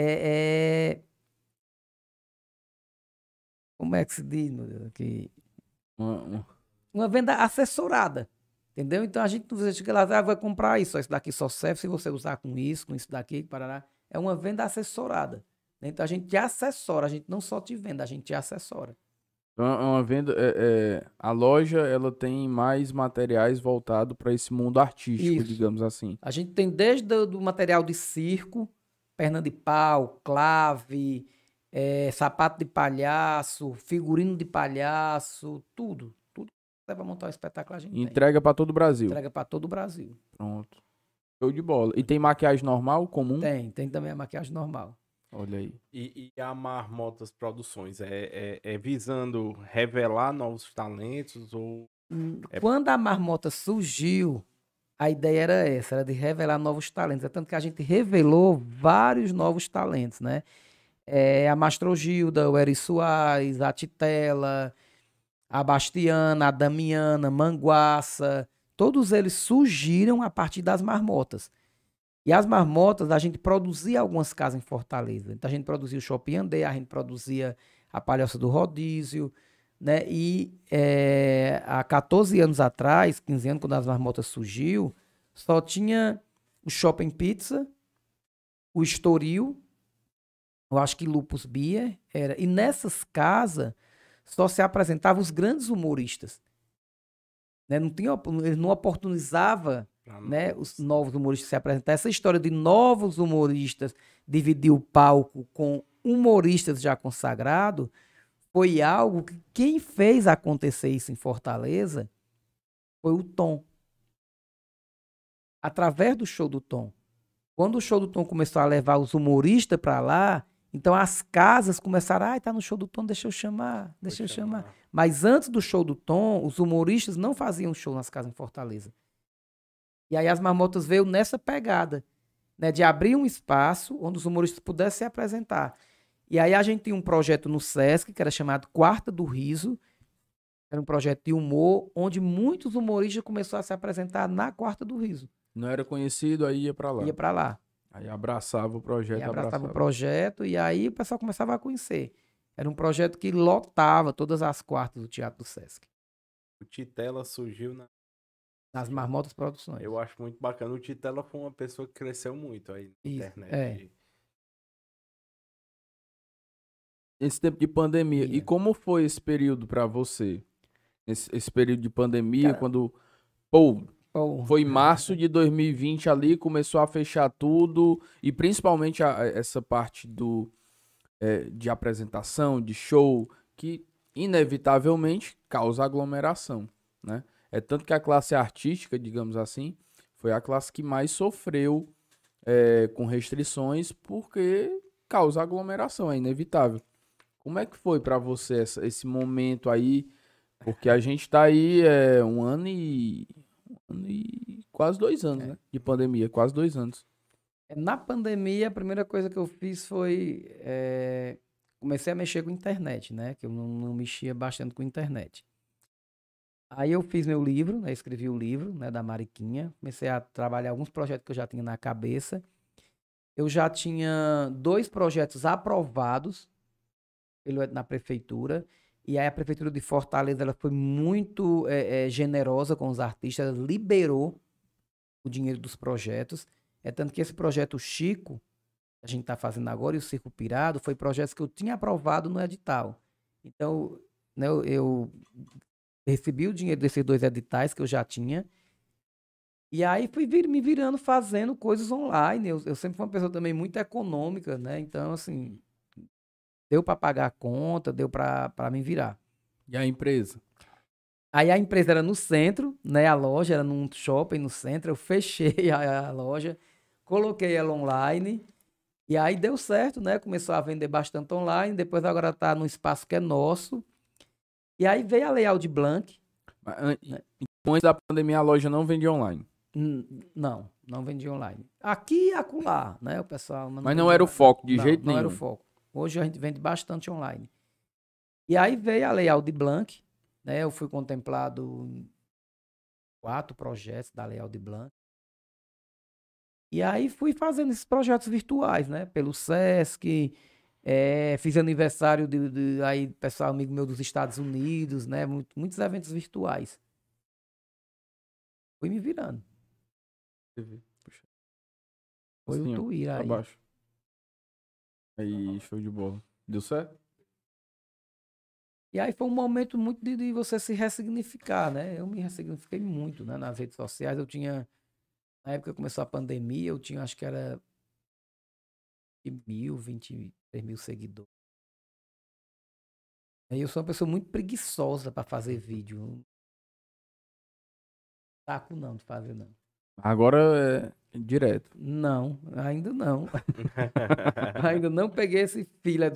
como é que se diz, meu Deus, que uma venda assessorada, entendeu? Então a gente não chega lá, vai comprar isso, ó, isso daqui só serve se você usar com isso daqui, parará. É uma venda assessorada, né? Então a gente te assessora, a gente não só te vende, a gente te assessora. É uma venda, a loja, ela tem mais materiais voltados para esse mundo artístico, Isso. digamos assim. A gente tem desde do material de circo, perna de pau, clave, sapato de palhaço, figurino de palhaço, tudo. Tudo que você vai montar um espetáculo a gente tem. Entrega para todo o Brasil. Entrega para todo o Brasil. Pronto. Show de bola. E tem maquiagem normal, comum? Tem também a maquiagem normal. Olha aí. E a Marmotas Produções é visando revelar novos talentos ou Quando a Marmota surgiu, a ideia era essa, era de revelar novos talentos. É tanto que a gente revelou vários novos talentos, né? A Mastrogilda, o Eri Soares, a Titela, a Bastiana, a Damiana, Manguaça, todos eles surgiram a partir das marmotas. E as marmotas, a gente produzia algumas casas em Fortaleza. Então a gente produzia o Shopping Andê, a gente produzia a Palhoça do Rodízio, né? E há 14 anos atrás, 15 anos, quando as marmotas surgiu, só tinha o Shopping Pizza, o Estoril, eu acho que Lupus Beer era. E nessas casas só se apresentavam os grandes humoristas. Né? Ele não oportunizava, né, os novos humoristas se apresentar. Essa história de novos humoristas dividir o palco com humoristas já consagrados foi algo que quem fez acontecer isso em Fortaleza foi o Tom. Através do show do Tom. Quando o show do Tom começou a levar os humoristas para lá, então as casas começaram, tá no show do Tom, deixa eu chamar. Mas antes do show do Tom, os humoristas não faziam show nas casas em Fortaleza. E aí as marmotas veio nessa pegada, né, de abrir um espaço onde os humoristas pudessem se apresentar. E aí a gente tinha um projeto no Sesc, que era chamado Quarta do Riso, era um projeto de humor, onde muitos humoristas começaram a se apresentar na Quarta do Riso. Não era conhecido, aí ia para lá. Ia para lá. Aí abraçava o projeto. Abraçava o projeto e aí o pessoal começava a conhecer. Era um projeto que lotava todas as quartas do Teatro do Sesc. O Titela surgiu nas Marmotas Produções. Eu acho muito bacana. O Titela foi uma pessoa que cresceu muito aí na internet. Esse tempo de pandemia. E como foi esse período para você? Esse período de pandemia, cara, quando... Foi março de 2020 ali, começou a fechar tudo, e principalmente essa parte de apresentação, de show, que inevitavelmente causa aglomeração, né? É tanto que a classe artística, digamos assim, foi a classe que mais sofreu com restrições, porque causa aglomeração, é inevitável. Como é que foi para você esse momento aí? Porque a gente tá aí um ano e quase 2 anos, né? De pandemia, quase 2 anos. Na pandemia, a primeira coisa que eu fiz foi... comecei a mexer com internet, né? Que eu não mexia bastante com internet. Aí eu fiz meu livro, né? Escrevi o livro, né, da Mariquinha. Comecei a trabalhar alguns projetos que eu já tinha na cabeça. Eu já tinha 2 projetos aprovados na prefeitura. E aí a Prefeitura de Fortaleza ela foi muito generosa com os artistas, ela liberou o dinheiro dos projetos. Tanto que esse projeto Chico, que a gente está fazendo agora, e o Circo Pirado, foi projetos que eu tinha aprovado no edital. Então, né, eu recebi o dinheiro desses 2 editais que eu já tinha. E aí fui me virando fazendo coisas online. Eu sempre fui uma pessoa também muito econômica, né? Então, assim... Deu para pagar a conta, deu para me virar. E a empresa? Aí a empresa era no centro, né? A loja era num shopping no centro. Eu fechei a loja, coloquei ela online e aí deu certo, né? Começou a vender bastante online. Depois agora tá num espaço que é nosso. E aí veio a Lei Aldir Blanc, né? Então, antes da pandemia, a loja não vendia online. Não, não vendia online. Aqui e acolá, né? O pessoal, mas não Mas não vendia era o online. foco de Não, jeito não era o nenhum. foco. Hoje a gente vende bastante online. E aí veio a Lei Aldir Blanc, né? Eu fui contemplado em 4 projetos da Lei Aldir Blanc. E aí fui fazendo esses projetos virtuais, né? Pelo Sesc, fiz aniversário aí, pessoal amigo meu dos Estados Unidos, né? Muitos eventos virtuais. Fui me virando. Puxa, Foi o assim, ó, Twitter pra aí. baixo. Aí, show de bola. Deu certo? E aí foi um momento muito de você se ressignificar, né? Eu me ressignifiquei muito, né? Nas redes sociais. Eu tinha, na época que começou a pandemia, eu tinha, acho que era 23 mil seguidores. Aí eu sou uma pessoa muito preguiçosa para fazer vídeo. Não taco não de fazer, não. Agora é direto. Não, ainda não. Ainda não peguei esse filho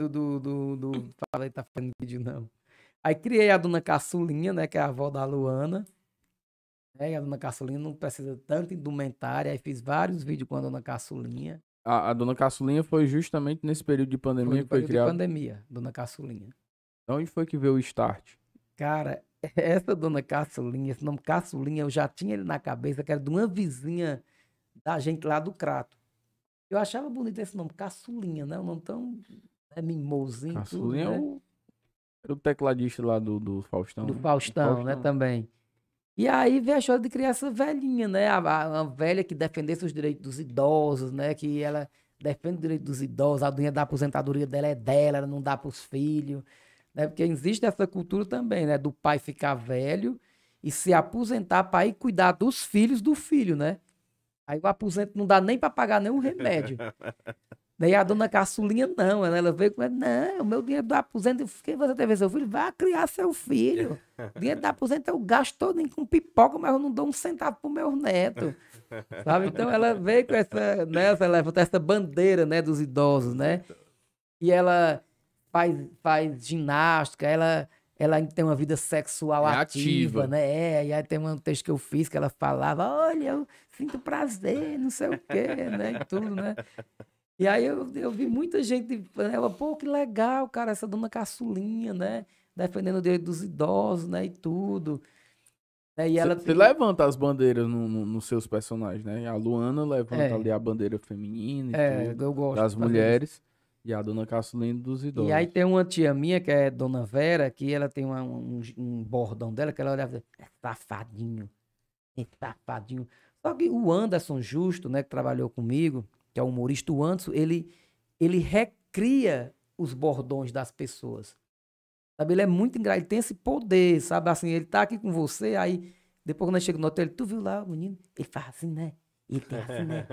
falei, tá fazendo vídeo, não. Aí criei a Dona Caçulinha, né? Que é a avó da Luana. Né, e a Dona Caçulinha não precisa tanto indumentária. Aí fiz vários vídeos com a Dona Caçulinha. A dona Caçulinha foi justamente nesse período de Foi pandemia no que foi período de criado. pandemia, Dona Caçulinha. De onde foi que veio o start? Cara, essa Dona Caçulinha, esse nome Caçulinha, eu já tinha ele na cabeça, que era de uma vizinha da gente lá do Crato. Eu achava bonito esse nome, Caçulinha, né? Um nome tão mimosinho e tudo, Caçulinha né? era o tecladista lá do Faustão, Do né? Do Faustão, né? Faustão. Também. E aí veio a história de criar essa velhinha, né? Uma velha que defendesse os direitos dos idosos, né? Que ela defende o direito dos idosos, a dinheiro da aposentadoria dela é dela, ela não dá para os filhos, né? Porque existe essa cultura também, né? Do pai ficar velho e se aposentar para ir cuidar dos filhos do filho, né? Aí o aposento não dá nem para pagar nenhum remédio. Daí a dona Caçulinha, não, ela veio com não, o meu dinheiro do aposento, quem você teve seu filho? Vá criar seu filho. O dinheiro do aposento eu gasto todo com pipoca, mas eu não dou um centavo pro meu neto, sabe? Então ela veio com essa, né, ela levanta essa bandeira, né, dos idosos, né? E ela faz ginástica, ela tem uma vida sexual É ativa, ativa. né? E aí tem um texto que eu fiz que ela falava, olha, eu sinto prazer, não sei o quê, né? E tudo, né? E aí eu vi muita gente, ela, pô, que legal, cara, essa dona Caçulinha, né? Defendendo o direito dos idosos, né? E tudo. Né? E ela. Você levanta as bandeiras nos seus personagens, né? A Luana levanta ali É, a bandeira feminina e tudo, eu gosto das de fazer isso. mulheres, e a dona Caçulinha dos E aí idosos. tem uma tia minha, que é Dona Vera, que ela tem um bordão dela, que ela olhava e dizia, é safadinho. Só que o Anderson Justo, né, que trabalhou comigo, que é o humorista, o Anderson, ele recria os bordões das pessoas. Sabe, ele é muito engraçado, ele tem esse poder, sabe? Assim, ele tá aqui com você, aí depois quando ele chega no hotel, tu viu lá o menino? Ele faz assim, né? Ele tem assim, né?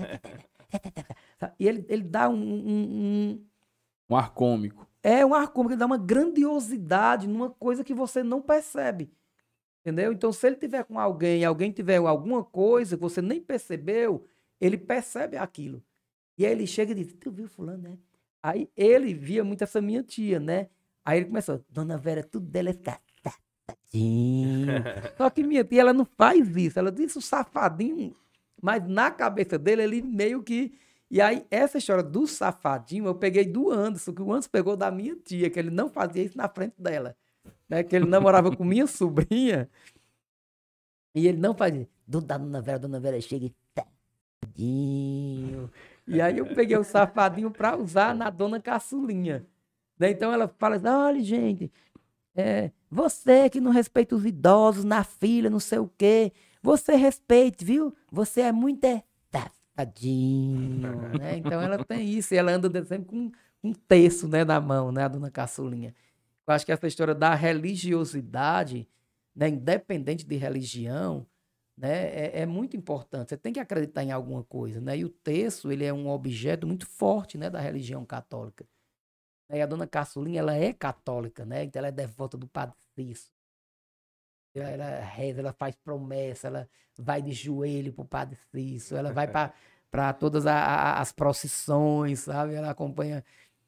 E ele dá Um ar cômico. um ar cômico, ele dá uma grandiosidade numa coisa que você não percebe, entendeu? Então, se ele tiver com alguém, alguém tiver alguma coisa que você nem percebeu, ele percebe aquilo. E aí ele chega e diz, tu viu fulano, né? Aí ele via muito essa minha tia, né? Aí ele começou, Dona Vera, tudo dela é safadinho. Só que minha tia, ela não faz isso. Ela diz o safadinho, mas na cabeça dele, ele meio que... E aí, essa história do safadinho, eu peguei do Anderson, que o Anderson pegou da minha tia, que ele não fazia isso na frente dela. Né? Que ele namorava com minha sobrinha, e ele não fazia. Dona Vera chega e safadinho. E aí eu peguei o safadinho pra usar na Dona Caçulinha. Né? Então ela fala assim, olha, gente, você que não respeita os idosos na fila, não sei o quê, você respeite, viu? Você é muito safadinho, né? Então ela tem isso, e ela anda sempre com um terço, né, na mão, né, a Dona Caçulinha. Eu acho que essa história da religiosidade, né, independente de religião, né, é muito importante. Você tem que acreditar em alguma coisa, né? E o terço, ele é um objeto muito forte, né, da religião católica. E a Dona Caçulinha, ela é católica, né? Então ela é devota do Padre Cícero. Ela reza, ela faz promessa, ela vai de joelho pro Padre Cícero, ela vai para todas as procissões, sabe? Ela acompanha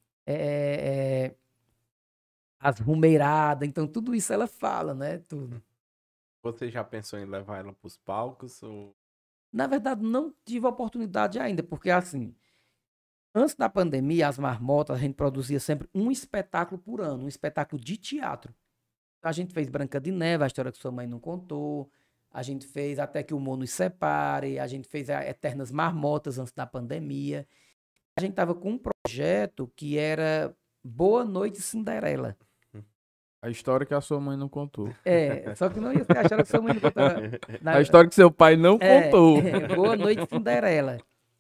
é, as rumeiradas, então tudo isso ela fala, né? Tudo. Você já pensou em levar ela pros palcos? Ou... Na verdade, não tive a oportunidade ainda, porque assim, antes da pandemia, as marmotas, a gente produzia sempre um espetáculo por ano, um espetáculo de teatro. A gente fez Branca de Neve, a história que sua mãe não contou. A gente fez Até que o Mundo nos Separe. A gente fez a Eternas Marmotas antes da pandemia. A gente tava com um projeto que era Boa Noite Cinderela. A história que a sua mãe não contou. Só que não ia ser a história que sua mãe não contou. A história que seu pai não contou. Boa Noite Cinderela.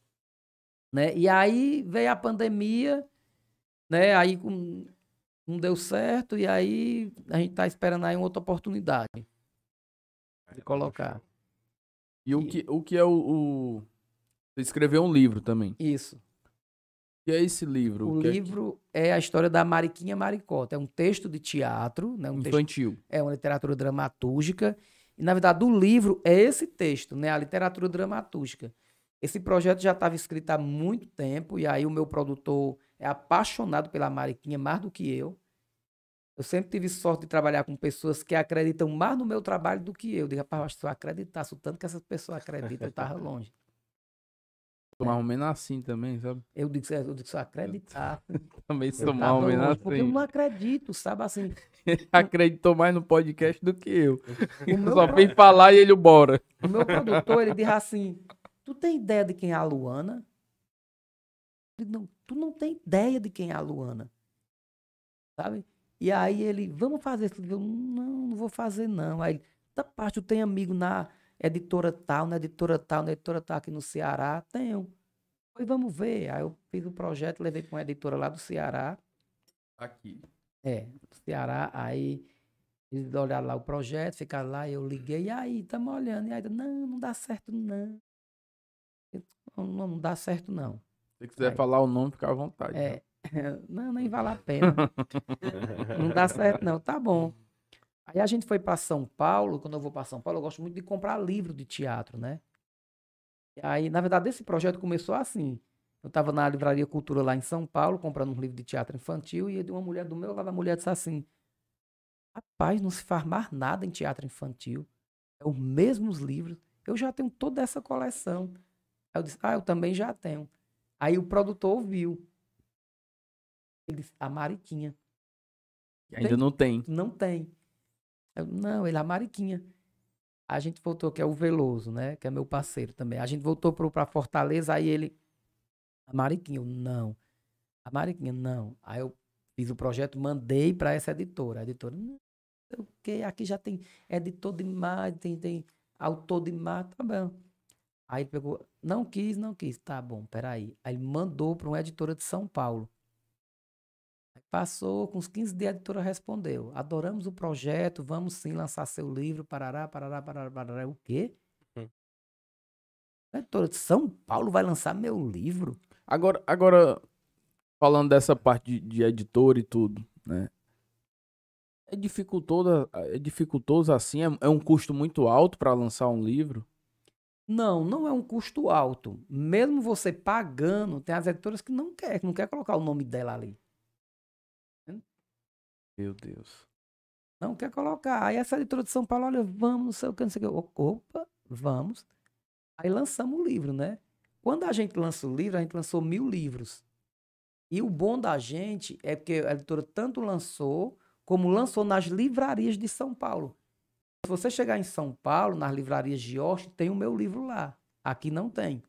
Né? E aí veio a pandemia, né? Aí não deu certo, e aí a gente tá esperando aí uma outra oportunidade de colocar. E o que é o... Você escreveu um livro também. Isso. O que é esse livro? O livro é a história da Mariquinha Maricota. É um texto de teatro, né? Infantil. É uma literatura dramatúrgica. E, na verdade, o livro é esse texto, né? A literatura dramatúrgica. Esse projeto já estava escrito há muito tempo, e aí o meu produtor é apaixonado pela Mariquinha mais do que eu. Eu sempre tive sorte de trabalhar com pessoas que acreditam mais no meu trabalho do que eu. Digo, rapaz, se eu acreditasse o tanto que essas pessoas acreditam, eu estava longe. Sou mais ou menos assim também, sabe? Eu digo, se eu acreditasse. Também sou mais ou menos assim. Porque eu não acredito, sabe assim. Acreditou mais no podcast do que eu. Eu só vim falar e ele bora. O meu produtor, ele diz assim, tu tem ideia de quem é a Luana? Eu digo, não, tu não tem ideia de quem é a Luana. Sabe? E aí ele, vamos fazer isso. Eu, não vou fazer não. Aí, da parte, tu tem amigo na editora tal, na editora tal, na editora tal aqui no Ceará? Tenho. Pois vamos ver. Aí eu fiz o projeto, levei para uma editora lá do Ceará. Aqui. Do Ceará. Aí eles olharam lá o projeto, ficaram lá, eu liguei, e aí, estamos olhando. E aí, não dá certo não. Não dá certo não. Se você quiser falar o nome, fica à vontade. Não, nem vale a pena. Não dá certo não, tá bom. Aí a gente foi para São Paulo. Quando eu vou para São Paulo, eu gosto muito de comprar livro de teatro, né? E aí, na verdade, esse projeto começou assim. Eu estava na Livraria Cultura lá em São Paulo, comprando um livro de teatro infantil, e uma mulher do meu lado, a mulher disse assim, rapaz, não se faz mais nada em teatro infantil. É os mesmos livros. Eu já tenho toda essa coleção. Aí eu disse, eu também já tenho. Aí o produtor ouviu. Ele disse, a Mariquinha. Ainda não tem. Não tem. Não, ele é a Mariquinha. A gente voltou, que é o Veloso, né? Que é meu parceiro também. A gente voltou pra Fortaleza, aí ele... A Mariquinha, eu, não. A Mariquinha, não. Aí eu fiz o projeto, mandei pra essa editora. A editora, não sei o quê, aqui já tem editor demais, tem autor demais, tá bom. Aí ele pegou, não quis, tá bom, peraí. Aí ele mandou pra uma editora de São Paulo. Passou, com uns 15 dias a editora respondeu. Adoramos o projeto, vamos sim lançar seu livro, parará. O quê? A editora de São Paulo vai lançar meu livro? Agora falando dessa parte de editor e tudo, né? É dificultoso assim? É um custo muito alto para lançar um livro? Não é um custo alto. Mesmo você pagando, tem as editoras que não quer colocar o nome dela ali. Meu Deus. Não quer colocar. Aí essa editora de São Paulo, olha, vamos, não sei o que, não sei o que. Opa, vamos. Aí lançamos o livro, né? Quando a gente lança o livro, a gente lançou 1000 livros. E o bom da gente é porque a editora tanto lançou, como lançou nas livrarias de São Paulo. Se você chegar em São Paulo, nas livrarias de Austin, tem o meu livro lá. Aqui não tem.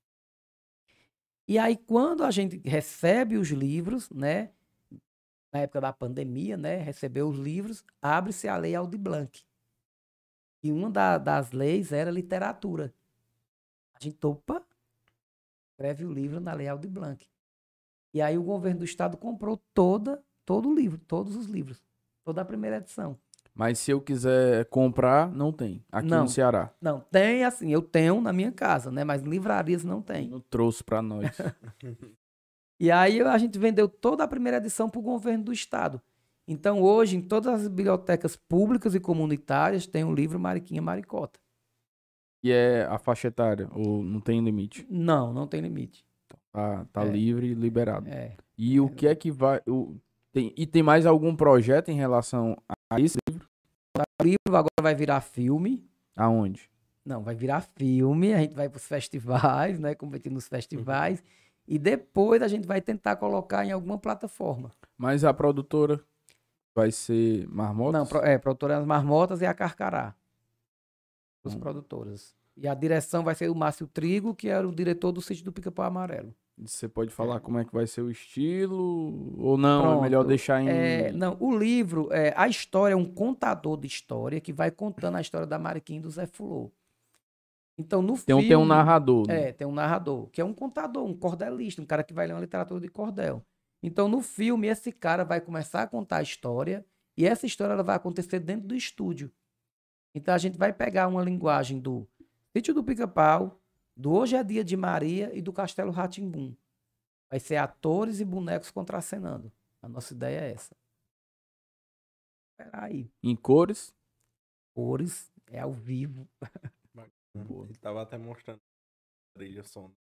E aí, quando a gente recebe os livros, né? Na época da pandemia, né? Recebeu os livros, abre-se a Lei Aldir Blanc. E uma das leis era literatura. A gente, opa, escreve o livro na Lei Aldir Blanc. E aí o governo do estado comprou todo o livro, todos os livros, toda a primeira edição. Mas se eu quiser comprar, não tem. Aqui no Ceará. Não, tem assim, eu tenho na minha casa, né? Mas livrarias não tem. Não trouxe para nós. E aí a gente vendeu toda a primeira edição para o governo do estado. Então, hoje, em todas as bibliotecas públicas e comunitárias, tem o livro Mariquinha Maricota. E é a faixa etária, ou não tem limite? Não, não tem limite. Tá livre e liberado. É. E o que é que vai... tem mais algum projeto em relação a esse livro? O livro agora vai virar filme. Aonde? Não, vai virar filme, a gente vai para os festivais, né? Competir nos festivais. E depois a gente vai tentar colocar em alguma plataforma. Mas a produtora vai ser Marmotas? Não, produtora das Marmotas e a Carcará. As produtoras. E a direção vai ser o Márcio Trigo, que era o diretor do Sítio do Pica-Pau Amarelo. Você pode falar como é que vai ser o estilo ou não? Pronto. É melhor deixar em... Não, o livro, a história é um contador de história que vai contando a história da Mariquinha e do Zé Fulô. Então, no filme... Tem um narrador, né? Tem um narrador, que é um contador, um cordelista, um cara que vai ler uma literatura de cordel. Então, no filme, esse cara vai começar a contar a história e essa história ela vai acontecer dentro do estúdio. Então, a gente vai pegar uma linguagem do Sítio do Pica-Pau, do Hoje é Dia de Maria e do Castelo Rá-Tim-Bum. Vai ser atores e bonecos contracenando. A nossa ideia é essa. Espera aí. Em cores? Cores, é ao vivo. Ele tava até mostrando a trilha sonora.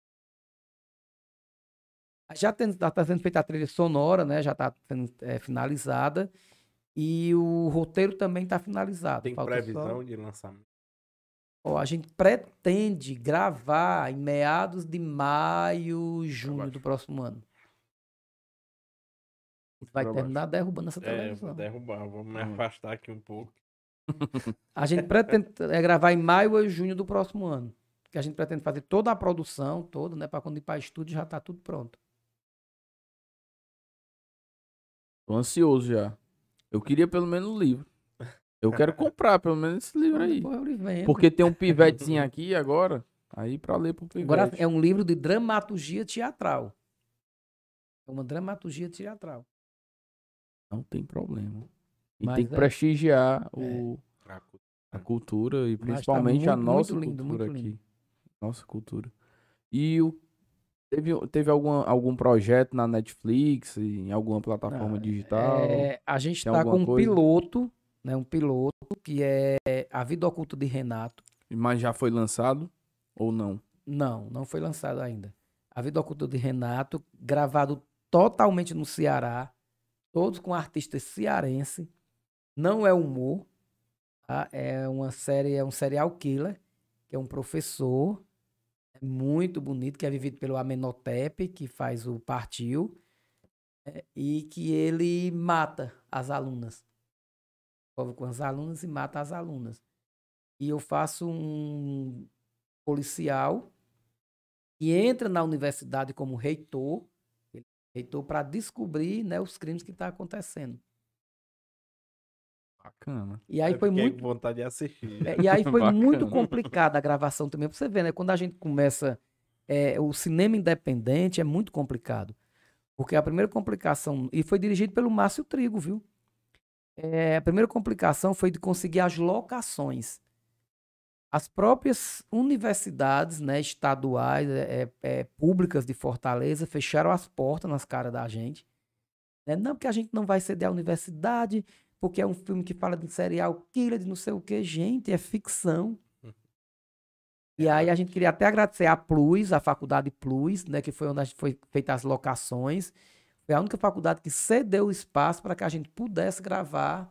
Já está sendo feita a trilha sonora, né? Já está sendo finalizada. E o roteiro também está finalizado. Tem previsão de lançamento? A gente pretende gravar em meados de maio, junho do próximo ano. Vai terminar derrubando essa televisão. Vou derrubar, vou me afastar aqui um pouco. A gente pretende gravar em maio ou junho do próximo ano. Que a gente pretende fazer toda a produção, toda, né? Para quando ir para estúdio já tá tudo pronto. Tô ansioso já. Eu queria pelo menos o livro. Eu quero comprar pelo menos esse livro aí. Porque tem um pivetezinho aqui agora. Aí pra ler pro pivete. Agora é um livro de dramaturgia teatral. É uma dramaturgia teatral. Não tem problema. E tem que prestigiar a cultura e principalmente tá muito, a nossa cultura aqui. Nossa cultura. E teve algum projeto na Netflix, em alguma plataforma digital? A gente está com um piloto, né? Um piloto que é A Vida Oculta de Renato. Mas já foi lançado ou não? Não foi lançado ainda. A Vida Oculta de Renato, gravado totalmente no Ceará, todos com artistas cearenses. Não é humor, tá? É uma série, é um serial killer, que é um professor muito bonito, que é vivido pelo Amenhotep, que faz o Partiu, e que ele mata as alunas. Envolve com as alunas e mata as alunas. E eu faço um policial que entra na universidade como reitor para descobrir, né, os crimes que estão acontecendo. Bacana. E aí foi muito com vontade de assistir. E aí foi muito complicada a gravação também, pra você ver, né? Quando a gente começa o cinema independente é muito complicado. Porque a primeira complicação, e foi dirigido pelo Márcio Trigo, viu? A primeira complicação foi de conseguir as locações. As próprias universidades, né, estaduais, públicas de Fortaleza, fecharam as portas nas caras da gente. Né? Não, porque a gente não vai ceder à universidade, porque é um filme que fala de serial killer, de não sei o que. Gente, é ficção. E aí a gente queria até agradecer a Plus, a faculdade Plus, né, que foi onde foi feitas as locações. Foi a única faculdade que cedeu o espaço para que a gente pudesse gravar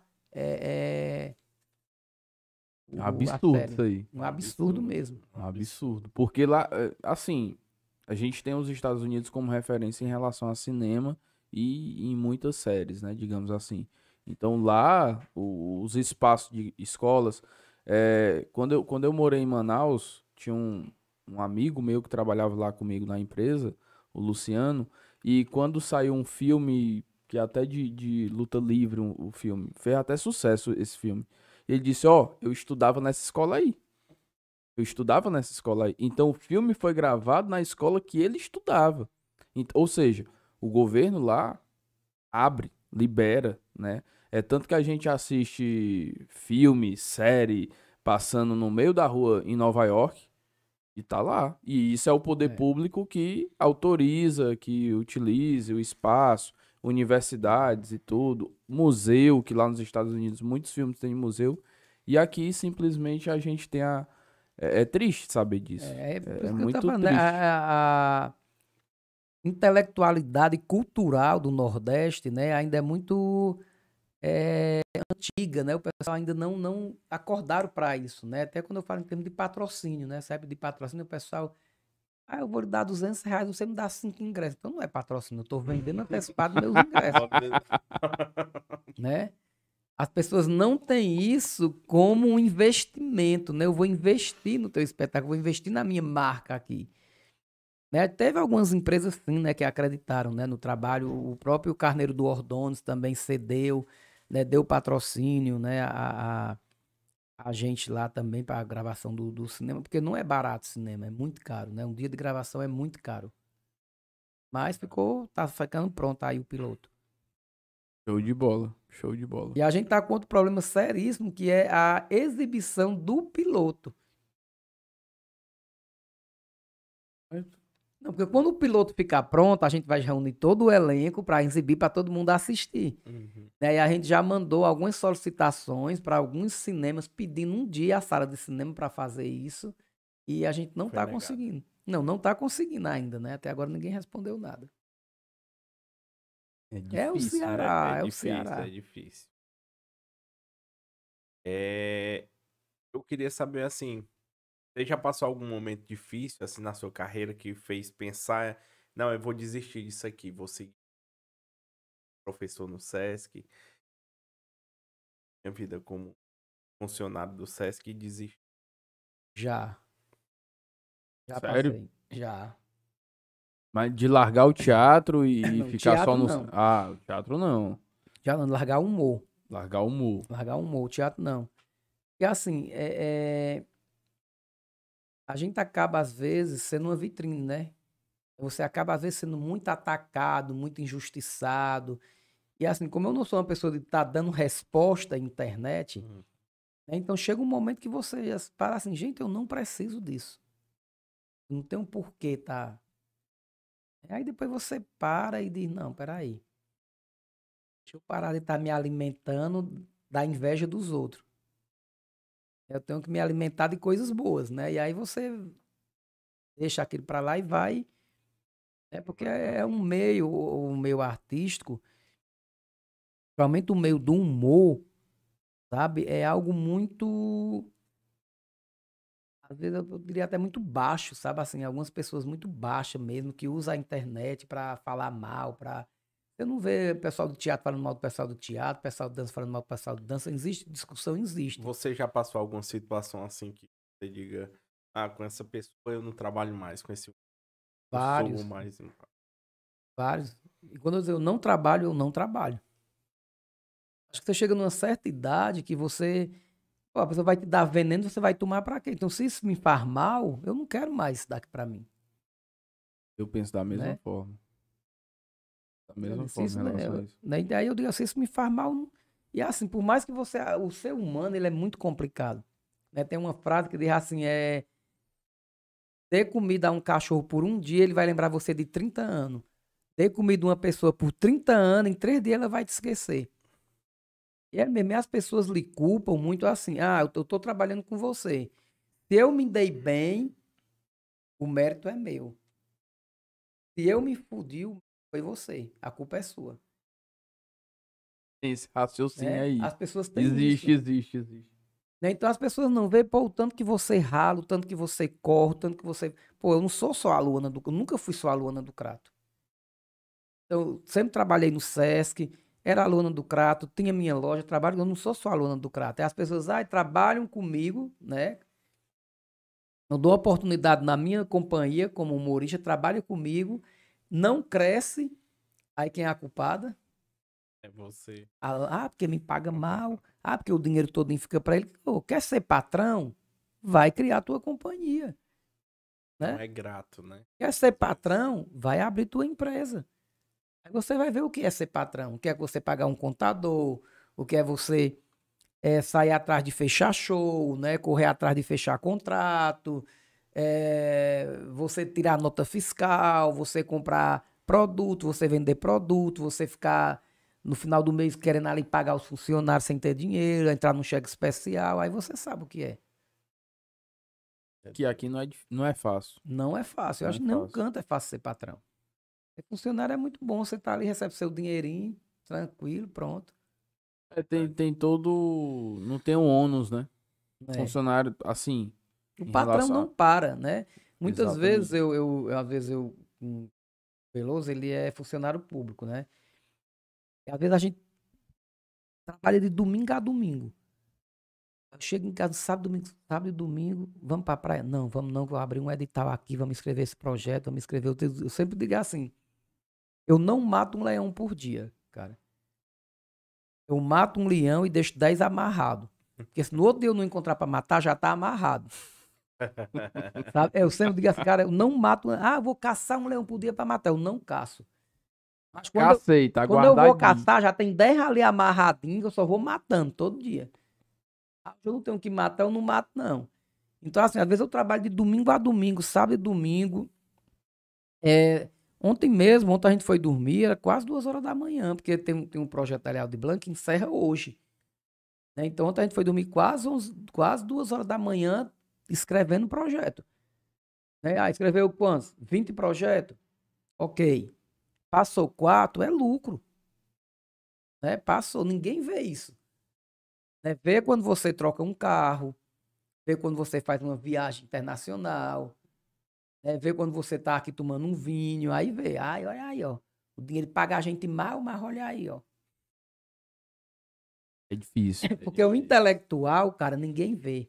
um absurdo isso aí. Um absurdo mesmo. Um absurdo. Porque lá, assim, a gente tem os Estados Unidos como referência em relação a cinema e em muitas séries, né, digamos assim. Então lá, os espaços de escolas... quando eu morei em Manaus, tinha um amigo meu que trabalhava lá comigo na empresa, o Luciano, e quando saiu um filme, que até de luta livre, o filme, fez até sucesso esse filme. Ele disse, eu estudava nessa escola aí. Então o filme foi gravado na escola que ele estudava. Ou seja, o governo lá libera, né? Tanto que a gente assiste filme, série, passando no meio da rua em Nova York e tá lá. E isso é o poder público que autoriza, que utilize o espaço, universidades e tudo, museu, que lá nos Estados Unidos muitos filmes têm museu, e aqui simplesmente a gente tem a... É triste saber disso. Por isso É que eu tô muito falando, né? triste. A intelectualidade cultural do Nordeste, né, ainda é muito antiga, né? O pessoal ainda não acordaram para isso, né? Até quando eu falo em termos de patrocínio, né? Sabe, de patrocínio, o pessoal, eu vou lhe dar R$ 200, você me dá 5 ingressos. Então não é patrocínio, eu tô vendendo antecipado meus ingressos, né? As pessoas não têm isso como um investimento, né? Eu vou investir no teu espetáculo, vou investir na minha marca aqui. Né? Teve algumas empresas, sim, né, que acreditaram, né, no trabalho. O próprio Carneiro do Ordones também cedeu, né, deu patrocínio, né, a gente lá também para a gravação do cinema, porque não é barato o cinema, é muito caro, né? Um dia de gravação é muito caro. Mas tá ficando pronto aí o piloto. Show de bola, show de bola. E a gente tá com outro problema seríssimo, que é a exibição do piloto. Não, porque quando o piloto ficar pronto, a gente vai reunir todo o elenco para exibir para todo mundo assistir. Uhum. Né? E a gente já mandou algumas solicitações para alguns cinemas pedindo um dia a sala de cinema para fazer isso. E a gente não Foi está negado. conseguindo. Não está conseguindo ainda, né? Até agora ninguém respondeu nada. É É o difícil. Ceará, é o difícil, Ceará. é difícil. Eu queria saber, assim, você já passou algum momento difícil, assim, na sua carreira que fez pensar, não, eu vou desistir disso aqui, vou seguir professor no Sesc, minha vida como funcionário do Sesc e desistir. Já. Já Sério? passei. Já. Mas de largar o teatro e Não, ficar só teatro no... não. Ah, o teatro não. Já não, largar o humor. Largar o humor. Largar o humor, o teatro não. E assim, a gente acaba, às vezes, sendo uma vitrine, né? Você acaba, às vezes, sendo muito atacado, muito injustiçado. E assim, como eu não sou uma pessoa de estar dando resposta à internet, Uhum. né, então chega um momento que você já para assim, gente, eu não preciso disso. Não tem um porquê, tá? Aí depois você para e diz, não, peraí. Deixa eu parar de estar me alimentando da inveja dos outros. Eu tenho que me alimentar de coisas boas, né? E aí você deixa aquilo para lá e vai. Porque é um meio, o meio artístico, principalmente o meio do humor, sabe? É algo muito, às vezes eu diria até muito baixo, sabe? Assim, algumas pessoas muito baixas mesmo, que usam a internet para falar mal, para... Você não vê o pessoal do teatro falando mal do pessoal do teatro, o pessoal do dança falando mal do pessoal do dança. Existe discussão, existe. Você já passou alguma situação assim que você diga, com essa pessoa eu não trabalho mais, com esse eu Vários, sou mais... vários. E quando eu digo eu não trabalho, eu não trabalho. Acho que você chega numa certa idade que você... Pô, a pessoa vai te dar veneno, você vai tomar pra quê? Então, se isso me faz mal, eu não quero mais isso daqui pra mim, Eu penso da mesma né? forma. Da Eu mesma disse forma em isso, né? relação a isso. Né? E daí eu digo assim, isso me faz mal. E assim, por mais que você... O ser humano, ele é muito complicado. Né? Tem uma frase que diz assim, dê comida a um cachorro por um dia, ele vai lembrar você de 30 anos. Dê comida a uma pessoa por 30 anos, em 3 dias ela vai te esquecer. E é mesmo, e as pessoas lhe culpam muito assim, eu tô trabalhando com você. Se eu me dei bem, o mérito é meu. Se eu me fudi, foi você. A culpa é sua. Tem esse raciocínio Né? aí. As pessoas têm Existe, isso. existe, existe. Né? Então as pessoas não veem, pô, o tanto que você rala, o tanto que você corre, o tanto que você... Pô, eu não sou só a Luana do... Eu nunca fui só a Luana do Crato. Eu sempre trabalhei no Sesc, era aluna do Crato, tinha minha loja, trabalho, eu não sou só aluna do Crato. As pessoas, trabalham comigo, né? Eu dou oportunidade na minha companhia como humorista, trabalha comigo, não cresce, aí quem é a culpada? É você. Porque me paga mal, porque o dinheiro todo fica para ele. Ô, quer ser patrão? Vai criar tua companhia, Não né? é grato, né? Quer ser patrão? Vai abrir tua empresa. Aí você vai ver o que é ser patrão. O que é você pagar um contador, o que é você sair atrás de fechar show, né? Correr atrás de fechar contrato, você tirar nota fiscal, você comprar produto, você vender produto, você ficar no final do mês querendo ali pagar os funcionários sem ter dinheiro, entrar num cheque especial, aí você sabe o que é. Que aqui não é fácil. Não é fácil. Eu Não acho é que nenhum fácil. canto é fácil ser patrão. Ser funcionário é muito bom, você tá ali, recebe seu dinheirinho, tranquilo, pronto. Tem todo. Não tem um ônus, né? É. Funcionário, assim. O Em patrão relação não para, né? Muitas vezes Exatamente. às vezes o Veloso, ele é funcionário público, né? E às vezes a gente trabalha de domingo a domingo. Eu chego em casa sábado e domingo, vamos pra praia? Não, vamos não, vou abrir um edital aqui, vamos escrever esse projeto, vamos escrever outro. Eu sempre digo assim, eu não mato um leão por dia, cara. Eu mato um leão e deixo 10 amarrado. Porque se no outro dia eu não encontrar pra matar, já tá amarrado. Sabe? Eu sempre digo assim, cara, eu não mato. Eu vou caçar um leão por dia pra matar. Eu não caço. Mas Cacei, tá quando eu vou guardadinho. caçar, já tem 10 ali amarradinhos, eu só vou matando todo dia. Eu não tenho que matar, eu não mato, não. Então, assim, às vezes eu trabalho de domingo a domingo, sábado e domingo. Ontem a gente foi dormir, era quase 2 horas da manhã, porque tem um projeto da Leal de Blanc que encerra hoje. Né? Então, ontem a gente foi dormir quase 2 horas da manhã escrevendo o projeto. Né? Escreveu quantos? 20 projetos? Ok. Passou 4, é lucro. Né? Passou, ninguém vê isso. Né? Vê quando você troca um carro, vê quando você faz uma viagem internacional, né? Vê quando você tá aqui tomando um vinho, aí vê. Ai, olha aí, ó. O dinheiro paga a gente mal, mas olha aí, ó. É difícil. Porque o intelectual, cara, ninguém vê.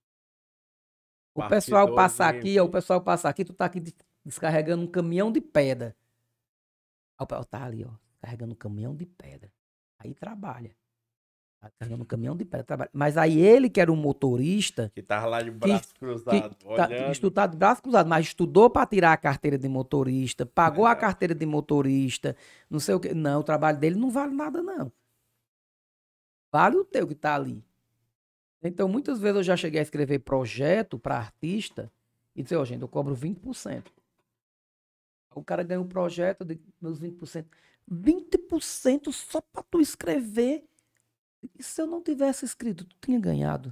O pessoal Bastidores, passa ninguém aqui, ó, o vê. pessoal passa aqui, tu tá aqui descarregando um caminhão de pedra. Aí o pessoal tá ali, ó, carregando um caminhão de pedra. Aí trabalha. Tá carregando um caminhão de pedra, trabalha. Mas aí ele, que era um motorista, Que tava lá de que, braço cruzado, olhando. estudado de braço cruzado, mas estudou para tirar a carteira de motorista, pagou a carteira de motorista, não sei o quê. Não, o trabalho dele não vale nada, não. Vale o teu que tá ali. Então, muitas vezes eu já cheguei a escrever projeto para artista e dizer, ó, gente, eu cobro 20%. O cara ganha um projeto de meus 20%. 20% só para tu escrever. E se eu não tivesse escrito, tu tinha ganhado?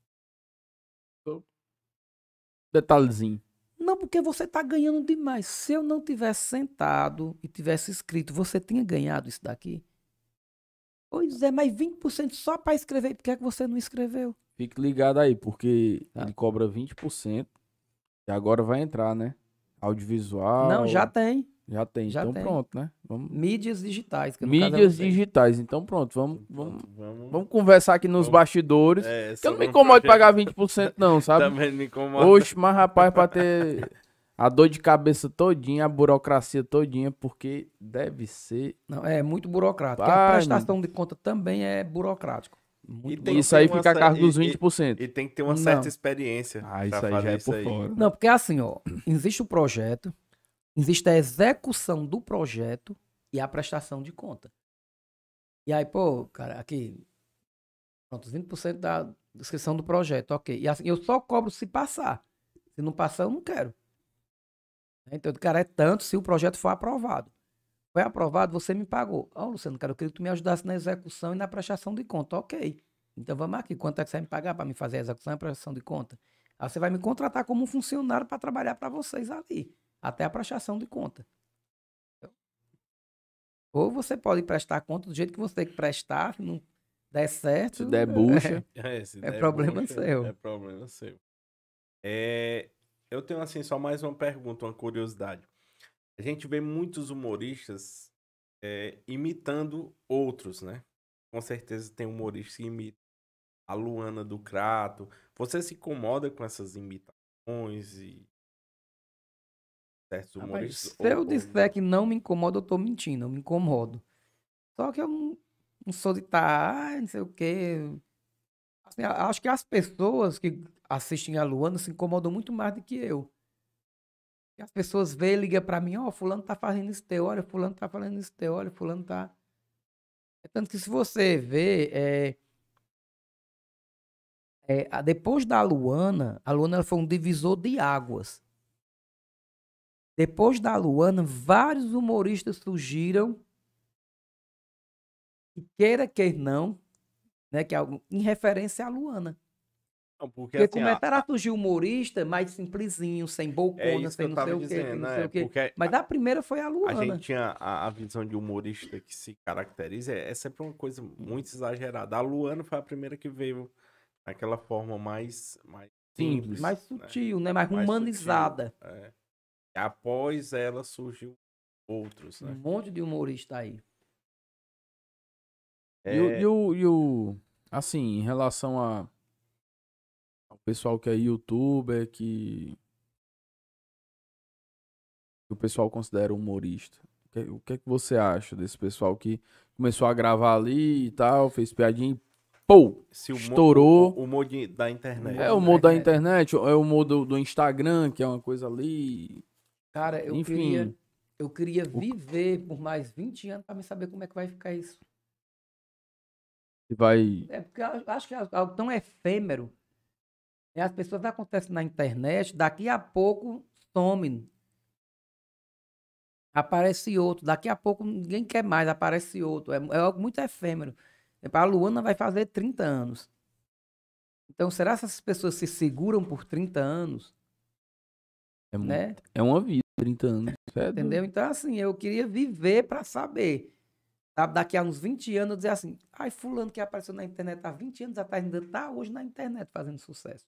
Detalhezinho. Não, porque você tá ganhando demais. Se eu não tivesse sentado e tivesse escrito, você tinha ganhado isso daqui? Pois é, mas 20% só para escrever. Por que é que você não escreveu? Fique ligado aí, porque Tá. ele cobra 20% e agora vai entrar, né? Não, já Audiovisual, tem. já tem. Já Então tem. pronto, né? Vamos. Mídias digitais, que no caso é Mídias vocês. digitais. Então pronto, vamos, vamos, Pronto, vamos conversar aqui nos vamos- bastidores. Que eu não me sobre um incomodo de projeto. pagar 20% não, sabe? Também me incomoda. Oxe, mas rapaz, pra ter a dor de cabeça todinha, a burocracia todinha, porque deve ser... Não, é muito burocrático. E a Ai, meu prestação de conta também é burocrático. Muito tem que Isso ter aí uma fica a cargo dos e- 20%. E tem que ter uma Não. certa experiência Ah, isso pra aí já fazer é isso por aí. fora. Não, porque assim, ó, existe o projeto, existe a execução do projeto e a prestação de conta. E aí, pô, cara, aqui, pronto, 20% da descrição do projeto, ok. E assim, eu só cobro se passar. Se não passar, eu não quero. Então, cara, é tanto se o projeto for aprovado. Foi aprovado, você me pagou. Ó, Luciano, cara, eu queria que tu me ajudasse na execução e na prestação de conta. Ok. Então vamos aqui. Quanto é que você vai me pagar para me fazer a execução e a prestação de conta? Aí você vai me contratar como um funcionário para trabalhar para vocês ali. Até a prestação de conta. Ou você pode prestar conta do jeito que você tem que prestar, se não der certo, Se der bucha, Se é der problema bucha, seu. É problema seu. Eu tenho assim só mais uma pergunta, uma curiosidade. A gente vê muitos humoristas imitando outros, né? Com certeza tem humoristas que imitam a Luana do Crato. Você se incomoda com essas imitações e certos Mas humoristas? se eu disser que não me incomoda, eu tô mentindo, eu me incomodo. Só que eu não sou de estar, não sei o quê. Assim, acho que as pessoas que assistem a Luana se incomodam muito mais do que eu. E as pessoas veem, ligam pra mim, ó, fulano tá fazendo isso teu, olha, fulano tá fazendo isso teu, olha, fulano tá... É tanto que se você vê, depois da Luana, a Luana ela foi um divisor de águas. Depois da Luana, vários humoristas surgiram, e queira que não, né, que é algo em referência à Luana. Não, porque Porque assim, começaram a surgir humorista mais simplesinho, sem é bocona, isso que sem eu não sei tava o quê, sem dizendo, não sei né? o quê. Porque Mas a primeira foi a a Luana. gente tinha a visão de humorista que se caracteriza, é sempre uma coisa muito exagerada. A Luana foi a primeira que veio naquela forma mais Simples. simples, Mais né? sutil, né? Mais Mais sutil. humanizada. É. Após ela surgiu outros, Um né? monte de humorista aí. É, Assim, em relação ao pessoal que é youtuber, que o pessoal considera humorista. O que é que você acha desse pessoal que começou a gravar ali e tal, fez piadinha e pô, se estourou. o mod da internet. É o da humor da internet. internet, é o humor do Instagram, que é uma coisa ali. Cara, Enfim, eu queria o viver por mais 20 anos para me saber como é que vai ficar isso. que vai. É porque eu acho que é algo tão efêmero. Né? As pessoas acontecem na internet, daqui a pouco some. Aparece outro. Daqui a pouco ninguém quer mais, aparece outro. É algo muito efêmero. A Luana vai fazer 30 anos. Então, será que essas pessoas se seguram por 30 anos? É, Né? é uma vida, 30 anos. É Entendeu? Então, assim, eu queria viver para saber. Sabe? Daqui a uns 20 anos, eu dizer assim, ai, fulano que apareceu na internet há 20 anos atrás, ainda está hoje na internet fazendo sucesso.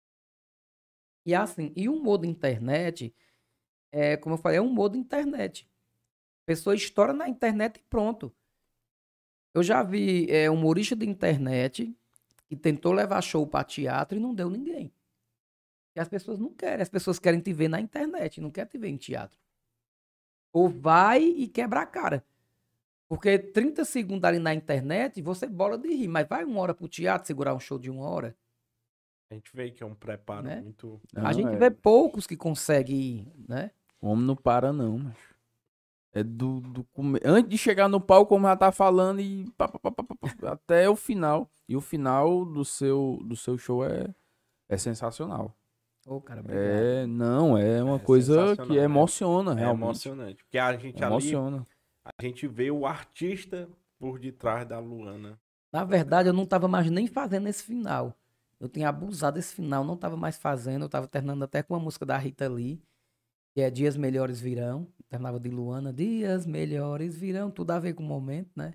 E assim, e um modo internet, como eu falei, é um modo internet. A pessoa estoura na internet e pronto. Eu já vi humorista de internet que tentou levar show para teatro e não deu ninguém. E as pessoas não querem, as pessoas querem te ver na internet, não querem te ver em teatro. Ou vai e quebra a cara. Porque 30 segundos ali na internet, você bola de rir, mas vai 1 hora pro teatro segurar um show de 1 hora, A gente vê que é um preparo né? muito. A Não, gente vê poucos que conseguem ir, né? o homem não para, não, macho. É antes de chegar no palco, como já tá falando, e até o final. E o final do seu show é sensacional. Ô, cara, obrigado. Não, é uma É coisa que sensacional, emociona, é realmente. emocionante. Porque a gente ali, Emociona. a gente vê o artista por detrás da Luana. Na verdade, eu não tava mais nem fazendo esse final. Eu tinha abusado desse final, não tava mais fazendo. Eu tava terminando até com uma música da Rita Lee, que é Dias Melhores Virão. Terminava de Luana, Dias Melhores Virão, tudo a ver com o momento, né?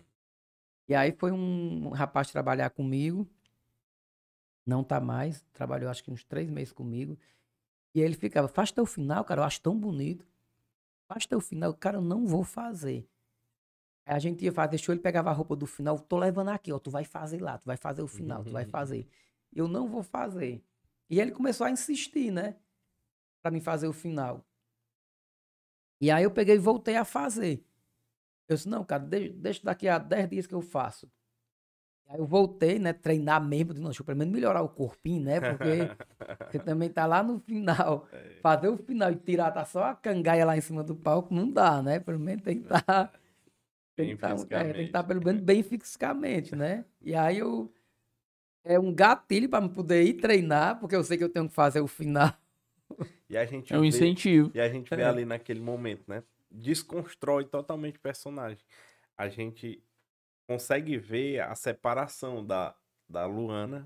E aí foi um rapaz trabalhar comigo, não tá mais, trabalhou acho que uns 3 meses comigo. E aí ele ficava, faz teu final, cara, eu acho tão bonito. Faz teu final, cara, eu não vou fazer. Aí a gente ia fazer show, ele pegava a roupa do final, tô levando aqui, ó, tu vai fazer lá, tu vai fazer o final, tu vai fazer. Eu não vou fazer. E ele começou a insistir, né, pra mim fazer o final. E aí eu peguei e voltei a fazer. Eu disse, não, cara, deixa daqui a 10 dias que eu faço. Aí eu voltei, né, treinar mesmo, não, deixa eu pelo menos melhorar o corpinho, né, porque você também tá lá no final. Fazer o final e tirar, tá só a cangaia lá em cima do palco, não dá, né, pelo menos tem que estar... Bem tem que fisicamente. estar pelo menos bem fisicamente, né? E aí é um gatilho para poder ir treinar, porque eu sei que eu tenho que fazer o final. E a gente É um incentivo. E a gente vê ali naquele momento, né? Desconstrói totalmente o personagem. A gente consegue ver a separação da Luana.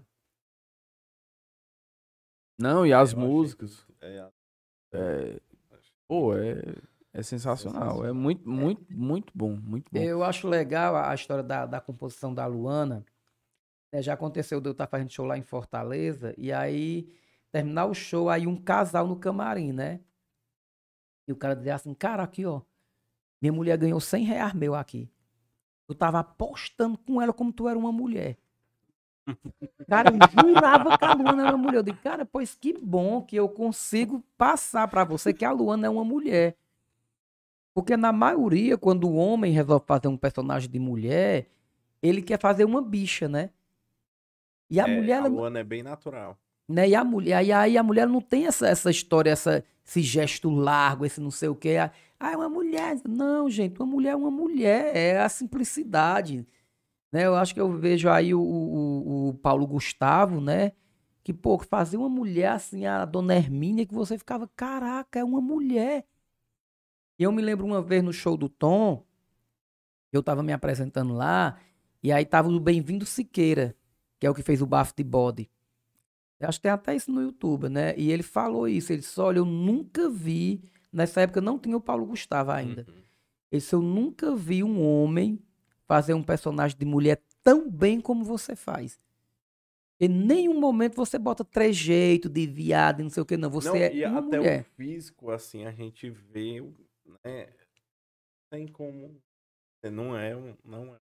Não, e as Eu achei músicas. É, Pô, é sensacional. É muito, muito, muito bom. Muito bom. Eu acho legal a história da composição da Luana. Né? Já aconteceu de eu estar fazendo show lá em Fortaleza, e aí terminar o show, aí um casal no camarim, né? E o cara dizia assim, cara, aqui, ó, minha mulher ganhou R$ 100 meu aqui. Eu tava apostando com ela como tu era uma mulher. Cara, eu jurava que a Luana era uma mulher. Eu digo, cara, pois que bom que eu consigo passar pra você que a Luana é uma mulher. Porque na maioria, quando o homem resolve fazer um personagem de mulher, ele quer fazer uma bicha, né? E a mulher, a ela, Luana é bem natural. né? E a mulher, aí a mulher não tem essa história, esse gesto largo, esse não sei o quê. Ah, é uma mulher. Não, gente, uma mulher é uma mulher, é a simplicidade. Né? Eu acho que eu vejo aí o Paulo Gustavo, né? que, pô, fazia uma mulher assim, a Dona Hermínia, que você ficava, caraca, é uma mulher. E eu me lembro uma vez no show do Tom, eu tava me apresentando lá, e aí tava o Bem-vindo Siqueira, que é o que fez o Bafo de Bode. Eu acho que tem até isso no YouTube, né? E ele falou isso, ele disse, olha, eu nunca vi, nessa época não tinha o Paulo Gustavo ainda. Uhum. Ele disse, eu nunca vi um homem fazer um personagem de mulher tão bem como você faz. Em nenhum momento você bota trejeito de viado e não sei o que, não. Você Não, é e uma até o mulher. físico, assim, a gente vê, né? Tem como. Você não é não é.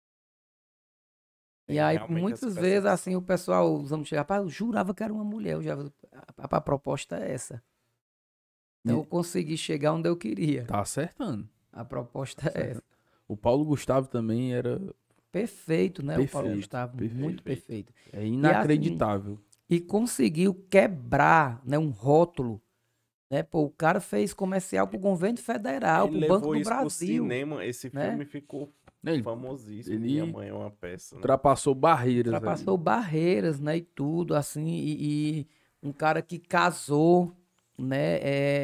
E Tem aí, realmente essa muitas vezes, assim, percepção. o pessoal, os homens chegam, rapaz, eu jurava que era uma mulher. A proposta é essa. Então, eu E consegui chegar onde eu queria. tá acertando. A proposta Tá é acertando. essa. O Paulo Gustavo também era Perfeito, né? O Paulo perfeito, Gustavo, muito perfeito. perfeito. É E assim, inacreditável. e conseguiu quebrar, né, um rótulo, né? Pô, o cara fez comercial pro governo federal, Ele pro Banco levou do isso pro Brasil, cinema, esse né? filme ficou Ele, famosíssimo. Minha ele Mãe é uma Peça, né? ultrapassou barreiras Ultrapassou ali. barreiras, né, e tudo, assim, e um cara que casou, né,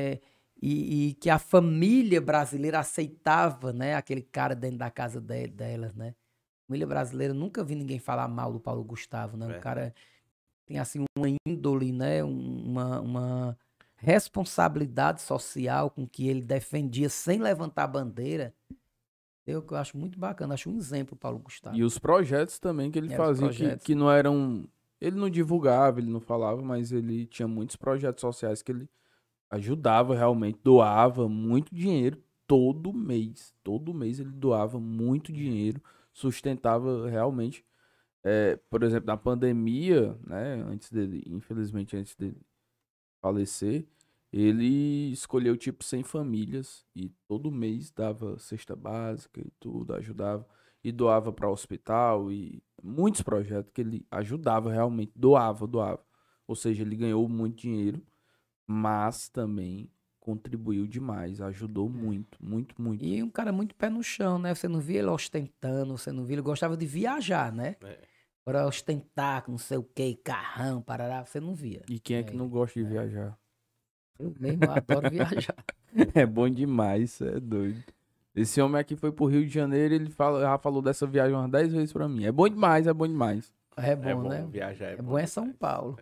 e que a família brasileira aceitava, né, aquele cara dentro da casa delas, né. Família brasileira, nunca vi ninguém falar mal do Paulo Gustavo, né, um Verdade. cara tem, assim, uma índole, né, uma responsabilidade social com que ele defendia sem levantar bandeira, eu acho muito bacana, acho um exemplo, Paulo Gustavo. E os projetos também que ele Os fazia, projetos. que não eram. Ele não divulgava, ele não falava, mas ele tinha muitos projetos sociais que ele ajudava realmente, doava muito dinheiro todo mês. Todo mês ele doava muito dinheiro, sustentava realmente. Por exemplo, na pandemia, né, antes dele, infelizmente, antes dele falecer, ele escolheu tipo 100 famílias e todo mês dava cesta básica e tudo, ajudava e doava para hospital e muitos projetos que ele ajudava realmente, doava. Ou seja, ele ganhou muito dinheiro, mas também contribuiu demais, ajudou muito. E um cara muito pé no chão, né? Você não via ele ostentando, você não via ele gostava de viajar, né? É. Para ostentar, com não sei o que, carrão, parará, você não via. E quem é que não gosta de viajar? Eu mesmo adoro viajar. É bom demais, cê é doido. Esse homem aqui foi pro Rio de Janeiro, ele já falou dessa viagem umas 10 vezes pra mim. É bom demais, é bom demais. É É bom, bom, né? viajar é É bom bom é São demais. Paulo.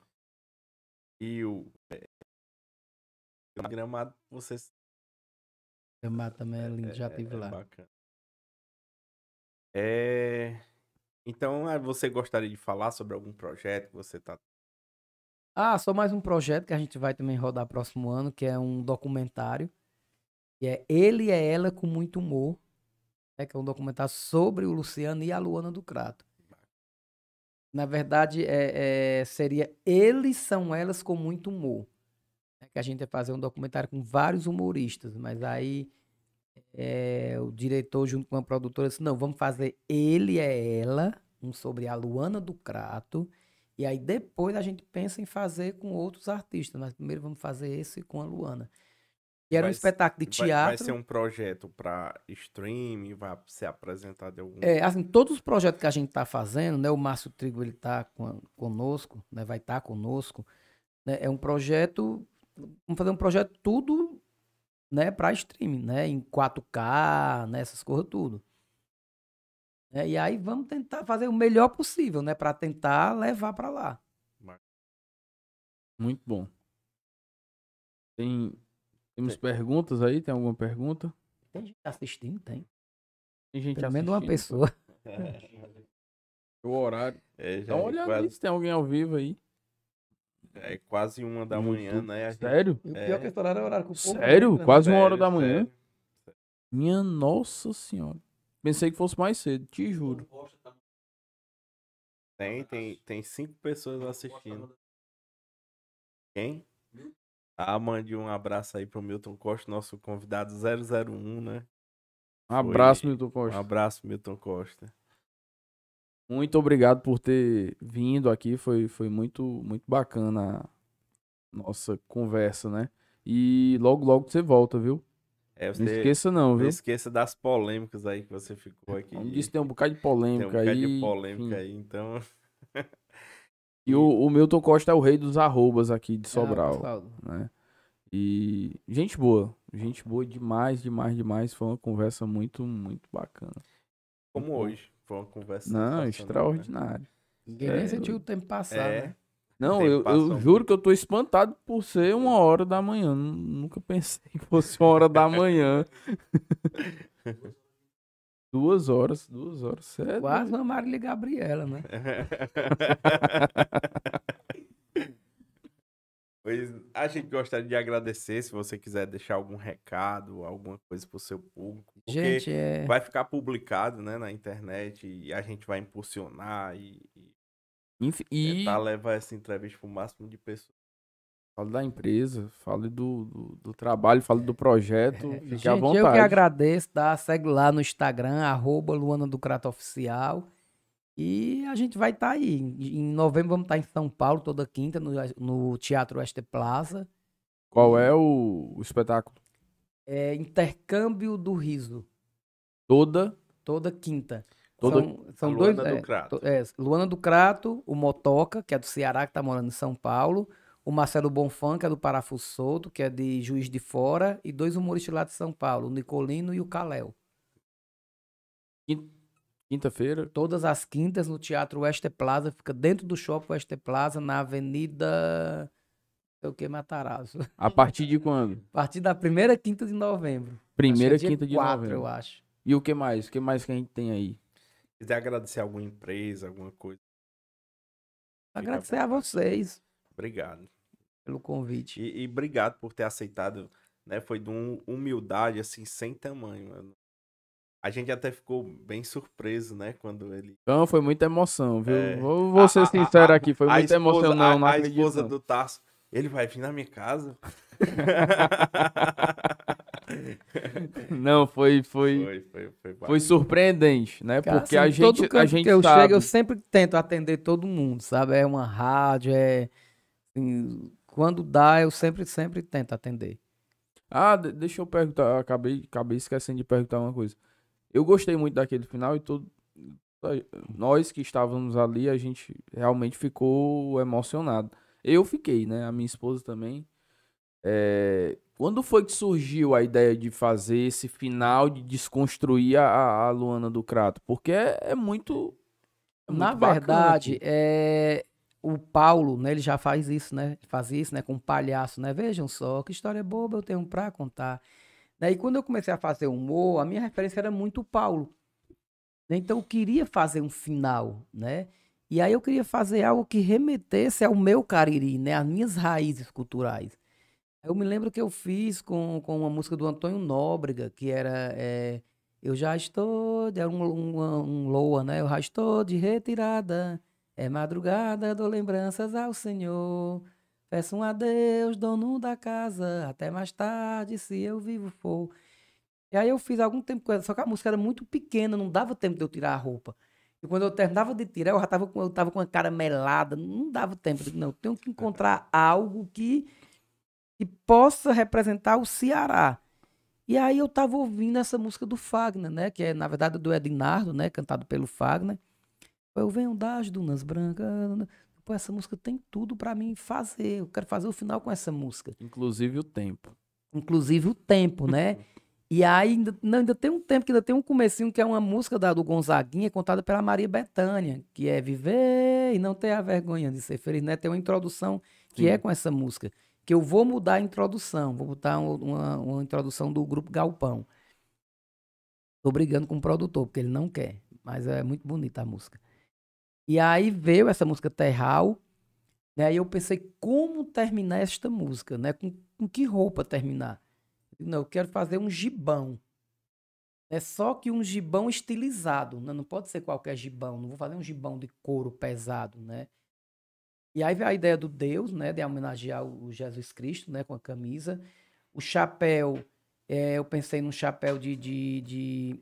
E o Gramado, vocês Gramado também é lindo, já estive lá. bacana. Então, você gostaria de falar sobre algum projeto que você tá... Ah, só mais um projeto que a gente vai também rodar próximo ano, que é um documentário. Que é Ele é Ela com Muito Humor. Que é um documentário sobre o Luciano e a Luana do Crato. Na verdade, seria Eles São Elas com Muito Humor. Que a gente ia fazer um documentário com vários humoristas, mas aí o diretor junto com a produtora disse, não, vamos fazer Ele é Ela, um sobre a Luana do Crato, e aí depois a gente pensa em fazer com outros artistas, mas primeiro vamos fazer esse com a Luana. E era um espetáculo de Vai ser teatro. um projeto para streaming, vai ser apresentado em algum... Assim, todos os projetos que a gente está fazendo, né? O Márcio Trigo, ele está conosco, né? Vai estar conosco, né? É um projeto, vamos fazer um projeto tudo, né? Para streaming, né? Em 4K, né? Essas coisas tudo. E aí vamos tentar fazer o melhor possível, né? Para tentar levar para lá. Muito bom. Temos perguntas aí? Tem alguma pergunta? Tem gente assistindo? Tem. Tem gente Pelo menos uma assistindo, pô. pessoa. O horário. Já Dá uma olhada aí se tem alguém ao vivo aí. é quase 1 da No manhã, YouTube. né? Sério? E o pior que esse horário é o horário que o povo Sério? entra, né? Quase 1 hora Sério, da manhã? sério. Minha nossa senhora. Pensei que fosse mais cedo, te juro. Tem 5 pessoas assistindo. Quem? Mande um abraço aí pro Milton Costa, nosso convidado 001, né? Um abraço, Foi- Milton Um Costa. abraço, Milton Costa. Muito obrigado por ter vindo aqui. Foi muito bacana a nossa conversa, né? E logo você volta, viu? Não Você esqueça não, não viu? esqueça das polêmicas aí que você ficou aqui. Como disse, tem um bocado de Tem um polêmica bocado de aí. polêmica Enfim. aí, então... E o Milton Costa é o rei dos arrobas aqui de Ah, Sobral, pessoal, né? E gente boa demais, demais, demais. Foi uma conversa muito, muito bacana. Como Bom. hoje. Foi uma conversa Não, sensacional, né? extraordinário. ninguém nem sentiu o tempo passar, É. né? Não, Tempo eu passou juro muito. que eu tô espantado por ser 1h da manhã. Nunca pensei que fosse 1h da manhã. 2 horas, cê é Quase doido. uma Marília Gabriela, né? Pois a gente gostaria de agradecer se você quiser deixar algum recado, alguma coisa pro seu público, porque Gente, vai ficar publicado, né, na internet e a gente vai impulsionar e tentar E levar essa entrevista pro máximo de pessoas. fale da empresa, fale do trabalho, fale do projeto. Fique à gente, eu que vontade. agradeço, tá? Segue lá no Instagram, @Luana do Crato Oficial. E a gente vai estar aí. Em novembro vamos estar em São Paulo, toda quinta, no Teatro Oeste Plaza. Qual E é o espetáculo? é Intercâmbio do Riso, Toda, toda quinta. toda. A São dois. Luana do Crato. Luana do Crato, o Motoca, que é do Ceará, que tá morando em São Paulo. O Marcelo Bonfã, que é do Parafuso Solto, que é de Juiz de Fora. E dois humoristas lá de São Paulo, o Nicolino e o Caléu. Quinta-feira. Todas as quintas no Teatro Oeste Plaza, fica dentro do Shopping Oeste Plaza, na Avenida. Sei o que, Matarazzo. A partir de quando? A partir da primeira quinta de novembro. Acho que é Primeira dia quinta de 4, eu novembro. acho. E o que mais? O que mais que a gente tem aí? Quiser agradecer a alguma empresa, alguma coisa. Fique à Agradecer a vontade. vocês Obrigado. pelo convite. E obrigado por ter aceitado, né? Foi de humildade, assim, sem tamanho, mano. A gente até ficou bem surpreso, né? Quando ele. Então foi muita emoção, viu? É, Vou ser sincero aqui, foi muita emoção, não a acredito esposa não. do Tarso, ele vai vir na minha casa? Não, foi Bacana. surpreendente, né? Cara, Porque assim, a todo gente, a canto gente que eu sabe. chego, eu sempre tento atender todo mundo, sabe? É uma rádio, assim, quando dá, eu sempre tento atender. Ah, deixa eu perguntar, acabei esquecendo de perguntar uma coisa. Eu gostei muito daquele final e nós que estávamos ali, a gente realmente ficou emocionado. Eu fiquei, né? A minha esposa também. Quando foi que surgiu a ideia de fazer esse final, de desconstruir a Luana do Crato? Porque é muito Na bacana verdade, aqui. o Paulo, né, ele já faz isso, né? Fazia isso, né, com um palhaço, né? Vejam só, que história boba eu tenho pra contar. Daí, quando eu comecei a fazer humor, a minha referência era muito o Paulo, né? Então, eu queria fazer um final, né? E aí eu queria fazer algo que remetesse ao meu Cariri, né? Às minhas raízes culturais. Eu me lembro que eu fiz com uma música do Antônio Nóbrega, que era Eu já estou, era um loa, né? Eu já estou de retirada, é madrugada, dou lembranças ao Senhor. Peço um adeus, dono da casa, até mais tarde, se eu vivo for. E aí eu fiz algum tempo com ela, só que a música era muito pequena, não dava tempo de eu tirar a roupa. E quando eu terminava de tirar, eu tava com a cara melada, não dava tempo. Eu digo, não, eu tenho que encontrar algo que possa representar o Ceará. E aí eu tava ouvindo essa música do Fagner, né? Que é, na verdade, do Ednardo, né? Cantado pelo Fagner. Eu venho das Dunas Brancas. Pô, essa música tem tudo pra mim fazer. Eu quero fazer o final com essa música. Inclusive o tempo. Inclusive o tempo, né? E aí ainda tem um tempo que ainda tem um comecinho que é uma música do Gonzaguinha contada pela Maria Bethânia, que é Viver e não ter a vergonha de ser feliz, né? Tem uma introdução que é Sim. com essa música. Que eu vou mudar a introdução, vou botar uma introdução do Grupo Galpão. Tô brigando com o produtor, porque ele não quer, mas é muito bonita a música. E aí veio essa música Terral, né? E eu pensei como terminar esta música, né? Com que roupa terminar? Não, eu quero fazer um gibão. É só que um gibão estilizado, né? Não pode ser qualquer gibão. Não vou fazer um gibão de couro pesado, né? E aí veio a ideia do Deus, né? De homenagear o Jesus Cristo, né? Com a camisa. O chapéu, eu pensei num chapéu de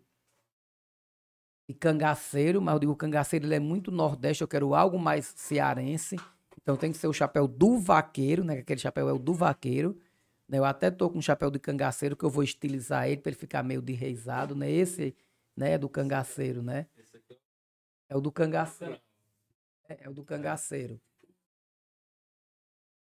cangaceiro, mas eu digo cangaceiro, ele é muito nordeste, eu quero algo mais cearense. Então tem que ser o chapéu do vaqueiro, né? Aquele chapéu é o do vaqueiro. Né? Eu até tô com um chapéu de cangaceiro que eu vou estilizar ele para ele ficar meio de reisado, né? Esse, né, é do cangaceiro, né? É o do cangaceiro. É o do cangaceiro.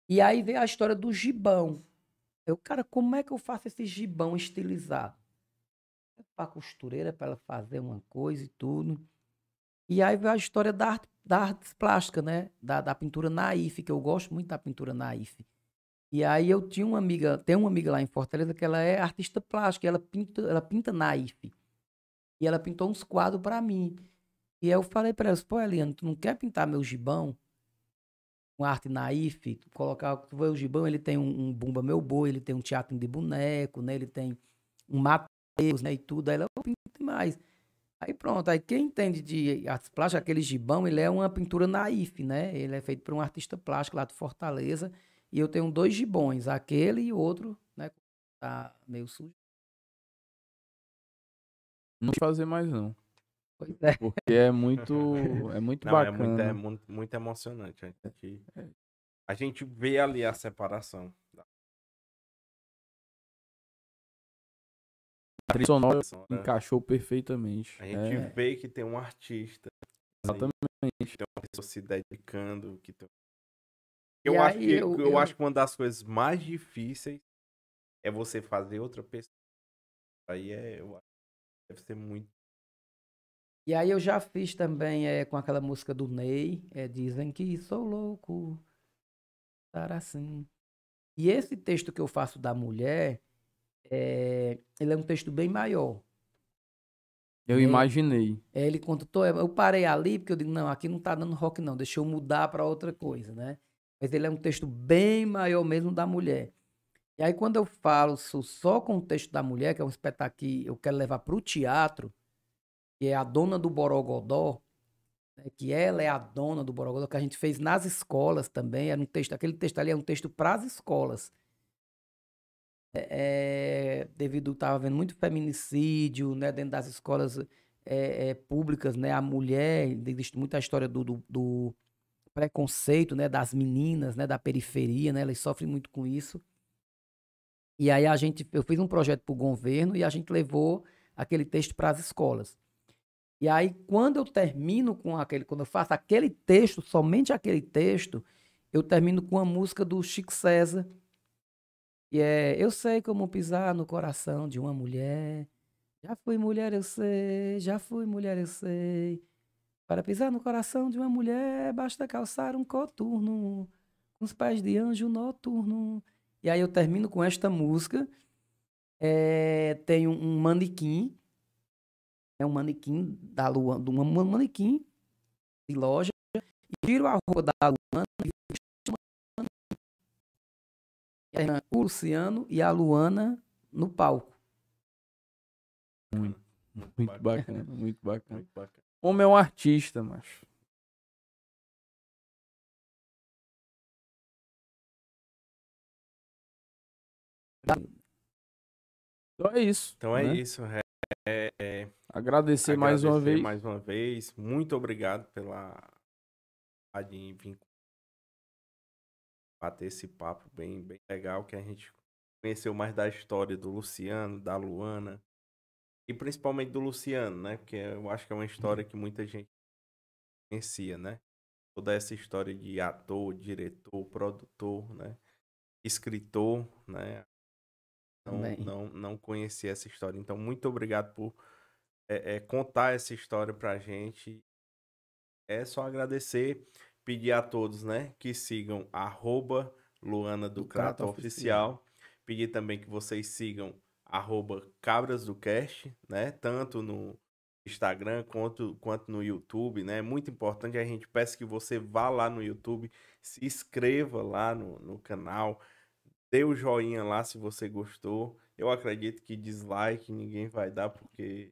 E aí veio a história do gibão. Eu, cara, como é que eu faço esse gibão estilizado? Pra costureira, para ela fazer uma coisa e tudo. E aí veio a história da arte plástica, né? Da pintura naif, que eu gosto muito da pintura naif. E aí eu tinha uma amiga, tem uma amiga lá em Fortaleza que ela é artista plástica, ela pinta naif. E ela pintou uns quadros pra mim. E aí eu falei pra ela, pô, Eliane, tu não quer pintar meu gibão com arte naif? Tu colocar, tu vê o gibão, ele tem um Bumba Meu Boi, ele tem um teatro de boneco, né? Ele tem um Mateus, né? E tudo. Aí ela, eu pinto demais. Aí pronto, aí quem entende de artes plásticas, aquele gibão, ele é uma pintura naif, né? Ele é feito por um artista plástico lá de Fortaleza. E eu tenho dois gibões, aquele e outro, né? Tá meio sujo. Não vou fazer mais não, Pois é. porque é muito Não, é bacana. muito, muito emocionante. A gente vê ali a separação. A trilha sonora Né? encaixou perfeitamente. A gente vê que tem um artista, Exatamente. que tem uma pessoa se dedicando. E Eu acho aí que uma das coisas mais difíceis é você fazer outra pessoa. Aí eu acho que deve ser muito. E aí eu já fiz também com aquela música do Ney, Dizem que sou louco, estar assim. E esse texto que eu faço da mulher, ele é um texto bem maior, Eu né? imaginei. Ele quando eu parei ali porque eu digo, não, aqui não tá dando rock não, deixa eu mudar para outra coisa, né? Mas ele é um texto bem maior mesmo da mulher. E aí quando eu falo só com o texto da mulher, que é um espetáculo que eu quero levar para o teatro, que é a Dona do Borogodó, né, que ela é a dona do Borogodó, que a gente fez nas escolas também, era um texto, aquele texto ali é um texto para as escolas. Devido, estava havendo muito feminicídio, né, dentro das escolas públicas, né, a mulher, existe muita história do preconceito, né, das meninas, né, da periferia, né, elas sofrem muito com isso. E aí eu fiz um projeto para o governo e a gente levou aquele texto para as escolas. E aí, quando eu termino quando eu faço aquele texto, somente aquele texto, eu termino com a música do Chico César, que é Eu sei como pisar no coração de uma mulher. Já fui mulher, eu sei, já fui mulher, eu sei. Para pisar no coração de uma mulher, basta calçar um coturno, com os pés de anjo noturno. E aí eu termino com esta música. Tem um manequim, é um manequim da Luana, um manequim de loja. Tiro a roupa da Luana e o Luciano e a Luana no palco. Muito, muito bacana, muito bacana. Muito bacana. Homem é um artista, macho. Então é isso. Então é né? isso. Agradecer mais uma Agradecer vez. mais uma vez. Muito obrigado pela de vir bater esse papo bem, bem legal, que a gente conheceu mais da história do Luciano, da Luana, e principalmente do Luciano, né? Porque eu acho que é uma história que muita gente conhecia, né? Toda essa história de ator, diretor, produtor, né? Escritor, né? Também. Não conhecia essa história. Então, muito obrigado por contar essa história pra gente. É só agradecer, pedir a todos, né, que sigam @Luana do Do Crato Crato Oficial. Oficial. Pedir também que vocês sigam @Cabras do Cast, né, tanto no Instagram quanto no YouTube, né? É muito importante, a gente peça que você vá lá no YouTube, se inscreva lá no canal, dê o joinha lá se você gostou. Eu acredito que dislike ninguém vai dar, porque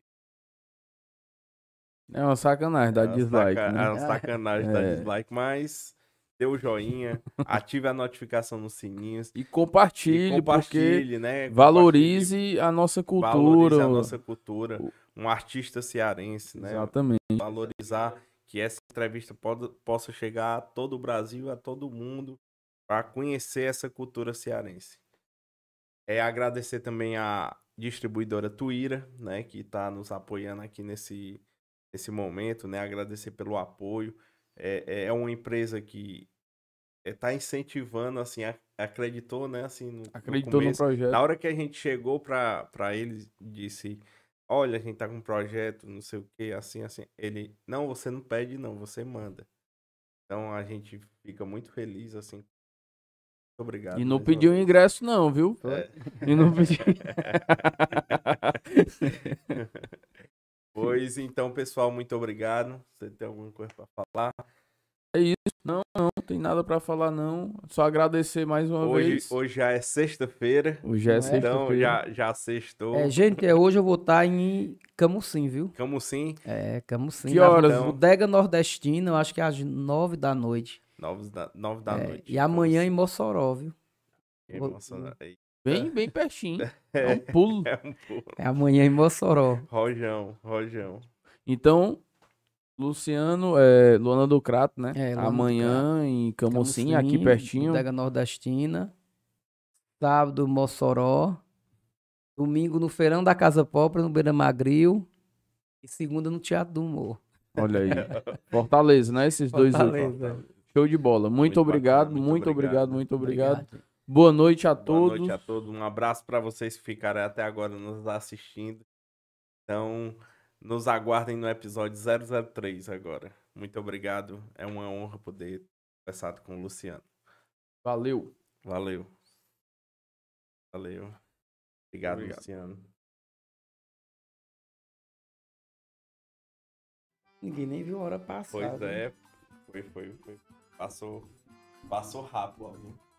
É uma sacanagem dar dislike, é né? uma sacanagem dar É. dislike, mas dê o joinha, ative a notificação nos sininhos E e compartilhe, porque compartilhe, né? Compartilhe, valorize a nossa cultura. valorize a nossa cultura, o- um artista cearense, né? Exatamente. Valorizar que essa entrevista possa chegar a todo o Brasil, a todo mundo, para conhecer essa cultura cearense. Agradecer também a distribuidora Tuíra, né, que está nos apoiando aqui nesse momento, né? Agradecer pelo apoio. É uma empresa que tá incentivando, assim, acreditou, né, assim, no Acreditou no começo. projeto. Na hora que a gente chegou pra ele, disse, olha, a gente tá com um projeto, não sei o que, assim, assim. Ele, não, você não pede, não, você manda. Então a gente fica muito feliz, assim. Muito obrigado. E não mais uma pediu vez. ingresso, não, viu? É. E não pediu. Pois então, pessoal, muito obrigado. Você tem alguma coisa pra falar? É isso. Não tem nada pra falar, não. Só agradecer mais uma vez. Hoje já é sexta-feira. Hoje é Não é? Então sexta-feira. já sextou. Gente, hoje eu vou estar em Camusim, viu? Camusim, Camusim. Que na horas? Então, Bodega Nordestina, eu acho que é às 9 da noite. 9 da noite. E amanhã em Camusim. Mossoró, viu? Emocionante. Eita. Bem pertinho. É um pulo. É um pulo. É amanhã em Mossoró. Rojão. Então, Luciano, Luana do Crato, né? Luana do Amanhã em Camusim, aqui pertinho. Bodega Nordestina. Sábado, Mossoró. Domingo no Feirão da Casa Própria, no Beira Magril. E segunda no Teatro do Humor. Olha aí. Fortaleza, né? Esses dois Fortaleza. últimos. Show de bola. Muito obrigado, bacana, muito obrigado, muito obrigado. Obrigado. Boa noite a Boa todos. noite a todos. Um abraço para vocês que ficaram até agora nos assistindo. Então, nos aguardem no episódio 003 agora. Muito obrigado. É uma honra poder conversar com o Luciano. Valeu. Valeu. Obrigado, Luciano. Ninguém nem viu a hora passar. Pois viu? é. Foi. Passou rápido.